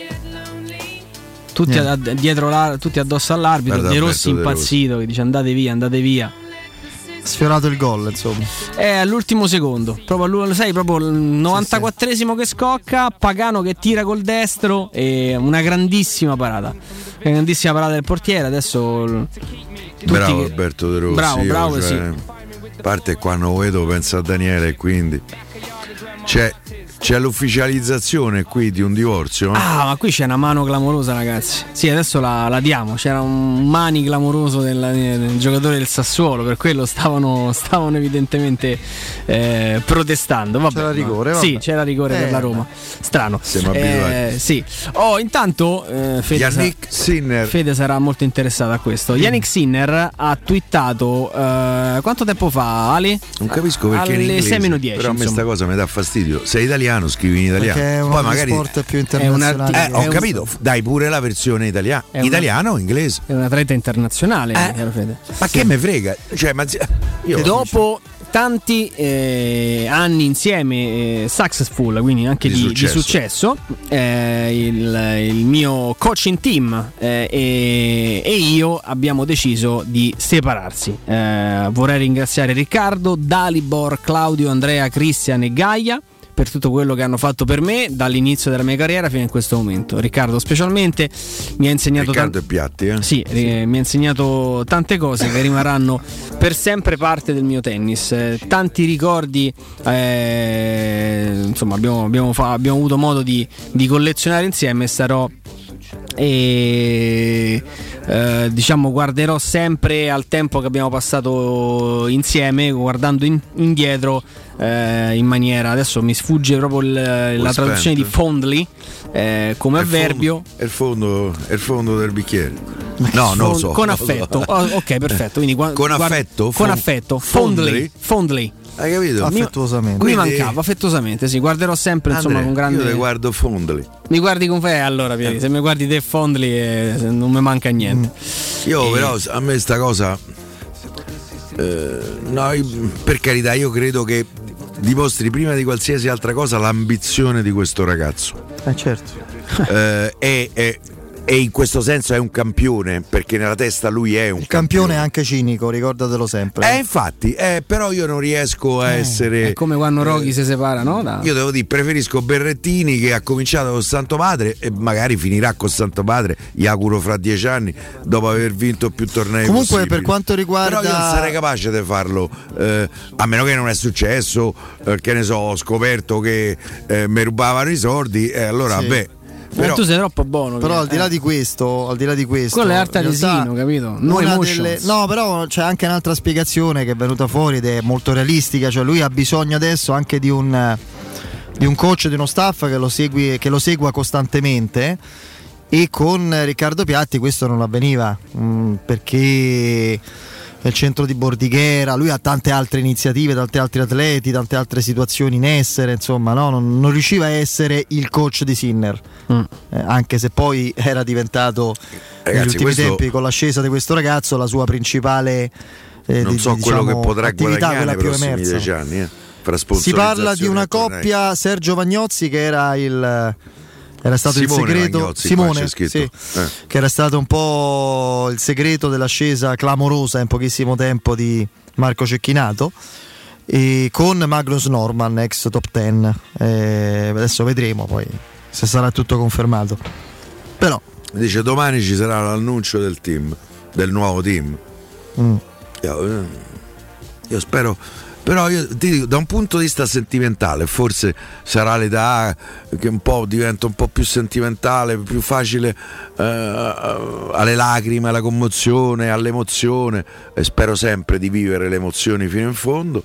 Tutti, Niente. ad- dietro la, tutti addosso all'arbitro. Guarda De Rossi Alberto De impazzito che dice andate via, andate via. Sfiorato il gol, insomma. È all'ultimo secondo, proprio allo- sai, proprio il novantaquattresimo che scocca, Pagano che tira col destro e una grandissima parata. Una grandissima parata del portiere. Adesso l- tutti Bravo che- Alberto De Rossi. Bravo, io, bravo, cioè, sì. a parte quando lo vedo penso a Daniele e quindi c'è, c'è l'ufficializzazione qui di un divorzio. Ah, ma qui c'è una mano clamorosa, ragazzi. Sì, adesso la, la diamo. C'era un mani clamoroso del, del giocatore del Sassuolo, per quello stavano, stavano evidentemente eh, protestando. Vabbè, c'era rigore, no. vabbè. Sì, c'era rigore eh, per la Roma. Strano. Siamo eh, abituati. Sì. Oh, intanto eh, Fede, Yannick sa- Sinner. Fede sarà molto interessato a questo. Yannick Sinner ha twittato eh, quanto tempo fa, Ali? Non capisco perché in alle inglese, sei meno dieci. però a me insomma. sta cosa mi dà fastidio. Sei italiano, scrivi in italiano. Perché è uno Poi degli magari sport più internazionali. Eh, ho È un- capito, dai pure la versione italiana. È una- Italiano o inglese? È un atleta internazionale, Eh, caro Fede. Ma Sì. che me frega? Cioè, ma io Dopo tanti eh, anni insieme, eh, successful, quindi anche Di di, successo. di successo, eh, il, il mio coaching team eh, e, e io abbiamo deciso di separarsi. Eh, vorrei ringraziare Riccardo, Dalibor, Claudio, Andrea, Cristian e Gaia per tutto quello che hanno fatto per me dall'inizio della mia carriera fino a questo momento. Riccardo specialmente mi ha insegnato Riccardo tan- e Piatti, eh? Sì, eh, mi ha insegnato tante cose che rimarranno per sempre parte del mio tennis. Eh, tanti ricordi, eh, insomma, abbiamo, abbiamo, fa- abbiamo avuto modo di, di collezionare insieme. Sarò e eh, diciamo guarderò sempre al tempo che abbiamo passato insieme, guardando in, indietro eh, in maniera, adesso mi sfugge proprio il, la traduzione di fondly eh, come È il avverbio. fondo- È il fondo, è il fondo del bicchiere. No, non lo so. Con non lo so. affetto. Oh, ok, perfetto. Quindi, gua- Con guarda- affetto? Con Fon- affetto. fondly? Fondly. Fondly. Hai capito? Affettuosamente. Mi Quindi- mancava affettuosamente, sì, guarderò sempre insomma Andrea, con grande. io le guardo fondly. Mi guardi con fe, allora Pieri, se mi guardi te Fondly eh, non mi manca niente. Io E- però a me sta cosa eh, no, io- per carità, io credo che dimostri prima di qualsiasi altra cosa l'ambizione di questo ragazzo. Eh certo. Eh, e, e- e in questo senso è un campione, perché nella testa lui è un Il campione è anche cinico, ricordatelo sempre. Eh, infatti, eh, però io non riesco a Eh, essere. È come quando Roghi si separa, no? Da- Io devo dire, preferisco Berrettini che ha cominciato con Santo Padre e magari finirà con Santo Padre, gli auguro fra dieci anni, dopo aver vinto più tornei Comunque, possibili. per quanto riguarda- Però io non sarei capace di farlo, eh, a meno che non è successo, eh, che ne so, ho scoperto che eh, mi rubavano i soldi, e allora Sì. beh. Ma Però, tu sei troppo buono. Però Pieri, al di là eh. di questo, al di là di questo, Quello è arte in realtà, Aresino, capito? No una emotions. delle- no, però c'è anche un'altra spiegazione che è venuta fuori ed è molto realistica, cioè lui ha bisogno adesso anche di un di un coach, di uno staff che lo segui, che lo segua costantemente, e con Riccardo Piatti questo non avveniva, mh, perché nel centro di Bordighera lui ha tante altre iniziative, tanti altri atleti, tante altre situazioni in essere, insomma, no? non, non riusciva a essere il coach di Sinner, Mm. eh, anche se poi era diventato negli Ragazzi, ultimi questo- tempi, con l'ascesa di questo ragazzo, la sua principale eh, non di- so di- quello diciamo, che potrà attività, guadagnare quella nei più prossimi emersa. dieci anni. Eh, fra Si parla di sponsorizzazioni una e tornei. coppia, Sergio Vagnozzi, che era il era stato Simone il segreto Vagnozzi, qua Simone, c'è scritto. sì, Eh. che era stato un po' il segreto dell'ascesa clamorosa in pochissimo tempo di Marco Cecchinato, e con Magnus Norman, ex top dieci. Eh, adesso vedremo poi se sarà tutto confermato, però Dice domani ci sarà l'annuncio del team, del nuovo team. mm. Io, io spero, però io ti dico, da un punto di vista sentimentale, forse sarà l'età che un po' diventa un po' più sentimentale, più facile eh, alle lacrime, alla commozione, all'emozione, e spero sempre di vivere le emozioni fino in fondo.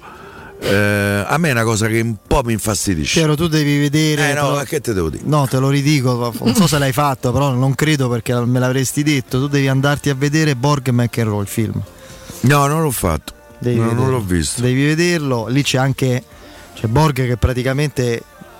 Eh, a me è una cosa che un po' mi infastidisce. Piero, tu devi vedere. Eh no, te lo- ma che te devo dire? No, te lo ridico, non so se l'hai fatto, però non credo, perché me l'avresti detto. Tu devi andarti a vedere Borg McEnroe, il film. No, non l'ho fatto. Devi No, non vederlo. l'ho visto. Devi vederlo. Lì c'è anche c'è Borg che praticamente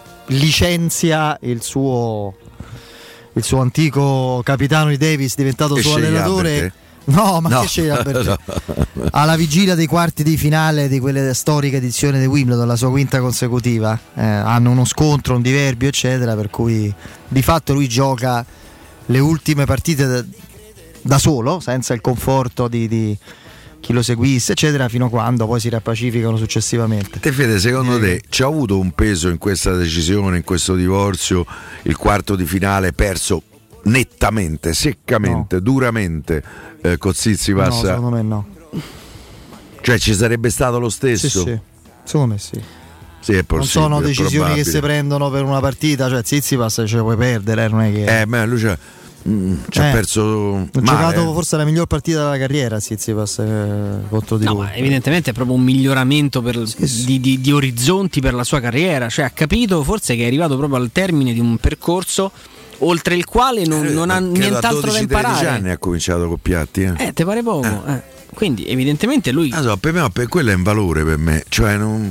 licenzia il suo il suo antico capitano di Davis, diventato E suo sceglie allenatore. Albert, eh? No, ma No. che sceglie Albert? No. Alla vigilia dei quarti di finale di quelle storiche edizioni di Wimbledon, la sua quinta consecutiva, eh, hanno uno scontro, un diverbio, eccetera, per cui di fatto lui gioca le ultime partite da, da solo, senza il conforto di, di chi lo seguisse, eccetera, fino a quando poi si riappacificano successivamente. Te Fede, secondo Eh. te c'ha avuto un peso in questa decisione, in questo divorzio, il quarto di finale perso nettamente, seccamente, duramente eh, con No, Tsitsipas? secondo me no. Cioè ci sarebbe stato lo stesso? Sì, sì. Secondo me sì. Sì, è non sono è decisioni probabile. che si prendono per una partita, cioè Tsitsipas ce la puoi perdere, non è che Eh, ma lui c'ha, mm, ci ha Eh, perso ha male, giocato eh. forse la miglior partita della carriera Tsitsipas eh, contro di No, lui. ma evidentemente è proprio un miglioramento per, di, di, di orizzonti per la sua carriera, cioè ha capito forse che è arrivato proprio al termine di un percorso oltre il quale non, non ha Credo nient'altro da a dodici tredici imparare. anni ha cominciato con Piatti, eh. Eh, te pare poco? Eh. Quindi evidentemente lui Ah, so, per me, per quello è un valore per me, cioè non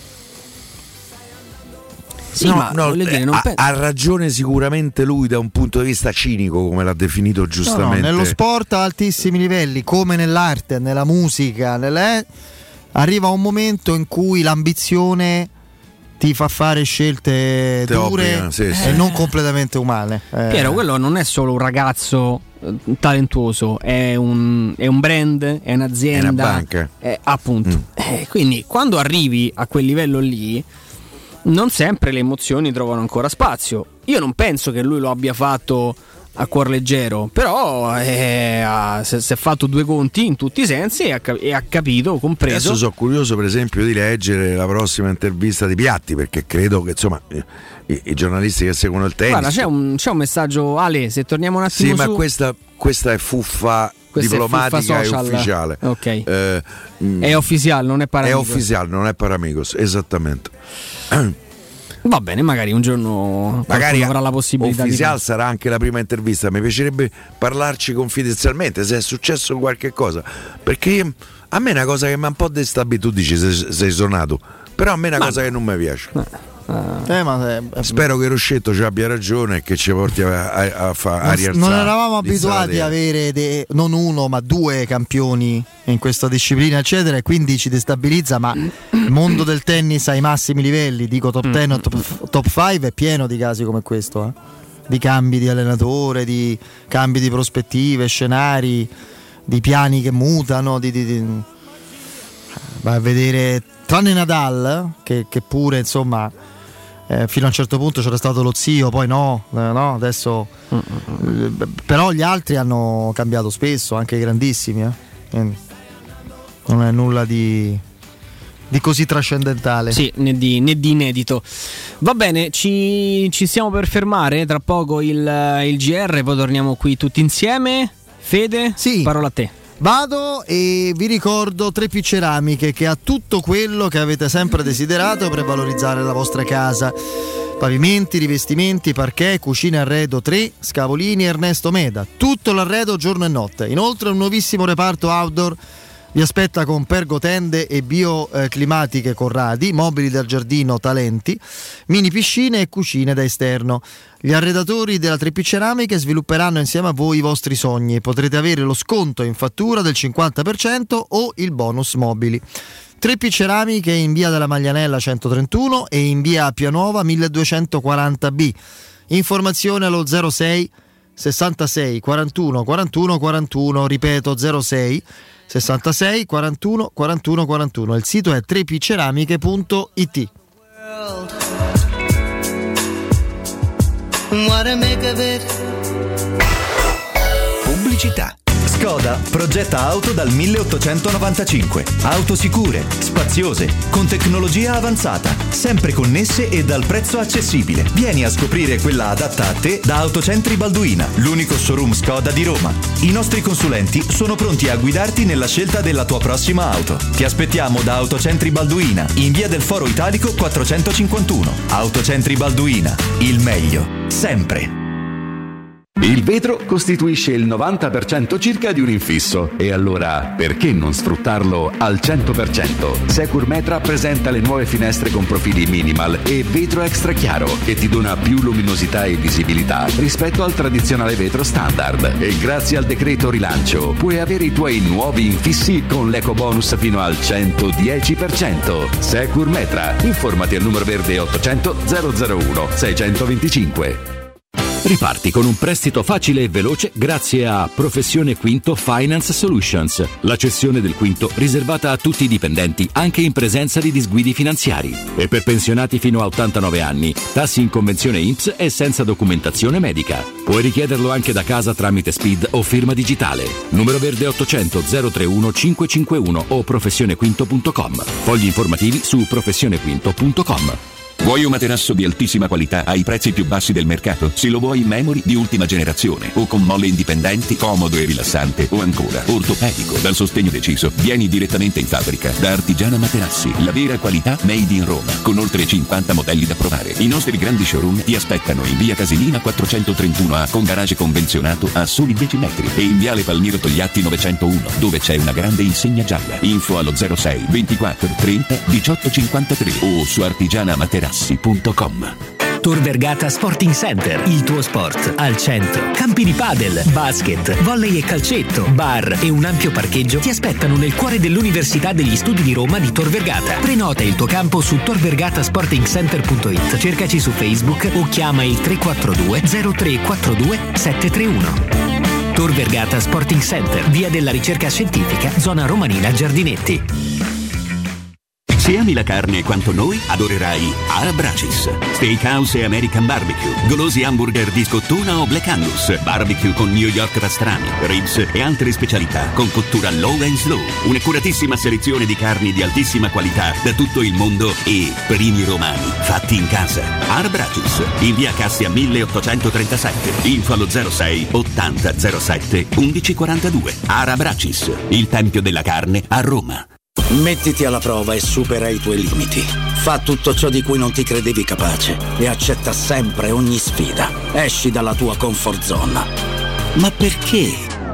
Sì, no, ma no, voglio dire, non ha, pe- ha ragione sicuramente lui da un punto di vista cinico, come l'ha definito No, no, giustamente. nello sport a altissimi livelli, come nell'arte, nella musica, nelle... arriva un momento in cui l'ambizione ti fa fare scelte Te dure obbliga, sì, e sì. non completamente umane. Eh, Piero, quello non è solo un ragazzo eh, talentuoso, è un, è un brand, è un'azienda, È una banca. è- appunto. Mm. Eh, quindi quando arrivi a quel livello lì, non sempre le emozioni trovano ancora spazio. Io non penso che lui lo abbia fatto a cuor leggero, però eh, ha- si si è fatto due conti in tutti i sensi e ha, cap- e ha capito, compreso. Adesso sono curioso per esempio di leggere la prossima intervista di Piatti, perché credo che insomma i, i giornalisti che seguono il tennis. Guarda, c'è un, c'è un messaggio, Ale, se torniamo un attimo Sì, ma su... questa, questa è fuffa Questa è diplomatica fuffa e social. ufficiale. Ok. Eh, mm, È ufficiale, non è è paramigos. ufficiale, non è paramigos, esattamente. Va bene, magari un giorno Magari qualcuno avrà la possibilità di ufficiale sarà anche la prima intervista. Mi piacerebbe parlarci confidenzialmente se è successo qualche cosa, perché io- a me è una cosa che mi ha un po' destabilizzato. Tu dici sei, sei suonato, però a me è una Ma- cosa che non mi piace. eh, ma, eh, Spero che Roscetto ci abbia ragione e che ci porti a, a, a, fa- a non, rialzare non eravamo l'insalata. abituati a avere de- non uno ma due campioni in questa disciplina eccetera, e quindi ci destabilizza, ma il mondo del tennis ai massimi livelli, dico top dieci o top, top cinque, è pieno di casi come questo, eh? Di cambi di allenatore, di cambi di prospettive, scenari, di piani che mutano, di, di, di... vai a vedere, tranne Nadal che, che pure insomma eh, fino a un certo punto c'era stato lo zio, poi no, eh, no adesso eh, però gli altri hanno cambiato spesso, anche i grandissimi, eh. Quindi non è nulla di, di così trascendentale. Sì, né di, né di inedito. Va bene, ci, ci stiamo per fermare. Tra poco il, il G R, poi torniamo qui tutti insieme. Fede, sì, parola a te. Vado e vi ricordo tre P Ceramiche, che ha tutto quello che avete sempre desiderato per valorizzare la vostra casa: pavimenti, rivestimenti, parquet, cucine arredo tre, Scavolini e Ernesto Meda, tutto l'arredo giorno e notte. Inoltre un nuovissimo reparto outdoor vi aspetta con pergotende e bioclimatiche Corradi, mobili del giardino Talenti, mini piscine e cucine da esterno. Gli arredatori della tre P Ceramiche svilupperanno insieme a voi i vostri sogni e potrete avere lo sconto in fattura del cinquanta per cento o il bonus mobili. tre P Ceramiche in via della Maglianella centotrentuno e in via Appianuova milleduecentoquaranta B. Informazione allo zero sei sessantasei quarantuno quarantuno quarantuno, ripeto zero sei sessantasei quarantuno quarantuno quarantuno. Il sito è tre p ceramiche punto i t. Pubblicità. Skoda progetta auto dal milleottocentonovantacinque. Auto sicure, spaziose, con tecnologia avanzata, sempre connesse e dal prezzo accessibile. Vieni a scoprire quella adatta a te da Autocentri Balduina, l'unico showroom Skoda di Roma. I nostri consulenti sono pronti a guidarti nella scelta della tua prossima auto. Ti aspettiamo da Autocentri Balduina, in via del Foro Italico quattrocentocinquantuno. Autocentri Balduina, il meglio, sempre. Il vetro costituisce il novanta per cento circa di un infisso e allora perché non sfruttarlo al cento per cento? Securmetra presenta le nuove finestre con profili minimal e vetro extra chiaro che ti dona più luminosità e visibilità rispetto al tradizionale vetro standard, e grazie al decreto rilancio puoi avere i tuoi nuovi infissi con l'eco bonus fino al centodieci per cento. Securmetra, informati al numero verde ottocento zero zero uno seicentoventicinque. Riparti con un prestito facile e veloce grazie a Professione Quinto Finance Solutions, la cessione del quinto riservata a tutti i dipendenti anche in presenza di disguidi finanziari. E per pensionati fino a ottantanove anni, tassi in convenzione I N P S e senza documentazione medica. Puoi richiederlo anche da casa tramite S P I D o firma digitale. Numero verde ottocento zero trentuno cinquecentocinquantuno o professionequinto punto com. Fogli informativi su professionequinto punto com. Vuoi un materasso di altissima qualità ai prezzi più bassi del mercato? Se lo vuoi in memory di ultima generazione o con molle indipendenti, comodo e rilassante, o ancora ortopedico dal sostegno deciso, vieni direttamente in fabbrica da Artigiana Materassi, la vera qualità made in Roma, con oltre cinquanta modelli da provare. I nostri grandi showroom ti aspettano in via Casilina quattrocentotrentuno A con garage convenzionato a soli dieci metri e in viale Palmiro Togliatti novecentouno dove c'è una grande insegna gialla. Info allo zero sei ventiquattro trenta diciotto cinquantatré o su artigiana materassi punto com. Tor Vergata Sporting Center, il tuo sport al centro. Campi di padel, basket, volley e calcetto, bar e un ampio parcheggio ti aspettano nel cuore dell'Università degli Studi di Roma di Tor Vergata. Prenota il tuo campo su tor vergata sporting center punto it. Cercaci su Facebook o chiama il tre quattro due zero tre quattro due sette tre uno. Tor Vergata Sporting Center, via della ricerca scientifica, zona Romanina Giardinetti. Se ami la carne quanto noi, adorerai Arab Racis. Steakhouse e American Barbecue, golosi hamburger di scottuna o Black Angus, barbecue con New York pastrami, ribs e altre specialità con cottura low and slow. Un'accuratissima selezione di carni di altissima qualità da tutto il mondo e primi romani fatti in casa. Arab Racis, in via Cassia milleottocentotrentasette. Info allo zero sei ottanta zero sette undici quarantadue. Arab Racis, il tempio della carne a Roma. Mettiti alla prova e supera i tuoi limiti. Fa tutto ciò di cui non ti credevi capace e accetta sempre ogni sfida. Esci dalla tua comfort zone. Ma perché?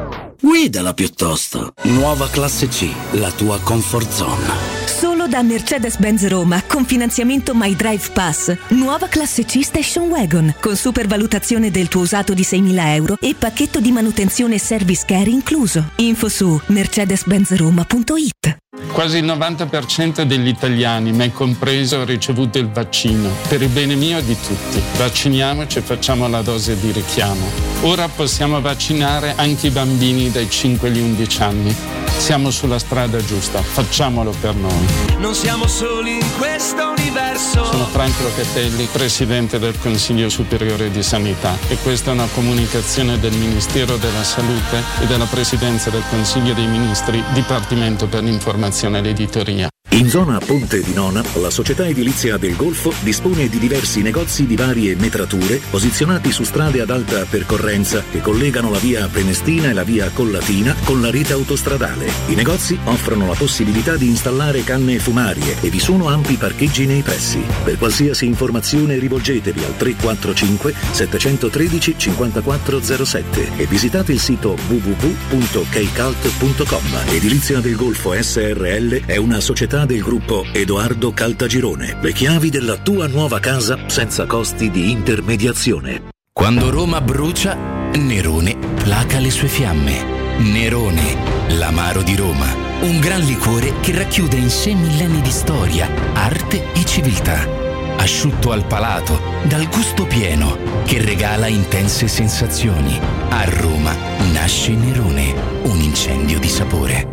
Guidala piuttosto. Nuova classe C, la tua comfort zone. Solo da Mercedes-Benz Roma con finanziamento My Drive Pass. Nuova classe C Station Wagon con supervalutazione del tuo usato di seimila euro e pacchetto di manutenzione e service care incluso. Info su mercedes benz roma punto it. Quasi il novanta per cento degli italiani, me compreso, ha ricevuto il vaccino. Per il bene mio e di tutti. Vacciniamoci e facciamo la dose di richiamo. Ora possiamo vaccinare anche i bambini dai cinque agli undici anni. Siamo sulla strada giusta, facciamolo per noi. Non siamo soli in questo universo. Sono Franco Locatelli, Presidente del Consiglio Superiore di Sanità e questa è una comunicazione del Ministero della Salute e della Presidenza del Consiglio dei Ministri, Dipartimento per l'Informazione e l'Editoria. In zona Ponte di Nona, la società edilizia del Golfo dispone di diversi negozi di varie metrature posizionati su strade ad alta percorrenza che collegano la via Prenestina e la via Collatina con la rete autostradale. I negozi offrono la possibilità di installare canne fumarie e vi sono ampi parcheggi nei pressi. Per qualsiasi informazione rivolgetevi al tre quattro cinque sette uno tre cinque zero sette e visitate il sito w w w punto keicalt punto com. Edilizia del Golfo S R L è una società del gruppo Edoardo Caltagirone. Le chiavi della tua nuova casa senza costi di intermediazione. Quando Roma brucia, Nerone placa le sue fiamme. Nerone, l'amaro di Roma. Un gran liquore che racchiude in sé millenni di storia, arte e civiltà. Asciutto al palato, dal gusto pieno, che regala intense sensazioni. A Roma nasce Nerone, un incendio di sapore.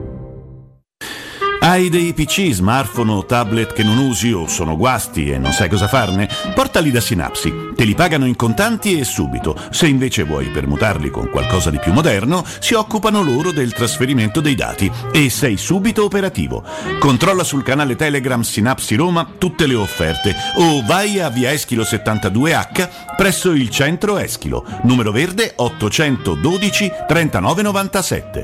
Hai dei P C, smartphone o tablet che non usi o sono guasti e non sai cosa farne? Portali da Synapsi. Te li pagano in contanti e subito. Se invece vuoi permutarli con qualcosa di più moderno, si occupano loro del trasferimento dei dati e sei subito operativo. Controlla sul canale Telegram Synapsi Roma tutte le offerte o vai a via Eschilo settantadue H presso il centro Eschilo, numero verde ottocentododici trentanove novantasette.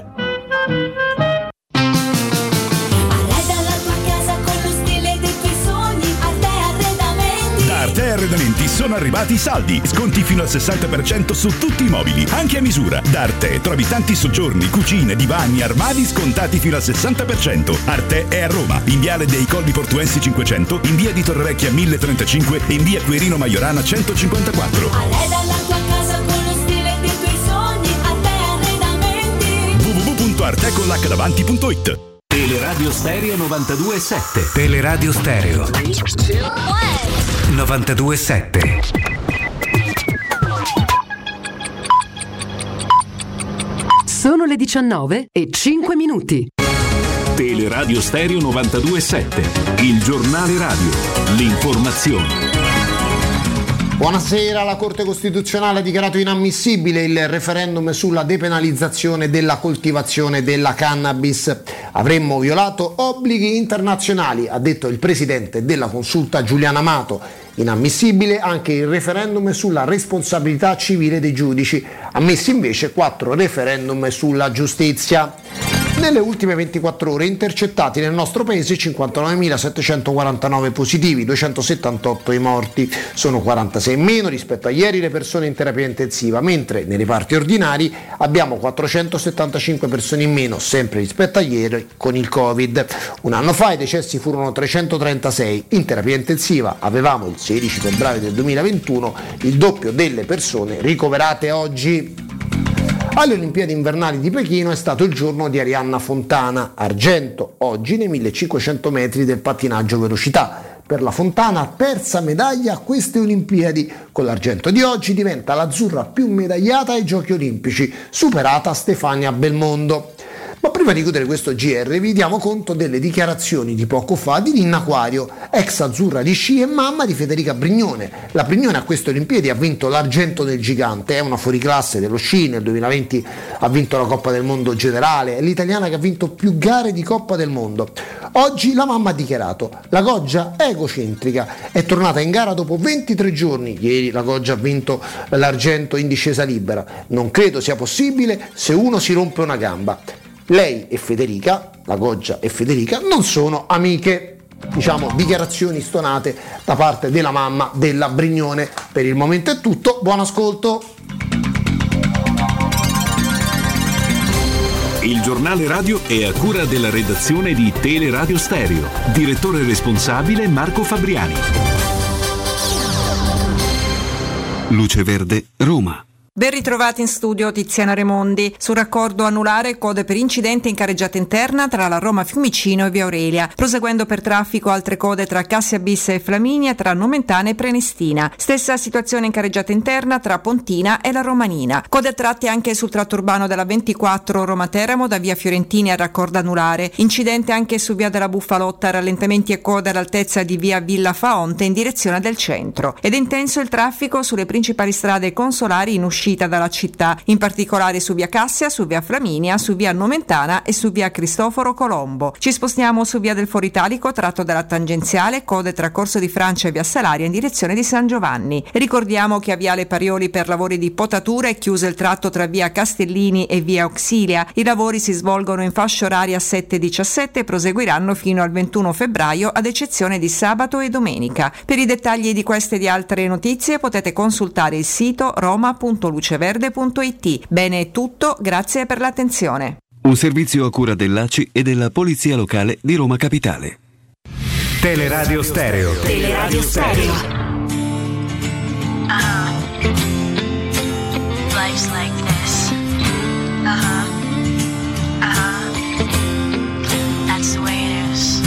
Arredamenti sono arrivati i saldi, sconti fino al sessanta per cento su tutti i mobili, anche a misura. Da Arte trovi tanti soggiorni, cucine, divani, armadi scontati fino al sessanta per cento. Arte è a Roma, in viale dei Colli Portuensi cinquecento, in via di Torrevecchia mille trentacinque e in via Quirino Maiorana centocinquantaquattro. Arreda la tua casa con lo stile dei tuoi sogni, Arte Arredamenti. w w w punto arte con l'acca davanti punto it. Teleradio Stereo novantadue e sette. Teleradio Stereo novantadue e sette. diciannove e cinque minuti. Teleradio Stereo novantadue virgola sette, il giornale radio, l'informazione. Buonasera, la Corte Costituzionale ha dichiarato inammissibile il referendum sulla depenalizzazione della coltivazione della cannabis. Avremmo violato obblighi internazionali, ha detto il presidente della Consulta Giuliano Amato. Inammissibile anche il referendum sulla responsabilità civile dei giudici, ammessi invece quattro referendum sulla giustizia. Nelle ultime ventiquattro ore intercettati nel nostro paese cinquantanovemilasettecentoquarantanove positivi, duecentosettantotto i morti. Sono quarantasei in meno rispetto a ieri le persone in terapia intensiva, mentre nei reparti ordinari abbiamo quattrocentosettantacinque persone in meno, sempre rispetto a ieri con il Covid. Un anno fa i decessi furono trecentotrentasei. In terapia intensiva avevamo il sedici febbraio del duemilaventuno il doppio delle persone ricoverate oggi. Alle Olimpiadi invernali di Pechino è stato il giorno di Arianna Fontana, argento oggi nei millecinquecento metri del pattinaggio velocità. Per la Fontana, terza medaglia a queste Olimpiadi. Con l'argento di oggi diventa l'azzurra più medagliata ai Giochi Olimpici, superata Stefania Belmondo. Ma prima di chiudere questo G R vi diamo conto delle dichiarazioni di poco fa di Ninna Aquario, ex azzurra di sci e mamma di Federica Brignone. La Brignone a queste Olimpiadi ha vinto l'argento del gigante, è una fuoriclasse dello sci, nel duemilaventi ha vinto la Coppa del Mondo generale, è l'italiana che ha vinto più gare di Coppa del Mondo. Oggi la mamma ha dichiarato: la Goggia è egocentrica, è tornata in gara dopo ventitré giorni, ieri la Goggia ha vinto l'argento in discesa libera, non credo sia possibile se uno si rompe una gamba. Lei e Federica, la Goggia e Federica, non sono amiche. Diciamo dichiarazioni stonate da parte della mamma della Brignone. Per il momento è tutto, buon ascolto. Il giornale radio è a cura della redazione di Teleradio Stereo. Direttore responsabile Marco Fabriani. Luce Verde, Roma. Ben ritrovati in studio Tiziana Remondi. Sul raccordo anulare code per incidente in carreggiata interna tra la Roma Fiumicino e Via Aurelia. Proseguendo per traffico altre code tra Cassia Bis e Flaminia, tra Nomentana e Prenestina. Stessa situazione in carreggiata interna tra Pontina e la Romanina. Code a tratti anche sul tratto urbano della ventiquattro Roma Teramo da Via Fiorentini al raccordo anulare. Incidente anche su Via della Buffalotta, rallentamenti e code all'altezza di Via Villa Faonte in direzione del centro. Ed è intenso il traffico sulle principali strade consolari in uscita dalla città, in particolare su Via Cassia, su Via Flaminia, su Via Nomentana e su Via Cristoforo Colombo. Ci spostiamo su Via del Foritalico, tratto della tangenziale, code tra Corso di Francia e Via Salaria in direzione di San Giovanni. Ricordiamo che a Viale Parioli per lavori di potatura è chiuso il tratto tra Via Castellini e Via Auxilia. I lavori si svolgono in fascia oraria sette diciassette e proseguiranno fino al ventuno febbraio ad eccezione di sabato e domenica. Per i dettagli di queste e di altre notizie potete consultare il sito roma punto luceverde punto it. Bene, è tutto, grazie per l'attenzione. Un servizio a cura dell'A C I e della Polizia Locale di Roma Capitale. Teleradio Stereo. Teleradio Stereo. Uh-huh. Life's like this. Uh-huh. Uh-huh. That's the way it is.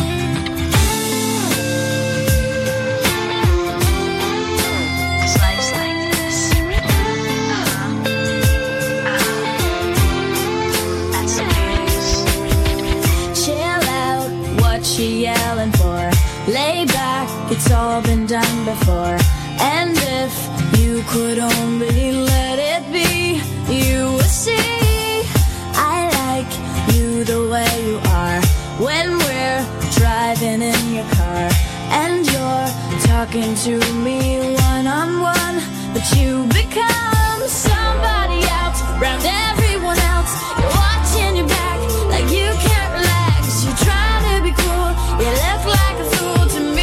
Cause life's like this. Uh-huh. Uh-huh. That's the way it is. Chill out, what you yelling for? Lay back, it's all been done before. And if you could only let it be, you would see I like you the way you are. When we're driving in your car and you're talking to me one on one, but you become somebody else around everyone else. You're watching your back like you can't relax. You're trying to be cool, you look like a fool to me.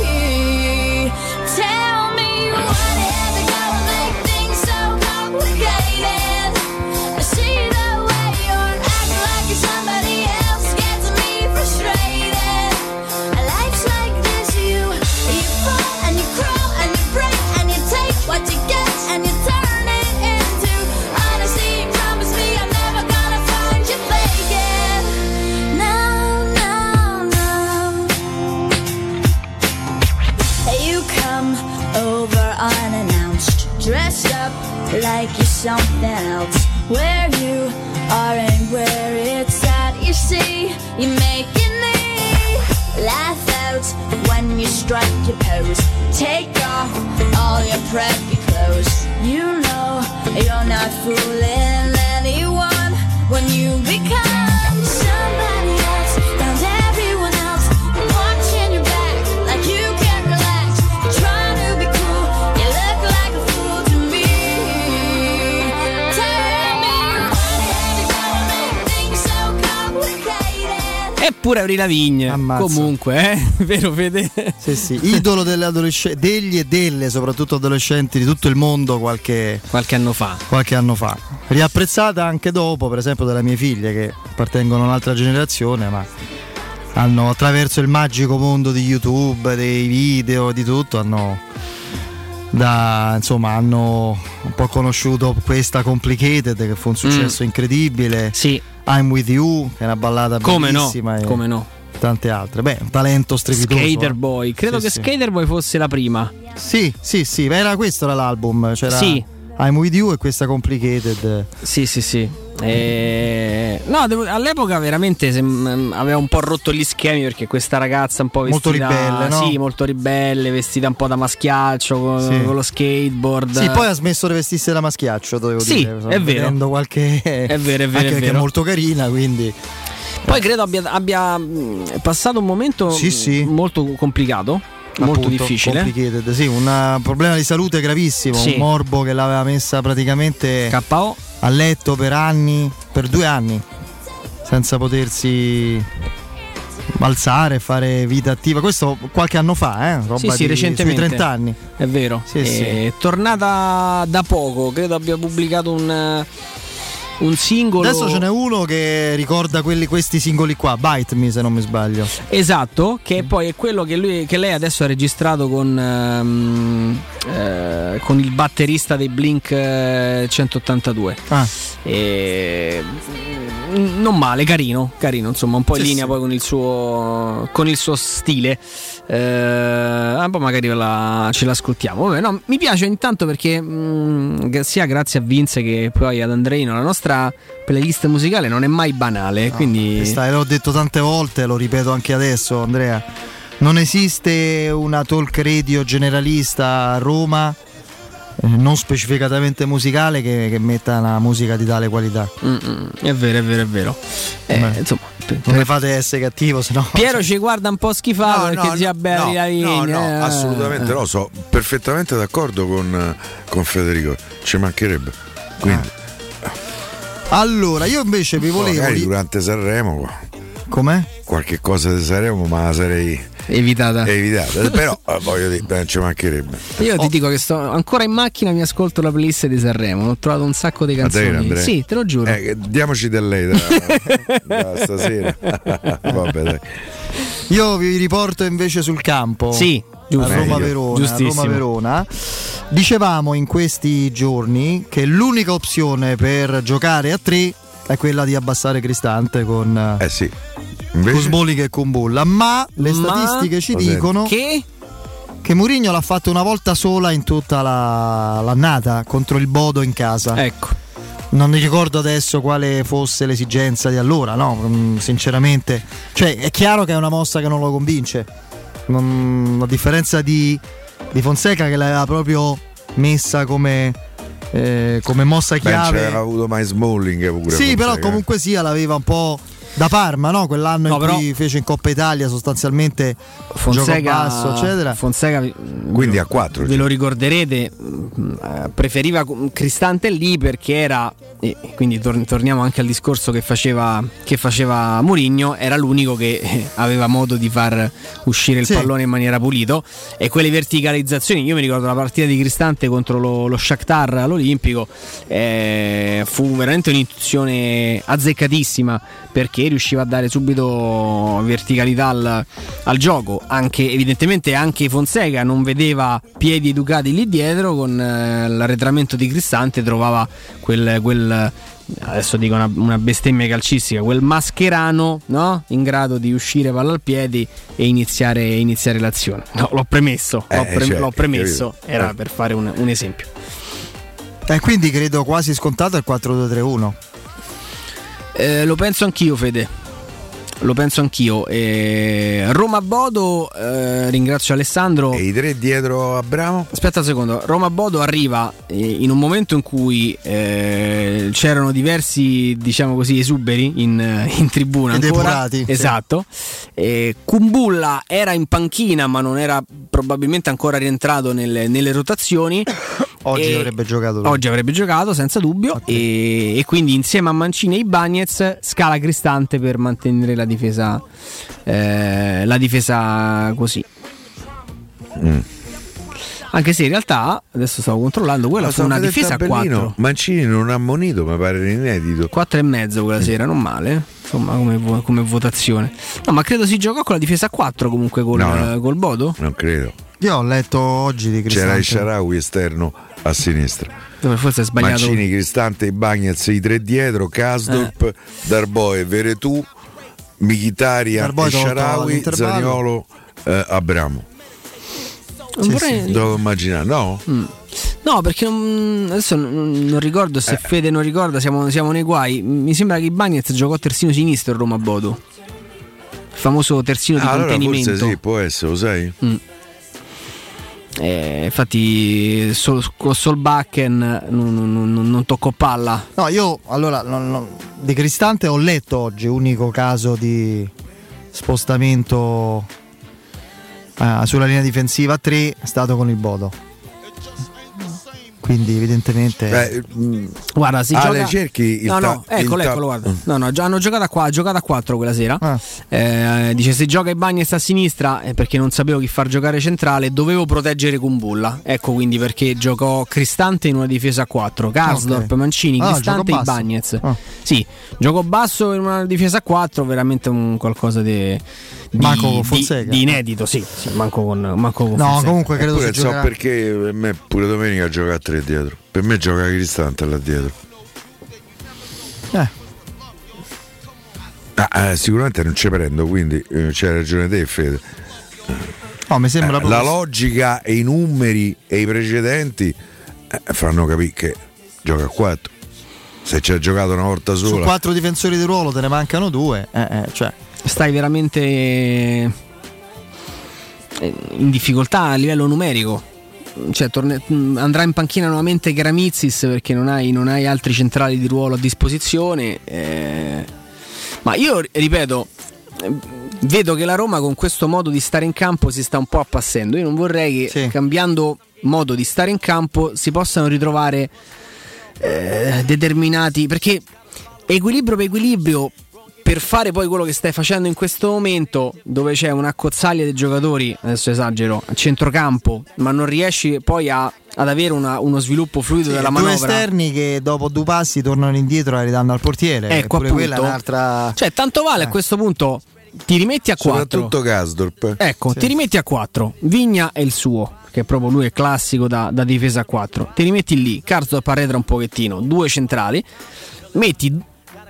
Tell me what is it gonna make things so complicated? I see the way you're acting like you're somebody else gets me frustrated. Life's like this, you you fall and you crawl and you break and you take what you get and you turn it into honesty. Promise me I'm never gonna find you faking. No, no, no. You come over unannounced, dressed up like you're something else. Where you aren't where it's at. You see, you make your knee laugh out when you strike your pose. Take off all your preppy clothes. You know you're not fooling anyone when you become somebody else. Found everyone else watching your back like you can't relax. Trying to be cool, you look like a fool to me. Tell me why have you gotta make things so complicated? Eppure Avril Lavigne. Ammazza. Comunque, eh? Vero Fede? Sì, sì, idolo delle adolescenti, degli e delle soprattutto adolescenti di tutto il mondo qualche, qualche anno fa. Qualche anno fa. Riapprezzata anche dopo, per esempio, dalle mie figlie che appartengono a un'altra generazione, ma hanno attraverso il magico mondo di YouTube, dei video, di tutto, hanno da insomma hanno un po' conosciuto questa Complicated, che fu un successo mm. incredibile. Sì. I'm With You, che è una ballata come bellissima. No, come no. Tante altre. Beh, un talento strepitoso. Skater Boy, credo sì, che sì. Skater Boy fosse la prima. Sì, sì, sì, era questo era l'album, c'era sì. I'm With You e questa Complicated. Sì, sì, sì. E... No, devo... all'epoca veramente sem... aveva un po' rotto gli schemi, perché questa ragazza un po' vestita molto ribelle, no? Sì, molto ribelle, vestita un po' da maschiaccio con, sì. con lo skateboard. Sì, poi ha smesso di vestirsi da maschiaccio, dovevo sì, dire. È vero. Qualche... È vero, è vero, anche è perché vero. è molto carina, quindi. Poi credo abbia, abbia passato un momento sì, sì. molto complicato. Molto Appunto, difficile, complicated, sì, un problema di salute gravissimo, sì. Un morbo che l'aveva messa praticamente K O a letto per anni, per due anni, senza potersi alzare, fare vita attiva. Questo qualche anno fa, eh? Roba sì, sì, di, recentemente. Sui trenta anni. È vero. Sì, è sì. tornata da poco, credo abbia pubblicato un un singolo. Adesso ce n'è uno che ricorda quelli, questi singoli qua, Bite Me se non mi sbaglio. Esatto, che poi è quello che, lui, che lei adesso ha registrato con, um, eh, con il batterista dei Blink centottantadue. Ah. E, non male, carino, carino, insomma, un po' in sì, linea sì. poi con il suo con il suo stile. Eh, poi magari la, ce l'ascoltiamo. Vabbè, no, mi piace intanto perché mh, sia grazie a Vince che poi ad Andreino la nostra playlist musicale non è mai banale, no, quindi stai, l'ho detto tante volte, lo ripeto anche adesso, Andrea, non esiste una talk radio generalista a Roma eh, non specificatamente musicale che, che metta una musica di tale qualità. Mm-mm, è vero, è vero, è vero. Eh, insomma, per, non mi fate essere cattivo, sennò Piero ci guarda un po' schifato no, perché no, zia Bella no, no, no, eh. assolutamente no, so perfettamente d'accordo con, con Federico, ci mancherebbe. Quindi ah. Allora, io invece vi volevo magari durante Sanremo com'è? Qualche cosa di Sanremo, ma la sarei evitata. evitata. Però voglio dire, non ci mancherebbe. Io oh. ti dico che sto ancora in macchina, mi ascolto la playlist di Sanremo. Ho trovato un sacco di canzoni. Andrea, Andrea. Sì, te lo giuro. Eh, diamoci da lei da, da stasera. Vabbè, dai. Io vi riporto invece sul campo. Sì. A Roma-Verona, Roma-Verona. Dicevamo in questi giorni che l'unica opzione per giocare a tre è quella di abbassare Cristante con eh sì. Smolik e Kumbulla, ma le ma statistiche ci dicono che che Mourinho l'ha fatto una volta sola in tutta la, l'annata contro il Bodo in casa. Ecco. Non mi ricordo adesso quale fosse l'esigenza di allora, no? Sinceramente, cioè è chiaro che è una mossa che non lo convince. Non, a differenza di, di Fonseca che l'aveva proprio messa come, eh, come mossa chiave. Beh, c'era avuto mai Smalling pure. Sì, Fonseca. però comunque sia l'aveva un po' da Parma, no? Quell'anno no, in cui fece in Coppa Italia sostanzialmente Fonseca, gioco basso, eccetera. Fonseca, quindi a quattro. Ve lo ricorderete, preferiva Cristante lì perché era, e quindi tor- torniamo anche al discorso che faceva che faceva Mourinho, era l'unico che aveva modo di far uscire il sì. pallone in maniera pulito, e quelle verticalizzazioni, io mi ricordo la partita di Cristante contro lo, lo Shakhtar all'Olimpico, eh, fu veramente un'intuizione azzeccatissima, perché riusciva a dare subito verticalità al, al gioco. Anche evidentemente anche Fonseca non vedeva piedi educati lì dietro, con eh, l'arretramento di Cristante trovava quel, quel adesso dico una, una bestemmia calcistica, quel Mascherano, no? In grado di uscire palla al piedi e iniziare, iniziare l'azione. No, l'ho premesso, eh, l'ho, pre- cioè, l'ho premesso, era eh. per fare un, un esempio. E eh, quindi credo quasi scontato il quattro due tre uno. Eh, lo penso anch'io, Fede. Lo penso anch'io. Eh, Roma-Bodo, eh, ringrazio Alessandro. E i tre dietro Abramo? Aspetta un secondo. Roma-Bodo arriva eh, in un momento in cui eh, c'erano diversi, diciamo così, esuberi in, in tribuna. E ancora. depurati. Esatto. Sì. Eh, Kumbulla era in panchina, ma non era probabilmente ancora rientrato nelle, nelle rotazioni. Oggi e avrebbe giocato lui. Oggi avrebbe giocato senza dubbio. Okay. e, e quindi insieme a Mancini e Ibañez scala Cristante per mantenere la difesa eh, la difesa così. Mm. Anche se in realtà adesso stavo controllando, quella fu una difesa a quattro. Mancini non ha ammonito, mi pare inedito. quattro e mezzo quella sera, non male, insomma, come, come votazione. No, ma credo si giocò con la difesa a quattro comunque col, no, no. col Bodo. Non credo. Io ho letto oggi di Cristante. C'era il Shaarawy esterno a sinistra. Forse è sbagliato. Mancini, Cristante, Ibañez, i tre dietro, Karsdorp, eh. Darboe, Veretù, Mkhitaryan e Shaarawy, Zaniolo, eh, Abramo. Sì, vorrei... sì. Devo immaginare, no? Mm. No, perché non, adesso non, non ricordo se eh. Fede non ricorda, siamo, siamo nei guai. Mi sembra che Ibañez giocò terzino sinistro a Roma Bodo. Il famoso terzino ah, di allora contenimento. Forse sì, può essere, lo sai? Mm. Eh, infatti sol, con Solbakken non, non, non, non tocco palla. No, io allora non, non, di Cristante ho letto oggi unico caso di spostamento eh, sulla linea difensiva a tre è stato con il Bodo. Quindi evidentemente Beh, guarda, si Ale gioca... cerchi il no, no, ta- eccolo, il ta- eccolo, guarda. No, no, già hanno giocato a qua, giocato a quattro quella sera. Ah. Eh, dice se gioca Ibañez a sinistra è perché non sapevo chi far giocare centrale, dovevo proteggere Kumbulla. Ecco quindi perché giocò Cristante in una difesa a quattro, Karsdorp, okay. Mancini, ah, Cristante e Ibañez. Ah. Sì, giocò basso in una difesa a quattro, veramente un qualcosa di Di, manco Fonseca. Di, di inedito, sì, sì, manco con, manco con no, Fonseca. comunque credo Eppure si so giocherà. perché per me pure domenica gioca a tre dietro. Per me gioca Cristante là dietro. Eh. Ah, eh, sicuramente non ci prendo, quindi eh, c'hai ragione te, Fede. No, mi sembra eh, la logica e i numeri e i precedenti eh, fanno capire che gioca a quattro. Se ci ha giocato una volta sola. Su quattro difensori di ruolo te ne mancano due, eh, eh, cioè stai veramente in difficoltà a livello numerico. Cioè, torne, andrà in panchina nuovamente Kramitsas perché non hai, non hai altri centrali di ruolo a disposizione. Eh, ma io ripeto, vedo che la Roma con questo modo di stare in campo si sta un po' appassendo. Io non vorrei che sì. cambiando modo di stare in campo si possano ritrovare eh, determinati, perché equilibrio per equilibrio, per fare poi quello che stai facendo in questo momento, dove c'è una cozzaglia di giocatori, adesso esagero, a centrocampo, ma non riesci poi a, ad avere una, uno sviluppo fluido sì, della due manovra. Due esterni che dopo due passi tornano indietro e ridanno al portiere. Ecco, appunto. Quella è un'altra... Cioè, tanto vale eh. a questo punto ti rimetti a quattro. Soprattutto Karsdorp. Ecco, sì. ti rimetti a quattro. Vigna è il suo, che proprio lui è classico da, da difesa a quattro. Ti rimetti lì, Karsdorp arretra un pochettino, due centrali, metti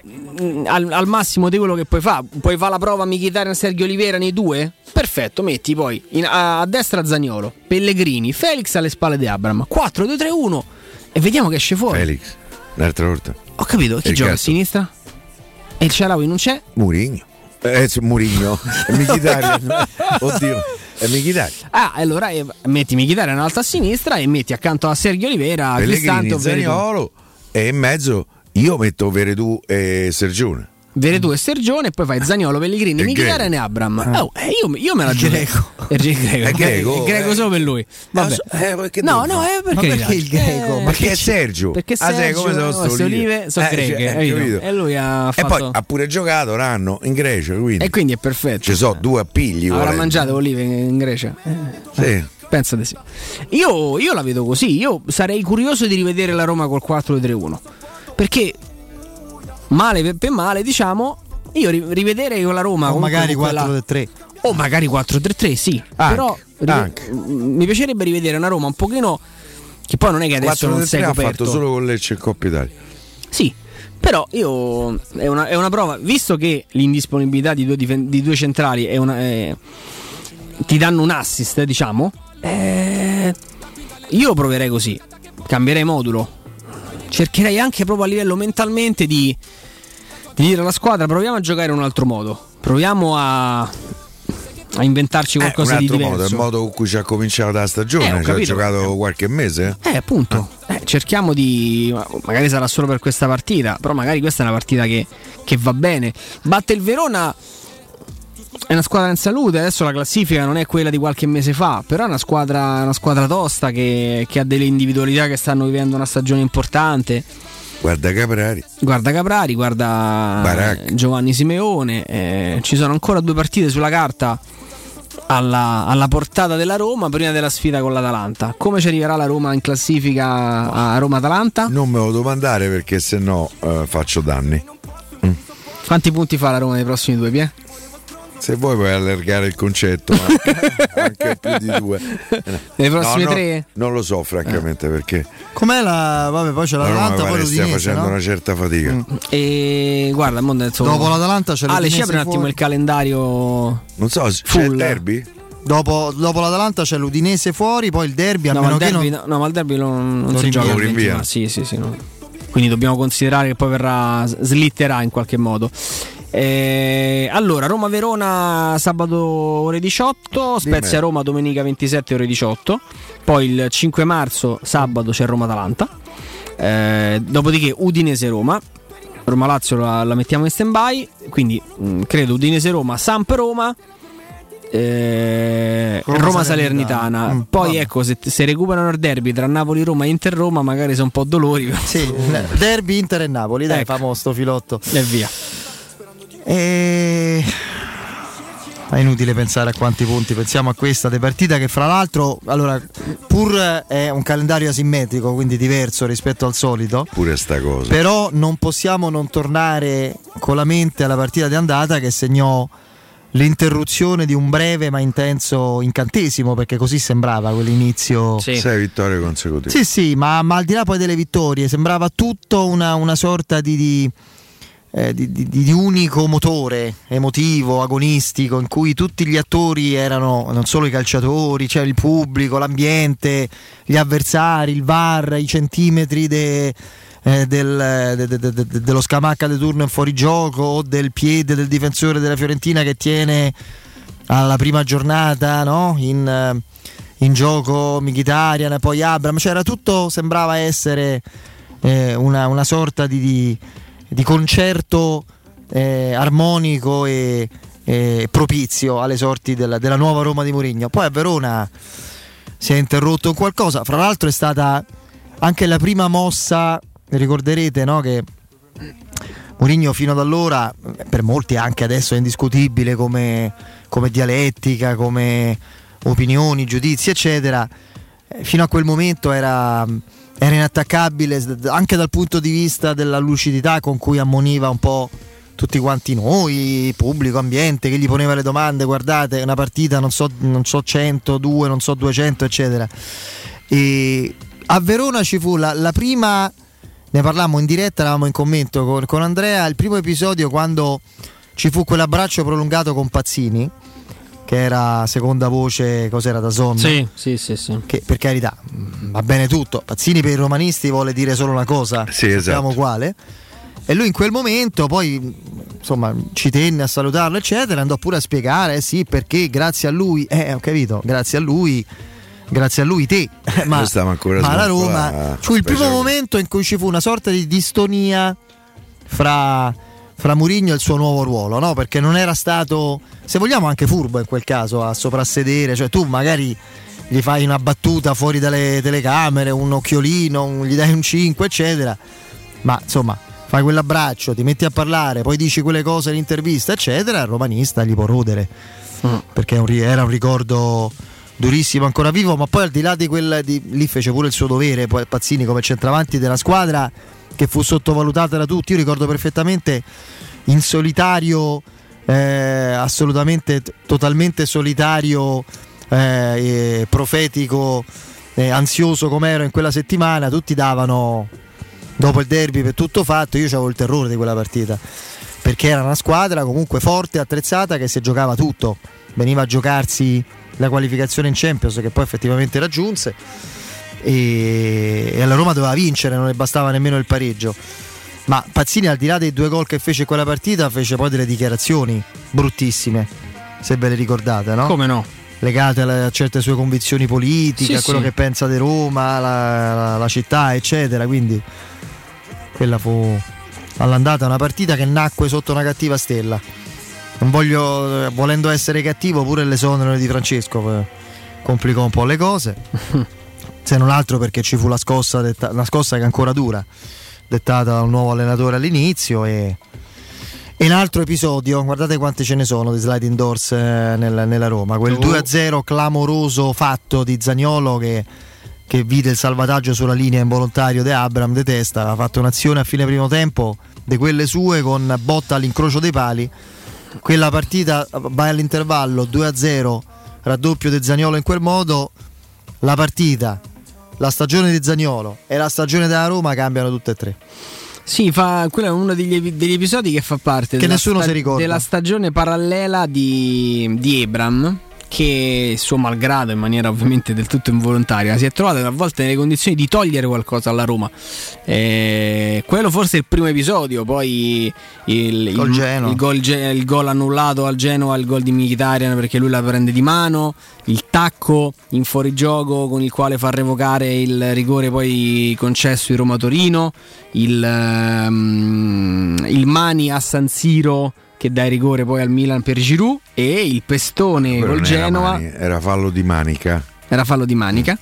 Al, al massimo di quello che puoi fare, puoi fare la prova a Mkhitaryan, Sergio Oliveira nei due? Perfetto, metti poi in, a, a destra Zaniolo, Pellegrini, Felix alle spalle di Abraham, quattro due tre uno e vediamo che esce fuori. Felix, l'altra volta. Ho capito, chi gioca a sinistra? E il Shaarawy non c'è? Mourinho. Eh, Mourinho, Mkhitaryan. Oddio, è Mkhitaryan. Ah, allora eh, metti Mkhitaryan alta a sinistra e metti accanto a Sergio Oliveira Pellegrini, Zaniolo e in mezzo io metto Veretù e Sergione. Veretù e Sergione e poi fai Zaniolo, Pellegrini, Mkhitaryan e Abraham. Ah. Oh, eh, io, io me la gioco. È greco. È greco, è greco eh. solo per lui. Vabbè. Eh, no, no, è perché, ma perché il greco? Eh, perché è Sergio. Perché Sergio, ah, sai, come sono olive sono eh, greche. Cioè, e lui ha fatto... E poi ha pure giocato un anno in Grecia, quindi. E quindi è perfetto. Ci sono due appigli. Avrà volendo. mangiato olive in Grecia. Eh. Sì. Pensate sì. Io, io la vedo così. Io sarei curioso di rivedere la Roma col quattro tre uno. Perché male per, per male, diciamo, io rivedere con la Roma o magari quattro tre tre o magari quattro tre tre sì, anche, però anche. mi piacerebbe rivedere una Roma un pochino, che poi non è che adesso non sei coperto. Ha fatto solo con Lecce e Coppa Italia. Sì, però io è una, è una prova, visto che l'indisponibilità di due, di due centrali è una, è, ti danno un assist, diciamo, eh, io proverei così, cambierei modulo, cercherei anche proprio a livello mentalmente di di dire alla squadra proviamo a giocare in un altro modo, proviamo a, a inventarci qualcosa eh, di diverso. diverso. Modo, il modo con cui ci ha cominciato la stagione, Eh, ho ci ha capito. giocato qualche mese. Eh, appunto, eh, cerchiamo di. Magari sarà solo per questa partita, però magari questa è una partita che, che va bene. Batte il Verona, è una squadra in salute, adesso la classifica non è quella di qualche mese fa, però è una squadra, una squadra tosta che, che ha delle individualità che stanno vivendo una stagione importante. Guarda Caprari. Guarda Caprari, guarda Barak. Giovanni Simeone, eh, ci sono ancora due partite sulla carta alla, alla portata della Roma prima della sfida con l'Atalanta. Come ci arriverà la Roma in classifica a Roma-Atalanta? Non me lo domandare perché se no eh, faccio danni. Mm. Quanti punti fa la Roma nei prossimi due, Pie? Se vuoi puoi allargare il concetto, ma anche più di due. Nei prossimi no, tre? No, non lo so francamente, perché Com'è la. Vabbè, poi c'è la Roma l'Atalanta, poi pare stia l'Udinese, facendo no? una certa fatica. Mm. E guarda, mo adesso- Dopo l'Atalanta c'è Ale, l'Udinese ci apri un attimo fuori. il calendario. Non so, c'è full. il derby? Dopo, dopo l'Atalanta c'è l'Udinese fuori, poi il derby, a No, ma meno il che derby, non. no, no, ma il derby non, non Lo si rinvia. gioca Lo il rinvia. venti, ma sì, sì, sì, no. Quindi dobbiamo considerare che poi verrà, slitterà in qualche modo. Eh, allora, Roma-Verona sabato ore diciotto, Spezia-Roma domenica ventisette ore diciotto, poi il cinque marzo sabato c'è Roma-Atalanta, eh, dopodiché Udinese-Roma, Roma-Lazio la, la mettiamo in stand-by, quindi mh, credo Udinese-Roma, Samp-Roma, eh, Roma Roma-Salernitana. Mm, Poi vabbè. ecco, se, se recuperano il derby tra Napoli-Roma e Inter-Roma magari sono un po' dolori. Sì, derby Inter e Napoli, dai, Ecco. famoso sto filotto. E via. E... È inutile pensare a quanti punti, pensiamo a questa de partita che fra l'altro, allora, pur è un calendario asimmetrico, quindi diverso rispetto al solito, Pure sta cosa. però non possiamo non tornare con la mente alla partita di andata che segnò l'interruzione di un breve ma intenso incantesimo, perché così sembrava quell'inizio. Sì. Sei vittorie consecutive. Sì, sì, ma, ma al di là poi delle vittorie sembrava tutto una, una sorta di, di, eh, di, di, di unico motore emotivo, agonistico, in cui tutti gli attori erano non solo i calciatori, c'era il pubblico, l'ambiente, gli avversari, il V A R, i centimetri de, eh, del, de, de, de, de, dello Scamacca di turno in fuorigioco o del piede del difensore della Fiorentina che tiene alla prima giornata, no? in, eh, in gioco Mkhitaryan e poi Abraham, c'era tutto, sembrava essere eh, una, una sorta di, di, di concerto eh, armonico e, e propizio alle sorti della, della nuova Roma di Mourinho. Poi a Verona si è interrotto in qualcosa, fra l'altro è stata anche la prima mossa, ricorderete, no? Che Mourinho fino ad allora, per molti anche adesso è indiscutibile come, come dialettica, come opinioni, giudizi eccetera, fino a quel momento era, era inattaccabile anche dal punto di vista della lucidità con cui ammoniva un po' tutti quanti noi, pubblico, ambiente, che gli poneva le domande, guardate una partita non so, non so cento, due, non so duecento eccetera. E a Verona ci fu la, la prima, ne parlammo in diretta, eravamo in commento con, con Andrea, il primo episodio quando ci fu quell'abbraccio prolungato con Pazzini, che era seconda voce, cos'era, da Zon? Sì, sì, sì, sì. Che per carità va bene tutto, Pazzini per i romanisti vuole dire solo una cosa, sì, sappiamo esatto. quale, e lui in quel momento poi insomma ci tenne a salutarlo eccetera, andò pure a spiegare eh sì, perché grazie a lui, eh ho capito, grazie a lui grazie a lui te ma, ma la Roma fu il primo momento in cui ci fu una sorta di distonia fra, fra Mourinho e il suo nuovo ruolo, no? Perché non era stato, se vogliamo, anche furbo in quel caso a soprassedere, cioè tu magari gli fai una battuta fuori dalle telecamere, un occhiolino, un, gli dai un cinque eccetera, ma insomma fai quell'abbraccio, ti metti a parlare, poi dici quelle cose in intervista eccetera, il romanista gli può rodere mm. perché era un ricordo durissimo, ancora vivo, ma poi al di là di quel di, lì fece pure il suo dovere poi Pazzini come centravanti della squadra, che fu sottovalutata da tutti. Io ricordo perfettamente in solitario, eh, assolutamente t- totalmente solitario, eh, e profetico, eh, ansioso come ero in quella settimana, tutti davano dopo il derby per tutto fatto. Io avevo il terrore di quella partita perché era una squadra comunque forte, attrezzata, che si giocava tutto, veniva a giocarsi la qualificazione in Champions, che poi effettivamente raggiunse, e, e alla Roma doveva vincere, non le bastava nemmeno il pareggio, Ma Pazzini, al di là dei due gol che fece in quella partita, fece poi delle dichiarazioni bruttissime, se ve le ricordate, no? Come no? Legate a certe sue convinzioni politiche, sì, a quello sì. che pensa di Roma, la, la, la città, eccetera. Quindi quella fu all'andata una partita che nacque sotto una cattiva stella. Non voglio, volendo essere cattivo, pure l'esonero di Francesco eh, complicò un po' le cose. Se non altro perché ci fu la scossa, detta, una scossa che ancora dura, dettata da un nuovo allenatore all'inizio. E, e un altro episodio, guardate quante ce ne sono di sliding doors eh, nel, nella Roma, quel oh. due a zero clamoroso fatto di Zaniolo che, che vide il salvataggio sulla linea involontario di Abraham de testa, aveva fatto un'azione a fine primo tempo di quelle sue con botta all'incrocio dei pali. Quella partita vai all'intervallo due a zero, raddoppio di Zaniolo in quel modo, la partita, la stagione di Zaniolo e la stagione della Roma cambiano tutte e tre. Sì, fa, quello è uno degli, degli episodi che fa parte che della, nessuno sta, si ricorda. della stagione parallela di, di Ebram, che suo malgrado, in maniera ovviamente del tutto involontaria, si è trovato a volte nelle condizioni di togliere qualcosa alla Roma. Eh, quello forse è il primo episodio, poi il, il, il, il, gol, il gol annullato al Genoa, il gol di Mkhitaryan perché lui la prende di mano, il tacco in fuorigioco con il quale fa revocare il rigore poi concesso in Roma-Torino, il, um, il Mani a San Siro che dà il rigore poi al Milan per Giroud, e il pestone Quello col Genova era, mani, era fallo di Manica era fallo di Manica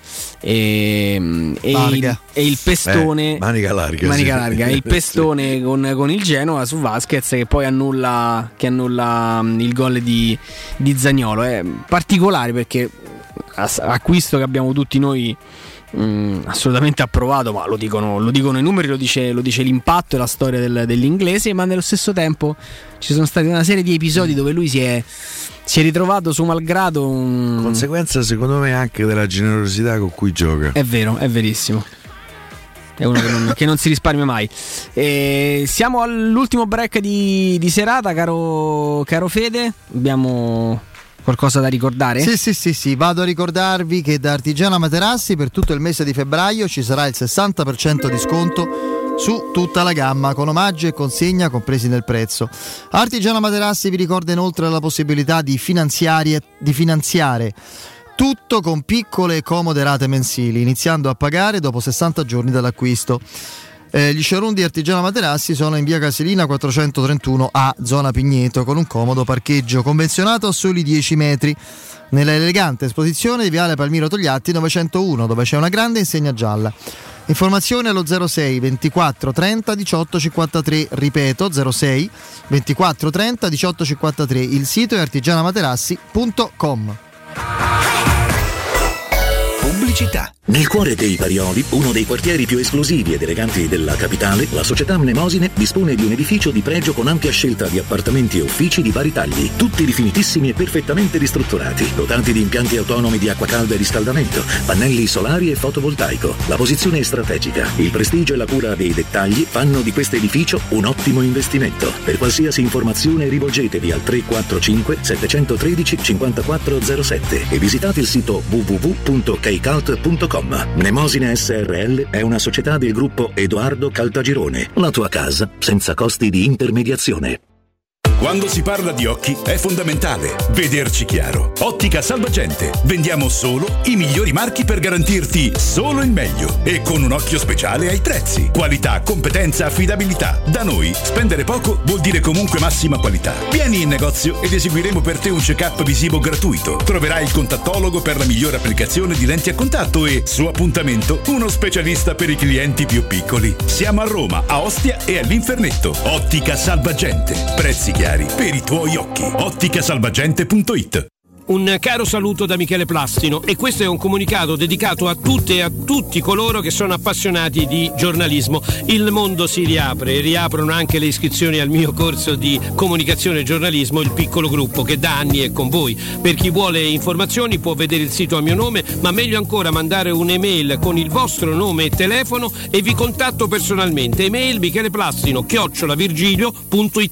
e, e, il, e il pestone eh, manica larga manica sì. larga e il pestone con, con il Genoa su Vasquez che poi annulla che annulla il gol di, di Zaniolo. È particolare perché acquisto che abbiamo tutti noi Mm, assolutamente approvato, ma lo dicono, lo dicono i numeri, lo dice, lo dice l'impatto e la storia del, dell'inglese, ma nello stesso tempo ci sono stati una serie di episodi dove lui si è, si è ritrovato su malgrado un... conseguenza secondo me anche della generosità con cui gioca. È vero, è verissimo, è uno che non, che non si risparmia mai. E siamo all'ultimo break di, di serata, caro, caro Fede, abbiamo qualcosa da ricordare? Sì, sì, sì, sì, vado a ricordarvi che da Artigiana Materassi per tutto il mese di febbraio ci sarà il sessanta per cento di sconto su tutta la gamma, con omaggio e consegna compresi nel prezzo. Artigiana Materassi vi ricorda inoltre la possibilità di finanziare, di finanziare tutto con piccole e comode rate mensili, iniziando a pagare dopo sessanta giorni dall'acquisto. Eh, gli showroom di Artigiana Materassi sono in via Casilina quattrocentotrentuno A, zona Pigneto, con un comodo parcheggio convenzionato a soli dieci metri, nell'elegante esposizione di viale Palmiro Togliatti novecentouno, dove c'è una grande insegna gialla. Informazioni allo zero sei ventiquattro trenta diciotto cinquantatré, ripeto zero sei ventiquattro trenta diciotto cinquantatré, il sito è artigianamaterassi punto com. Pubblicità. Nel cuore dei Parioli, uno dei quartieri più esclusivi ed eleganti della capitale, la società Mnemosine dispone di un edificio di pregio con ampia scelta di appartamenti e uffici di vari tagli, tutti rifinitissimi e perfettamente ristrutturati, dotati di impianti autonomi di acqua calda e riscaldamento, pannelli solari e fotovoltaico. La posizione è strategica, il prestigio e la cura dei dettagli fanno di questo edificio un ottimo investimento. Per qualsiasi informazione rivolgetevi al tre quattro cinque sette uno tre cinque zero sette e visitate il sito w w w punto keycult punto com. Mnemosine S R L è una società del gruppo Edoardo Caltagirone. La tua casa senza costi di intermediazione. Quando si parla di occhi è fondamentale vederci chiaro. Ottica Salvagente. Vendiamo solo i migliori marchi per garantirti solo il meglio e con un occhio speciale ai prezzi. Qualità, competenza, affidabilità. Da noi spendere poco vuol dire comunque massima qualità. Vieni in negozio ed eseguiremo per te un check-up visivo gratuito. Troverai il contattologo per la migliore applicazione di lenti a contatto e, su appuntamento, uno specialista per i clienti più piccoli. Siamo a Roma, a Ostia e all'Infernetto. Ottica Salvagente. Prezzi chiari per i tuoi occhi. otticasalvagente punto it. Un caro saluto da Michele Plastino, e questo è un comunicato dedicato a tutte e a tutti coloro che sono appassionati di giornalismo. Il mondo si riapre, riaprono anche le iscrizioni al mio corso di comunicazione e giornalismo, il piccolo gruppo, che da anni è con voi. Per chi vuole informazioni può vedere il sito a mio nome, ma meglio ancora mandare un'email con il vostro nome e telefono e vi contatto personalmente. Email micheleplastino chiocciola virgilio punto it. A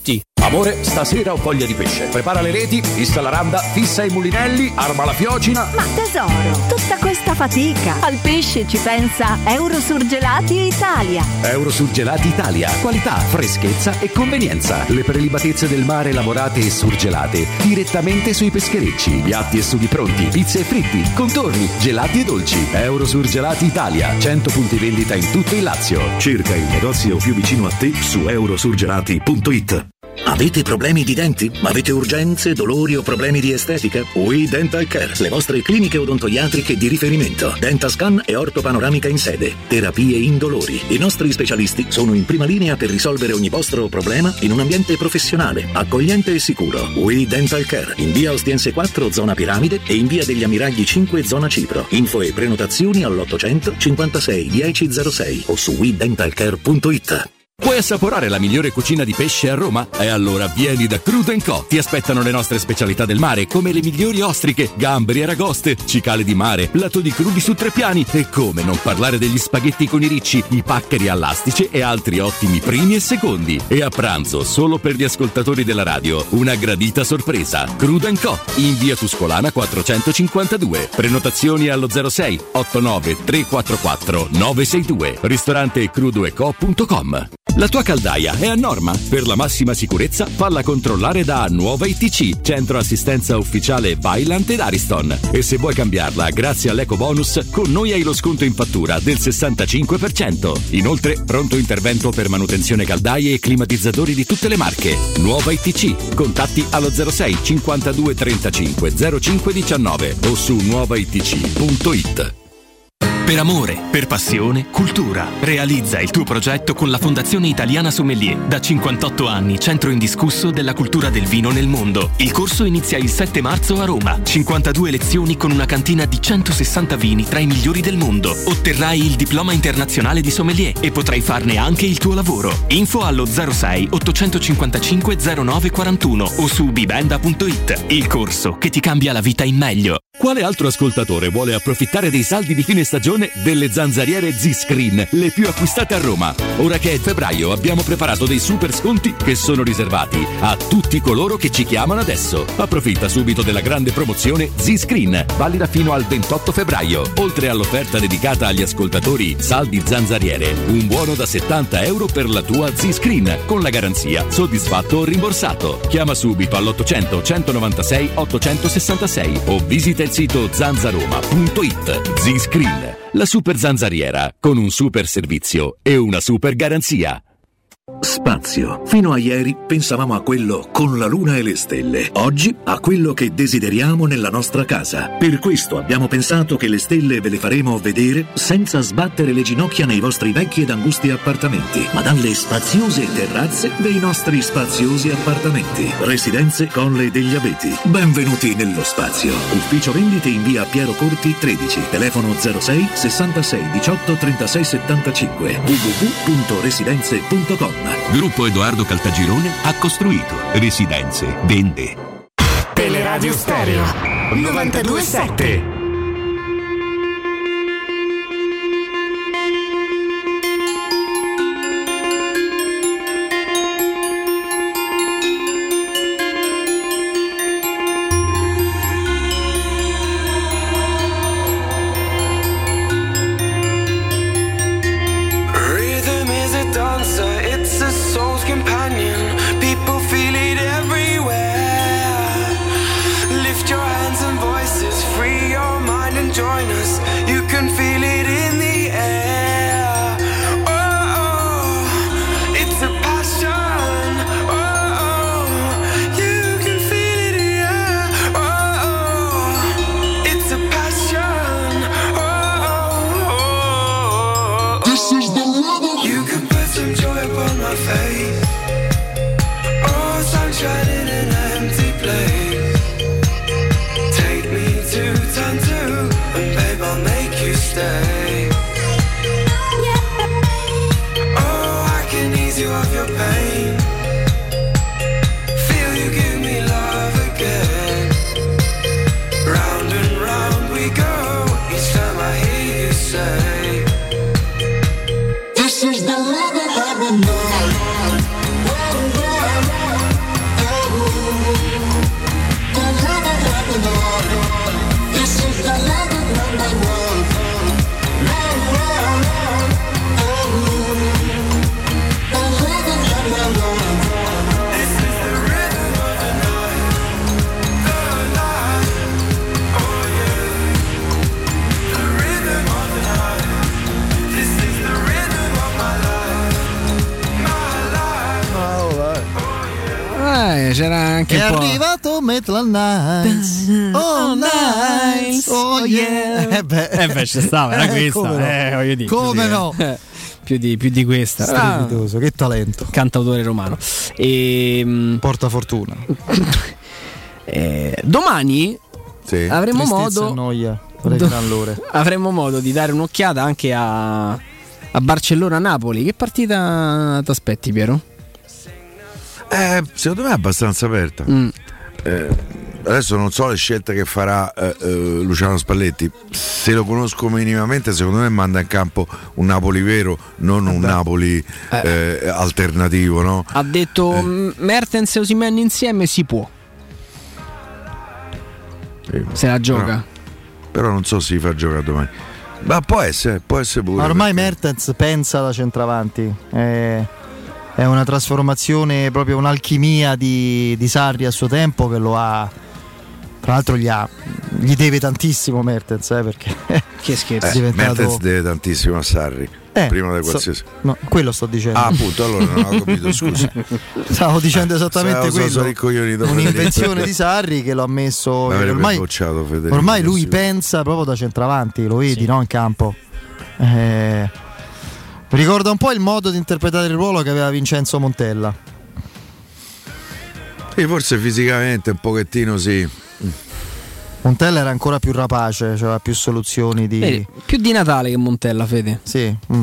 Amore, stasera ho voglia di pesce. Prepara le reti, fissa la randa, fissa i mulinelli, arma la fiocina. Ma tesoro, tutta questa fatica. Al pesce ci pensa Eurosurgelati Italia. Eurosurgelati Italia. Qualità, freschezza e convenienza. Le prelibatezze del mare lavorate e surgelate direttamente sui pescherecci. Piatti e sughi pronti, pizze e fritti, contorni, gelati e dolci. Eurosurgelati Italia. cento punti vendita in tutto il Lazio. Cerca il negozio più vicino a te su eurosurgelati punto it. Avete problemi di denti? Avete urgenze, dolori o problemi di estetica? We Dental Care, le vostre cliniche odontoiatriche di riferimento. Dentascan e ortopanoramica in sede. Terapie indolori. I nostri specialisti sono in prima linea per risolvere ogni vostro problema in un ambiente professionale, accogliente e sicuro. We Dental Care, in via Ostiense quattro, zona Piramide, e in via degli Ammiragli cinque, zona Cipro. Info e prenotazioni all'ottocento cinquantasei dieci zero sei o su we dental care punto it. Vuoi assaporare la migliore cucina di pesce a Roma? E allora vieni da Crudo and Co. Ti aspettano le nostre specialità del mare, come le migliori ostriche, gamberi, aragoste, cicale di mare, plato di crudi su tre piani e come non parlare degli spaghetti con i ricci, i paccheri all'astice e altri ottimi primi e secondi. E a pranzo, solo per gli ascoltatori della radio, una gradita sorpresa. Crudo and Co. in via Tuscolana quattrocentocinquantadue. Prenotazioni allo zero sei otto nove tre quattro quattro nove sei due. Ristorante crudo e co punto com. La tua caldaia è a norma? Per la massima sicurezza falla controllare da Nuova I T C, centro assistenza ufficiale Vaillant ed Ariston. E se vuoi cambiarla grazie all'eco bonus, con noi hai lo sconto in fattura del sessantacinque per cento. Inoltre pronto intervento per manutenzione caldaie e climatizzatori di tutte le marche. Nuova I T C, contatti allo zero sei cinquantadue trentacinque zero cinque diciannove o su nuova i t c punto it. Per amore, per passione, cultura. Realizza il tuo progetto con la Fondazione Italiana Sommelier. Da cinquantotto anni, centro indiscusso della cultura del vino nel mondo. Il corso inizia il sette marzo a Roma. cinquantadue lezioni con una cantina di centosessanta vini tra i migliori del mondo. Otterrai il diploma internazionale di sommelier e potrai farne anche il tuo lavoro. Info allo zero sei ottocentocinquantacinque zero nove quarantuno o su bibenda punto it. Il corso che ti cambia la vita in meglio. Quale altro ascoltatore vuole approfittare dei saldi di fine stagione delle zanzariere Z-Screen, le più acquistate a Roma? Ora che è febbraio abbiamo preparato dei super sconti che sono riservati a tutti coloro che ci chiamano adesso. Approfitta subito della grande promozione Z-Screen, valida fino al ventotto febbraio. Oltre all'offerta dedicata agli ascoltatori saldi zanzariere, un buono da settanta euro per la tua Z-Screen, con la garanzia soddisfatto o rimborsato. Chiama subito all'ottocento centonovantasei ottocentosessantasei o visita il sito zanzaroma punto it. Z-Screen, la super zanzariera con un super servizio e una super garanzia. Spazio. Fino a ieri pensavamo a quello con la luna e le stelle. Oggi a quello che desideriamo nella nostra casa. Per questo abbiamo pensato che le stelle ve le faremo vedere senza sbattere le ginocchia nei vostri vecchi ed angusti appartamenti, ma dalle spaziose terrazze dei nostri spaziosi appartamenti. Residenze Colle degli Abeti. Benvenuti nello spazio. Ufficio vendite in via Piero Corti tredici. Telefono zero sei sessantasei diciotto trentasei settantacinque. w w w punto residenze punto com. Gruppo Edoardo Caltagirone ha costruito residenze, vende. Teleradio Stereo novantadue sette. c'era anche è un po'. arrivato Metal Nights, oh Nights, oh yeah. Eh beh, eh beh ci stava, era Eh, questa. come no? Eh, voglio dire, Come più no? Di, eh, più, di, più di questa. Strepitoso, che talento. Cantautore romano. E, porta fortuna. eh, domani sì. avremo Tristezza modo e noia, do, l'ore. avremo modo di dare un'occhiata anche a, a Barcellona-Napoli. Che partita ti aspetti, Piero? Eh, secondo me è abbastanza aperta. Mm. Eh, adesso non so le scelte che farà eh, eh, Luciano Spalletti. Se lo conosco minimamente, secondo me manda in campo un Napoli vero, non un Beh. Napoli eh, alternativo, no? Ha detto Eh. Mertens e Osimhen insieme si può. Sì. Se la gioca. Però, però non so se si fa giocare domani. Ma può essere, può essere pure. Ma ormai perché... Mertens pensa da centravanti. È, è una trasformazione, proprio un'alchimia di, di Sarri a suo tempo che lo ha. Tra l'altro gli, ha, gli deve tantissimo Mertens, eh, perché che scherzo. Eh, è diventato... Mertens deve tantissimo a Sarri. Eh, prima di so, qualsiasi. no, quello sto dicendo. Ah, appunto, allora non ho capito, scusa. Stavo dicendo esattamente eh, quello. So, so Un'invenzione di Sarri che lo ha messo. Ormai, bocciato, Federico, ormai lui pensa proprio da centravanti, lo vedi, sì. No? In campo. Eh, ricorda un po' il modo di interpretare il ruolo che aveva Vincenzo Montella. Sì, forse fisicamente un pochettino sì. Montella era ancora più rapace, aveva più soluzioni di. Vedi, più di Natale che Montella, Fede. Sì. Mm.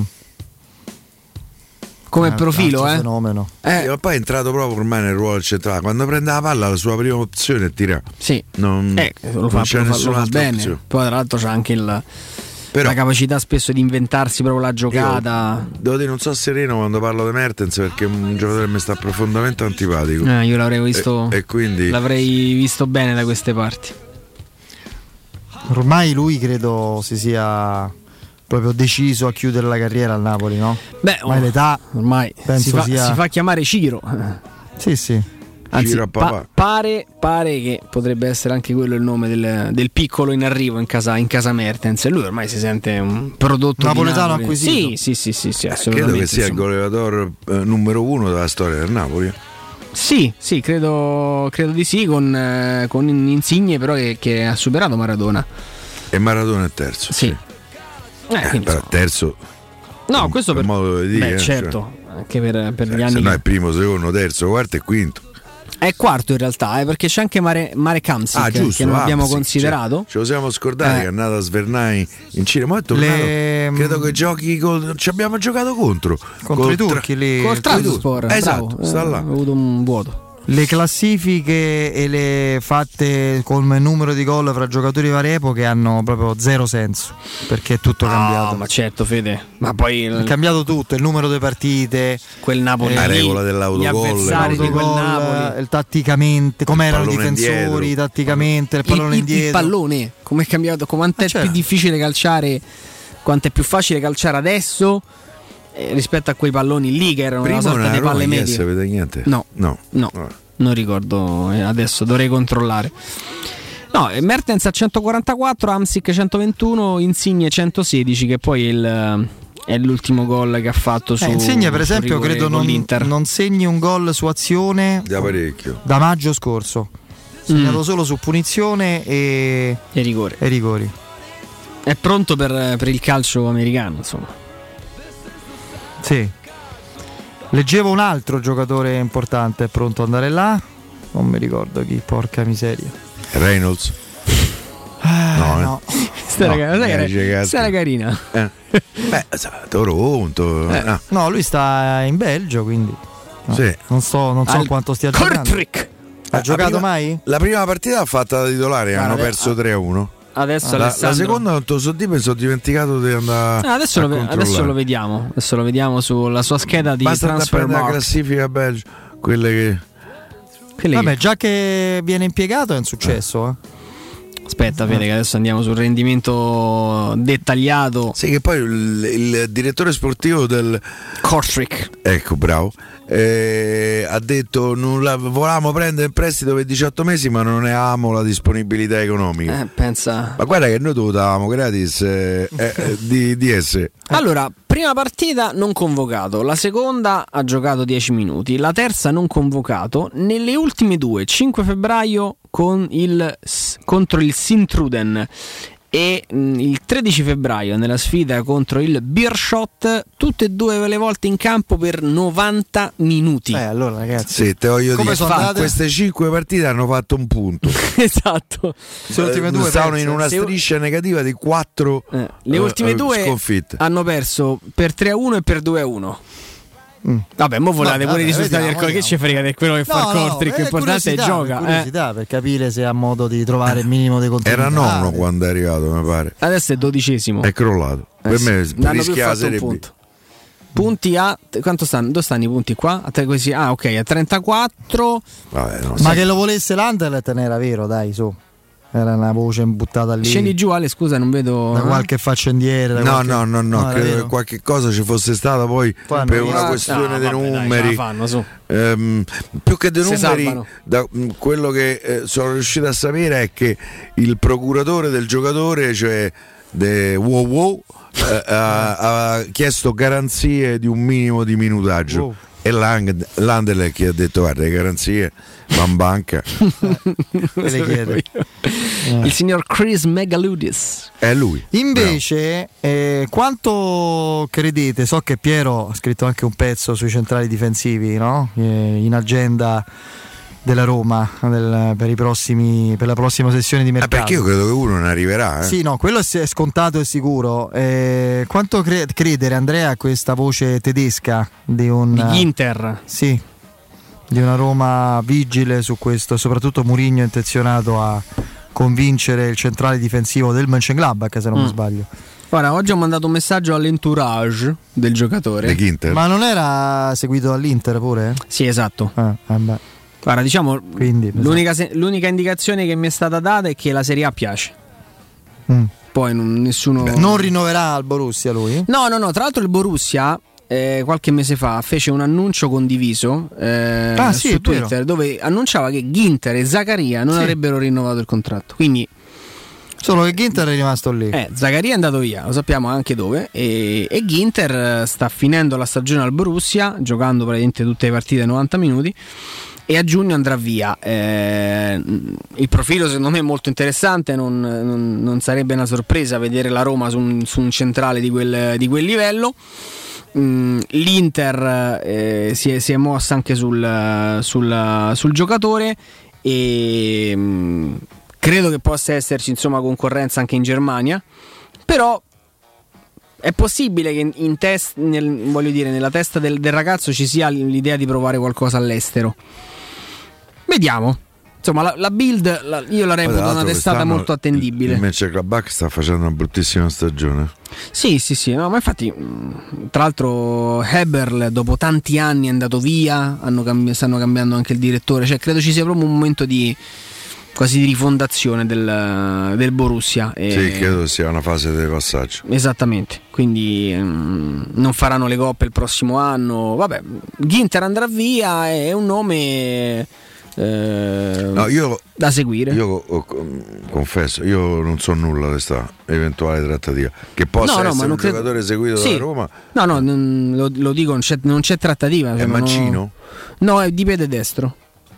Come eh, profilo, eh. fenomeno. Eh. Sì, ma poi è entrato proprio ormai nel ruolo centrale. Quando prende la palla, la sua prima opzione è tirare. Sì. Non, eh, lo fa, non c'è lo fa, nessuna lo fa altra bene. opzione. Poi tra l'altro c'ha anche il, Però, la capacità spesso di inventarsi proprio la giocata. Io, devo dire, non so sereno quando parlo di Mertens perché è un giocatore che mi sta profondamente antipatico. Eh, io l'avrei visto. E, e quindi l'avrei visto bene da queste parti. Ormai lui credo si sia proprio deciso a chiudere la carriera al Napoli, no? Beh, ormai l'età ormai penso si fa, sia... si fa chiamare Ciro. Sì, sì. Anzi, Ciro a papà. Pa- pare, pare che potrebbe essere anche quello il nome del, del piccolo in arrivo in casa, in casa Mertens. E lui ormai si sente un prodotto napoletano di acquisito. Sì, sì, sì, sì, sì, assolutamente. Credo che sia insomma. Il goleador eh, numero uno della storia del Napoli. Sì, sì, credo, credo di sì, con, eh, con Insigne però che, che ha superato Maradona. E Maradona è terzo. Sì. sì. Eh, eh, però terzo. No, per, questo per, per modo di dire. Beh, certo, cioè. Anche per, per gli eh, anni. Se no che... è primo, secondo, terzo, quarto e quinto. È quarto in realtà, eh, perché c'è anche Mare, Mare Kamsic ah, giusto, che non ah, abbiamo sì, considerato. Cioè, ce lo siamo scordati eh. che è andata a svernare in Cina. Ma è tornato, Le... credo che giochi col... ci abbiamo giocato contro. Contro col i turchi tra... lì. Col Trabzonspor. Esatto, bravo, sta là. Ho avuto un vuoto. Le classifiche e le fatte come numero di gol fra giocatori di varie epoche hanno proprio zero senso, perché è tutto no, cambiato. Ma certo, Fede. Ma poi è cambiato tutto, il numero di partite, quel Napoli, eh, la regola dell'autogol, gli avversari di quel Napoli, il tatticamente, come erano i difensori, indietro. tatticamente, il pallone il, indietro. Il pallone, come è cambiato, quanto è ah, certo. più difficile calciare, quanto è più facile calciare adesso eh, rispetto a quei palloni lì che erano prima una sorta di palle medie. Yes, vede niente. No, no, no. no. Non ricordo adesso, dovrei controllare. No, Mertens a centoquarantaquattro, Hamsik centoventuno, Insigne centosedici, che poi è, il, è l'ultimo gol che ha fatto su eh, Insigne per esempio credo non, non segni un gol su azione da parecchio da maggio scorso, segnato mm. solo su punizione e, e rigori. e rigori È pronto per, per il calcio americano, insomma. Sì. Leggevo un altro giocatore importante è pronto ad andare là, non mi ricordo chi, porca miseria. Reynolds. Ah, no, no. Eh. Sta no, era carina. Eh. Beh, Toronto. Eh, no. no, lui sta in Belgio, quindi no. Sì. non so, non so Al quanto stia Kortrijk. giocando. Ha giocato prima, mai? La prima partita l'ha fatta da titolare, Guarda, hanno perso tre a uno. Adesso ah, la, la seconda non te lo so dire, mi sono dimenticato di andare ah, adesso, a lo, adesso lo vediamo adesso lo vediamo sulla sua scheda di basta transfer la classifica Belgio, quelle che quelle vabbè che... già che viene impiegato è un successo. eh. Aspetta, Fede, che adesso andiamo sul rendimento dettagliato. Sì, che poi il, il direttore sportivo del Kortrijk, ecco, bravo, eh, ha detto non la, volevamo prendere in prestito per diciotto mesi, ma non ne avevamo la disponibilità economica. Eh, pensa. Ma guarda che noi dovevamo gratis eh, eh, di, di esse. Allora, prima partita non convocato, la seconda ha giocato dieci minuti, la terza non convocato. Nelle ultime due, cinque febbraio con il, contro il Sint-Truiden e mh, il tredici febbraio nella sfida contro il Beerschot, tutte e due le volte in campo per novanta minuti. Eh, allora ragazzi, sì, te voglio come dire, sono andate? Queste cinque partite hanno fatto un punto. Esatto. Le ultime due stavano perse. in una Se- striscia negativa di quattro Eh, le ultime eh, due sconfitte. hanno perso per tre a uno e per due a uno. Mm. Vabbè, mo volate Vabbè, pure i risultati vediamo, del che ci frega di quello che fa il Kortrijk, eh, l'importante è curiosità, gioca. curiosità eh. per capire se ha modo di trovare il minimo dei contenuti. Era nonno quando è arrivato, mi pare. Adesso è dodicesimo. È crollato. Eh Per sì, me non hanno più rischia la fatto un Serie B. punto. Punti a quanto stanno? Dove stanno i punti qua? A tre, così. Ah, ok, a trentaquattro. Vabbè, non Ma so. che lo volesse l'Anderlecht non era vero, dai, su. Era una voce buttata lì. Scendi giù, Ale, scusa, non vedo. Da eh? qualche faccendiere. da No, qualche... no, no, no, era credo vero? che qualche cosa ci fosse stata poi Poi per hanno una visto- questione No, dei vabbè, dai, ce numeri. la fanno, su. Ehm, più che dei Si numeri, salvano. da mh, quello che eh, sono riuscito a sapere è che il procuratore del giocatore, cioè de Wow Wow, eh, ha, ha chiesto garanzie di un minimo di minutaggio. Wow. E Lang- Landerlecht che ha detto guarda le garanzie van banca. Me le chiede. Il signor Chris Megaludis. È lui. Invece, eh, quanto credete? So che Piero ha scritto anche un pezzo sui centrali difensivi, no? Eh, in agenda della Roma del- per, i prossimi, per la prossima sessione di Ah, mercato. perché io credo che uno non arriverà. Eh? Sì, no, quello è è scontato e sicuro. Eh, quanto cre- credere, Andrea, a questa voce tedesca di un Di Ginter. Sì, di una Roma vigile su questo, soprattutto Mourinho è intenzionato a convincere il centrale difensivo del Mönchengladbach, se non Mm. mi sbaglio. Ora, oggi ho mandato un messaggio all'entourage del giocatore. De Ginter. Ma non era seguito dall'Inter pure? Sì, esatto. Ah, vabbè. Guarda, diciamo, Quindi, l'unica, se- l'unica indicazione che mi è stata data è che la Serie A piace. Mm. Poi non, nessuno. Non rinnoverà al Borussia lui? No, no, no. Tra l'altro, il Borussia eh, qualche mese fa fece un annuncio condiviso eh, Ah, sì, su è vero. Twitter dove annunciava che Ginter e Zaccaria non Sì. avrebbero rinnovato il contratto. Quindi, Solo che Ginter è rimasto lì. eh, Zaccaria è andato via, lo sappiamo anche dove. E, e Ginter eh, sta finendo la stagione al Borussia, giocando praticamente tutte le partite novanta minuti. E a giugno andrà via. Eh, il profilo secondo me è molto interessante, non, non- non sarebbe una sorpresa vedere la Roma su un, su un centrale di quel, di quel livello. Mm, L'Inter eh, si, è, si è mossa anche sul, sul- sul giocatore e mm, credo che possa esserci insomma concorrenza anche in Germania, però è possibile che in test, nel, voglio dire, nella testa del, del ragazzo ci sia l'idea di provare qualcosa all'estero. Vediamo. Insomma, la, la build la, io la reputo una testata molto attendibile. Il Mönchengladbach sta facendo una bruttissima stagione. Sì, sì, sì, no, ma infatti, mh, tra l'altro, Heberl dopo tanti anni è andato via, hanno cambi- stanno cambiando anche il direttore, cioè credo ci sia proprio un momento di quasi di rifondazione del, del Borussia. E... Sì, credo sia una fase di passaggio. Esattamente, quindi mh, non faranno le coppe il prossimo anno. Vabbè, Ginter andrà via, è un nome eh, No, io, da seguire. Io oh, confesso, io non so nulla di questa eventuale trattativa. Che possa No, no, essere ma un non credo- giocatore seguito Sì. da Roma. No, no, non- lo, lo dico, non c'è, non c'è trattativa. È cioè, non ho- mancino? No, è di piede destro.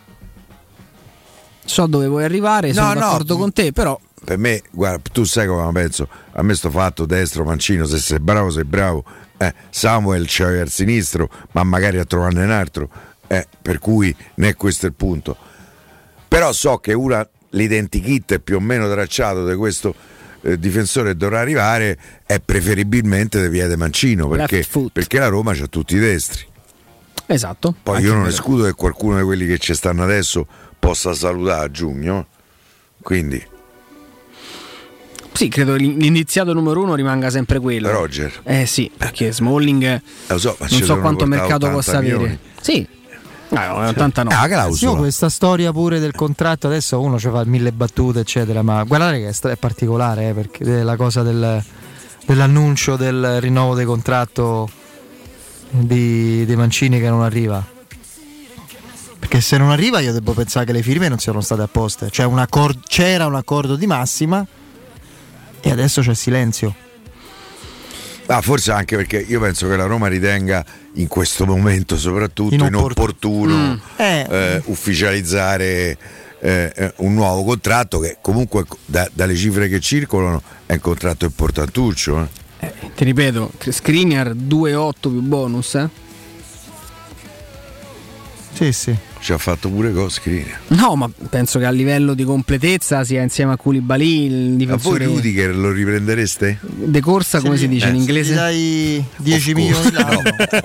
So dove vuoi arrivare, sono No, no, d'accordo con te, però Per me, guarda, tu sai come la penso. A me sto fatto destro, mancino, se sei bravo sei bravo. Eh, Samuel c'è al sinistro, ma magari a trovarne un altro. Eh, per cui né questo è il punto. Però so che una l'identikit è più o meno tracciato di questo eh, difensore dovrà arrivare è preferibilmente di piede mancino, perché, perché la Roma c'ha tutti i destri. Esatto. Poi Anche io non vero. escludo che qualcuno di quelli che ci stanno adesso possa salutare a giugno. Quindi Sì, credo l'indiziato numero uno rimanga sempre quello. Roger. Eh sì, perché Smalling Lo so, ma non ci so devono quanto portare mercato ottanta possa milioni. avere. Sì. No, ottanta no. Sì, io questa storia pure del contratto adesso uno ci fa mille battute eccetera, ma guardate che è stra- è particolare eh, perché la cosa del, dell'annuncio del rinnovo del contratto di, di Mancini che non arriva, perché se non arriva io devo pensare che le firme non siano state apposte, cioè un accordo, c'era un accordo di massima e adesso c'è silenzio. Ah, forse anche perché io penso che la Roma ritenga in questo momento soprattutto inopportuno, Mm. Eh. eh, ufficializzare eh, un nuovo contratto che comunque da, dalle cifre che circolano è un contratto importantuccio. Eh. Eh, ti ripeto, Skriniar due virgola otto più bonus, eh? Sì, sì. Ci ha fatto pure gol Skriniar. No, ma penso che a livello di completezza sia insieme a Koulibaly il A voi difensore Rudiger lo riprendereste? de corsa, come si dice in Eh. inglese? Gli dai dieci milioni l'anno.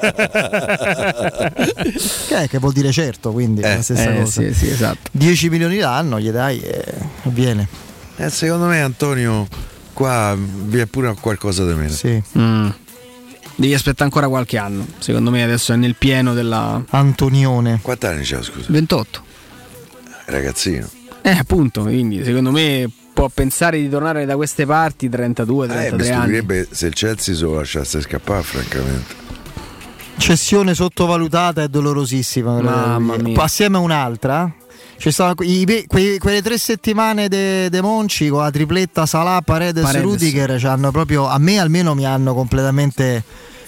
che, è, che vuol dire certo, quindi è la stessa eh, cosa. sì, sì, esatto. dieci milioni l'anno gli dai e viene. Eh, secondo me Antonio qua vi è pure qualcosa di meno. Sì. Mm. Devi aspettare ancora qualche anno. Secondo me adesso è nel pieno della Antonione. Quanti anni c'ha, scusa? ventotto. Ragazzino. Eh, appunto, quindi secondo me può pensare di tornare da queste parti trentadue Eh, mi trentatré anni. stupirebbe se il Chelsea se lo lasciasse scappare, francamente. Cessione sottovalutata e dolorosissima. Mamma mia. Assieme a un'altra. Ci stavano i, quei, quelle tre settimane de, de Monci con la tripletta Salah, Paredes, Paredes. Rudiger ci hanno proprio, a me almeno mi hanno completamente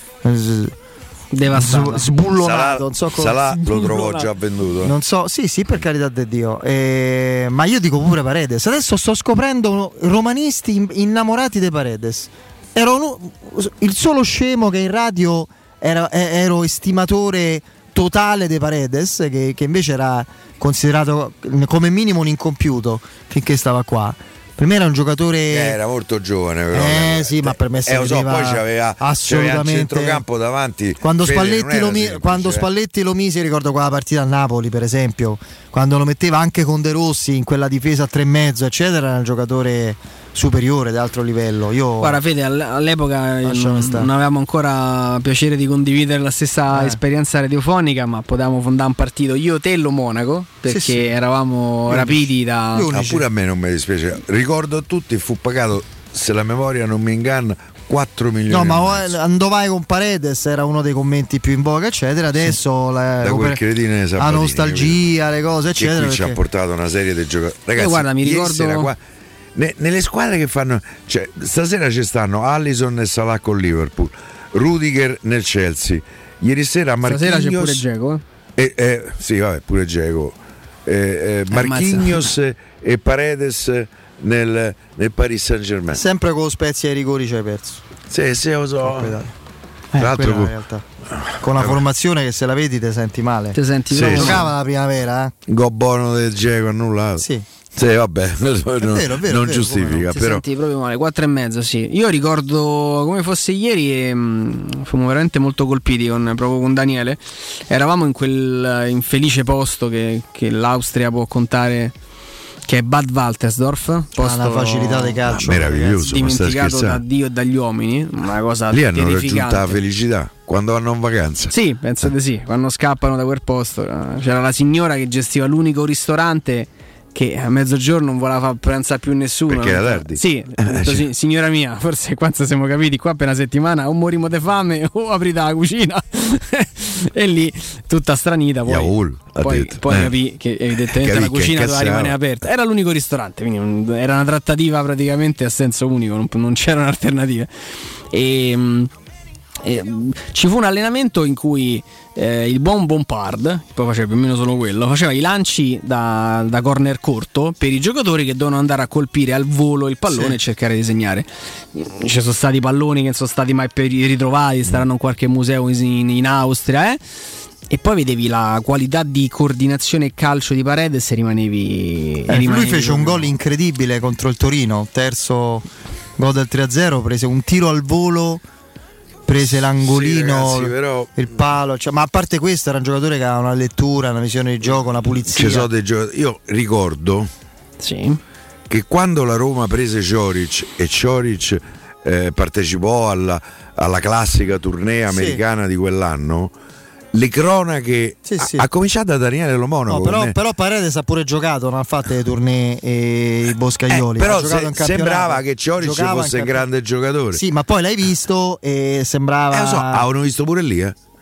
s- Devastato. s- sbullonato. Salah, non so come- Salah lo trovo sbullonato. già venduto. Non so, sì, sì, per carità di Dio. Eh, ma io dico pure Paredes. Adesso sto scoprendo romanisti in- innamorati di Paredes. Ero uno- il solo scemo che in radio era, eh, ero estimatore totale di Paredes, che, che invece era considerato come minimo un incompiuto finché stava qua. Per me era un giocatore. Eh, era molto giovane, però. Eh sì, ma per me Eh, lo so, serviva poi c'aveva, assolutamente c'aveva il centrocampo davanti. Quando Fede, non Spalletti, era lo, mi- semplice, quando eh. Spalletti lo mise, ricordo quella partita a Napoli, per esempio, quando lo metteva anche con De Rossi in quella difesa a tre e mezzo, eccetera, era un giocatore superiore di altro livello. Io Guarda Fede, all- all'epoca eh, Lasciamo non, stare. non avevamo ancora piacere di condividere la stessa Eh. esperienza radiofonica, ma potevamo fondare un partito io, te e lo Monaco, perché Sì, sì. eravamo Gli rapiti da... Ah, pure a me non mi dispiace. Ricordo a tutti, fu pagato, se la memoria non mi inganna, quattro milioni. No, e ma mezzo. Andovai con Paredes era uno dei commenti più in voga, eccetera. Adesso la, Da quel cretino di la Sabatini, nostalgia, le cose, che eccetera. qui ci ha perché- portato una serie di giocatori. Ragazzi, Io guarda, mi ieri ricordo- sera qua, ne- nelle squadre che fanno, cioè, stasera ci stanno Allison e Salah con Liverpool, Rudiger nel Chelsea. Ieri sera Marquinhos. Stasera c'è pure Dzeko, eh. E, eh, sì, vabbè, pure Dzeko. Eh, eh, Marquinhos e Paredes nel, nel Paris Saint-Germain. Sempre con lo Spezia ai rigori ci hai perso. Sì, sì, lo so. Eh, Tra l'altro, quella in realtà. Con la formazione che se la vedi te senti male. Te senti Sì, proprio- sì. Giocava la primavera, eh? Go buono del Dzeko annullato. Sì. Sì, vabbè, non, vero, è vero, non come giustifica, no. Ti però. senti proprio male, quattro e mezzo, sì. Io ricordo come fosse ieri e mh, fummo veramente molto colpiti con, proprio con Daniele. Eravamo in quel eh, infelice posto che, che l'Austria può contare, che è Bad Waltersdorf, posto una facilità di calcio. Ah, meraviglioso, ma stai dimenticato da scherzando? Dio e dagli uomini, una cosa Lì hanno terrificante. raggiunto la felicità quando vanno in vacanza. Sì, penso di sì, quando scappano da quel posto. eh, C'era la signora che gestiva l'unico ristorante che a mezzogiorno non voleva far pranzare più nessuno. Perché era tardi? Sì, ho detto, sì, signora mia, forse quando siamo capiti qua per una settimana o morimo di fame o aprite la cucina. E lì tutta stranita poi, Yaul, ha poi, detto. poi Eh. capì che evidentemente Capì la che cucina doveva incazzava. rimanere aperta. Era l'unico ristorante, quindi un- era una trattativa praticamente a senso unico, non, non c'erano alternative. E mh, eh, ci fu un allenamento in cui eh, il buon Bompard, poi faceva più o meno solo quello, faceva i lanci da, da corner corto per i giocatori che devono andare a colpire al volo il pallone Sì. e cercare di segnare. Ci sono stati palloni che non sono stati mai per- ritrovati, staranno in qualche museo in, in Austria, eh? E poi vedevi la qualità di coordinazione e calcio di Paredes e rimanevi, e Eh, rimanevi lui fece un proprio- gol incredibile contro il Torino, terzo gol del tre a zero, prese un tiro al volo, prese l'angolino, Sì, ragazzi, però- il palo, cioè, ma a parte questo era un giocatore che aveva una lettura, una visione di gioco, una pulizia. Ci sono dei giocatori. Io ricordo Sì. che quando la Roma prese Cioric e Cioric eh, partecipò alla, alla classica tournée americana di quell'anno, le cronache Sì, sì. Ha, ha cominciato da Daniele Lo Monaco. No, però, ne- però Paredes ha pure giocato, non ha fatto le tournée e i boscaioli. Eh, però ha giocato se- in campionato. sembrava che Cioric Giocava in fosse un campionato. grande giocatore. Sì, ma poi l'hai visto e sembrava. Eh, lo so, avevano visto pure lì, eh.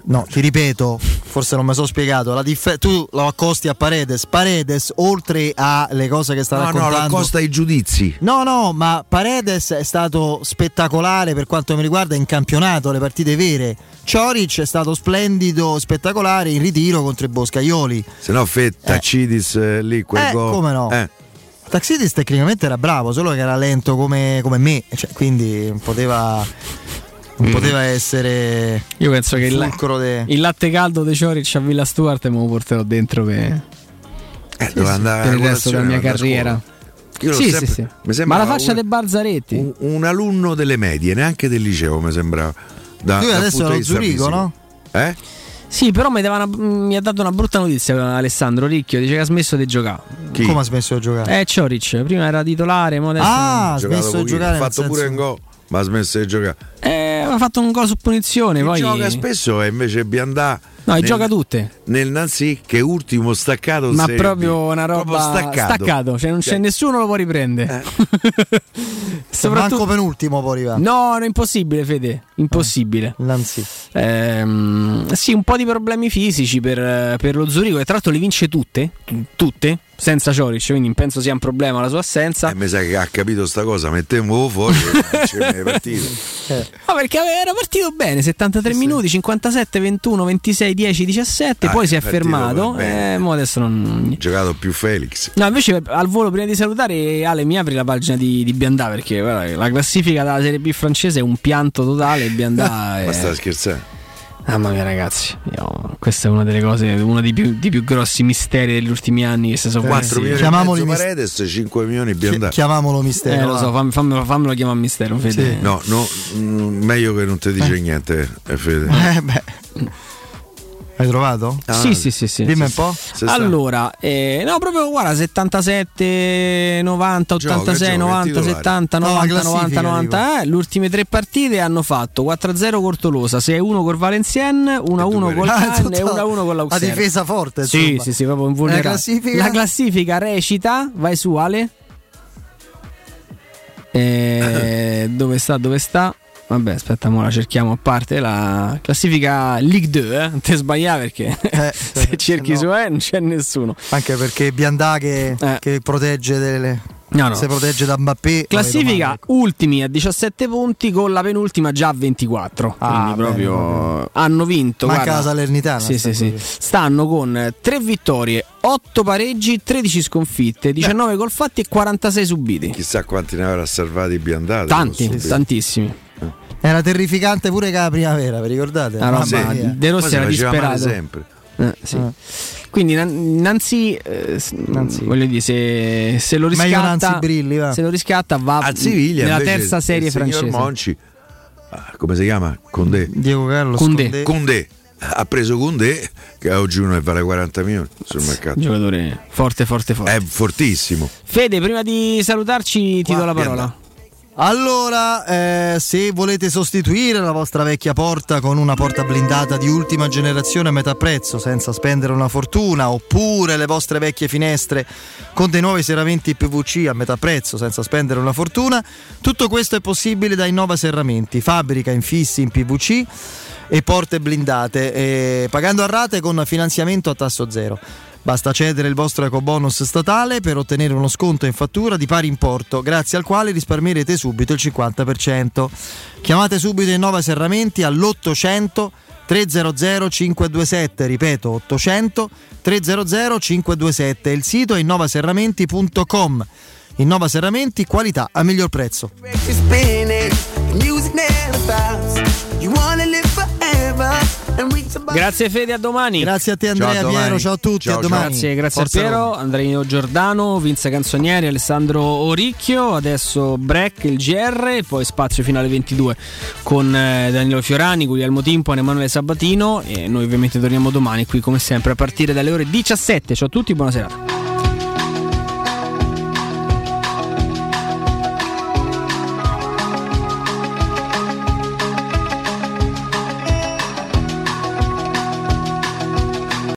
no, ti ripeto, forse non mi sono spiegato. La dif- tu lo accosti a Paredes. Paredes, oltre alle cose che sta no, raccontando, no, lo accosta ai giudizi. No, no, ma Paredes è stato spettacolare per quanto mi riguarda in campionato, le partite vere. Ćorić è stato splendido, spettacolare in ritiro contro i Boscaioli. Se no, Fetta, eh. Cidis eh, lì quel eh, gol. Come no? Eh. Taxidis tecnicamente era bravo, solo che era lento come, come me, cioè, quindi poteva. Non mm. poteva essere. Io penso che il, de... il latte caldo di Ćorić a Villa Stuart me lo porterò dentro per, eh, sì, sì, per il resto della mia carriera. Io sì, sempre, sì, sì. Mi Ma la faccia un, dei Barzaretti. Un, un alunno delle medie, neanche del liceo mi sembrava. Da, Lui adesso è lo Zurigo, no? Eh? Sì, però mi, una, mi ha dato una brutta notizia Alessandro Ricchio, dice che ha smesso di giocare. Chi? Come ha smesso di giocare? Eh, Ćorić, prima era titolare, ma adesso ah, ha smesso di giocare. Ha fatto senso... pure un gol, ma ha smesso di giocare. Eh, ha fatto un gol su punizione. Chi poi gioca spesso e invece Biandà. No, nel, gioca tutte. Nel Nancy che ultimo staccato. Ma Serie proprio B. una roba proprio staccato. staccato, cioè non c'è, c'è nessuno lo può riprendere. Eh. Soprattutto manco penultimo può arrivare. No, no, impossibile, Fede. Impossibile. Eh, Nancy. Ehm, sì, un po' di problemi fisici per, per lo Zurigo, che tra l'altro le vince tutte, tutte, senza Ćorić, quindi penso sia un problema la sua assenza. E eh, mi sa che ha capito sta cosa, mettevo fuori e partito. Eh. No, perché era partito bene, settantatré sì, minuti, cinquantasette, ventuno, ventisei, dieci, diciassette, ah, poi si è fermato e mo adesso non ha giocato più Felix. No, invece al volo, prima di salutare, Ale, mi apri la pagina di, di Biandà, perché guarda, la classifica della Serie B francese è un pianto totale. Biandà è... Ma sta scherzando? Mamma mia, ragazzi, io, questa è una delle cose, uno dei più, dei più grossi misteri degli ultimi anni che si sono quattro milioni chiamamoli e mezzo Paredes, cinque milioni Biandà. Chiamamolo mistero. Eh, lo so, fammi, fammelo, fammelo chiamare mistero, Fede. Sì. No, no, mh, meglio che non ti dice eh. niente, Fede. Eh beh. Hai trovato? Ah, sì, sì, sì, sì. Dimmi sì, un po'. Sì. Allora, eh, no, proprio guarda, settantasette, novanta, ottantasei, gioca, novanta, settanta, no, novanta, novanta, novanta. Eh, le ultime tre partite hanno fatto quattro a zero col Tolosa, sei a uno col Valenciennes, uno a uno col Cannes e uno a uno con l'Auxerre. La difesa forte. Sì, insomma. sì, sì, proprio invulnerabile. La classifica? La classifica recita, vai su Ale. Eh, dove sta? Dove sta? Vabbè, aspetta, mo la cerchiamo a parte. La classifica Ligue due, eh? Non ti sbagliare perché eh, se eh, cerchi no. su E non c'è nessuno. Anche perché Biandà che, eh. che protegge delle. No, no. Se protegge da Mbappé. Classifica ultimi a diciassette punti con la penultima già a ventiquattro. Ah, quindi proprio bene, hanno vinto. Manca guarda, la Salernitana. Sì, sì, sì. Stanno con tre vittorie, otto pareggi, tredici sconfitte, diciannove Beh. gol fatti e quarantasei subiti. Chissà quanti ne avrà salvati Biandà. Tanti, sì, tantissimi. Era terrificante pure che la primavera, vi ricordate? La roba, sì. De Rossi era disperato sempre. Eh, sì. eh. Quindi Nancy, eh, Nancy, voglio dire, se, se lo riscatta, Brilli, va. se lo riscatta va a Siviglia, nella terza serie francese. Monci, come si chiama? Condé. Diego Carlos Condé. Condé. Ha preso Condé, che oggi uno vale quaranta milioni sul mercato. Giocatore forte, forte, forte. È fortissimo. Fede, prima di salutarci, ti Qua, do la parola. Biandà. Allora, eh, se volete sostituire la vostra vecchia porta con una porta blindata di ultima generazione a metà prezzo senza spendere una fortuna, oppure le vostre vecchie finestre con dei nuovi serramenti P V C a metà prezzo senza spendere una fortuna, tutto questo è possibile da Innova Serramenti, fabbrica infissi in P V C e porte blindate, eh, pagando a rate con finanziamento a tasso zero. Basta cedere il vostro ecobonus statale per ottenere uno sconto in fattura di pari importo, grazie al quale risparmierete subito il cinquanta per cento. Chiamate subito Innova Serramenti all'ottocento trecento cinquecentoventisette, ripeto ottocento trecento cinquecentoventisette, il sito è innovaserramenti punto com. Innova Serramenti, qualità a miglior prezzo. Grazie Fede, a domani. Grazie a te Andrea, ciao, Piero, ciao a tutti, ciao, a domani. Grazie, grazie Forza a Piero, Roma. Andreino Giordano, Vince Canzonieri, Alessandro Oricchio, adesso break, il G R, poi spazio fino alle ventidue con eh, Danilo Fiorani, Guglielmo Timpone, Emanuele Sabatino e noi ovviamente torniamo domani qui come sempre a partire dalle ore diciassette. Ciao a tutti, buona serata.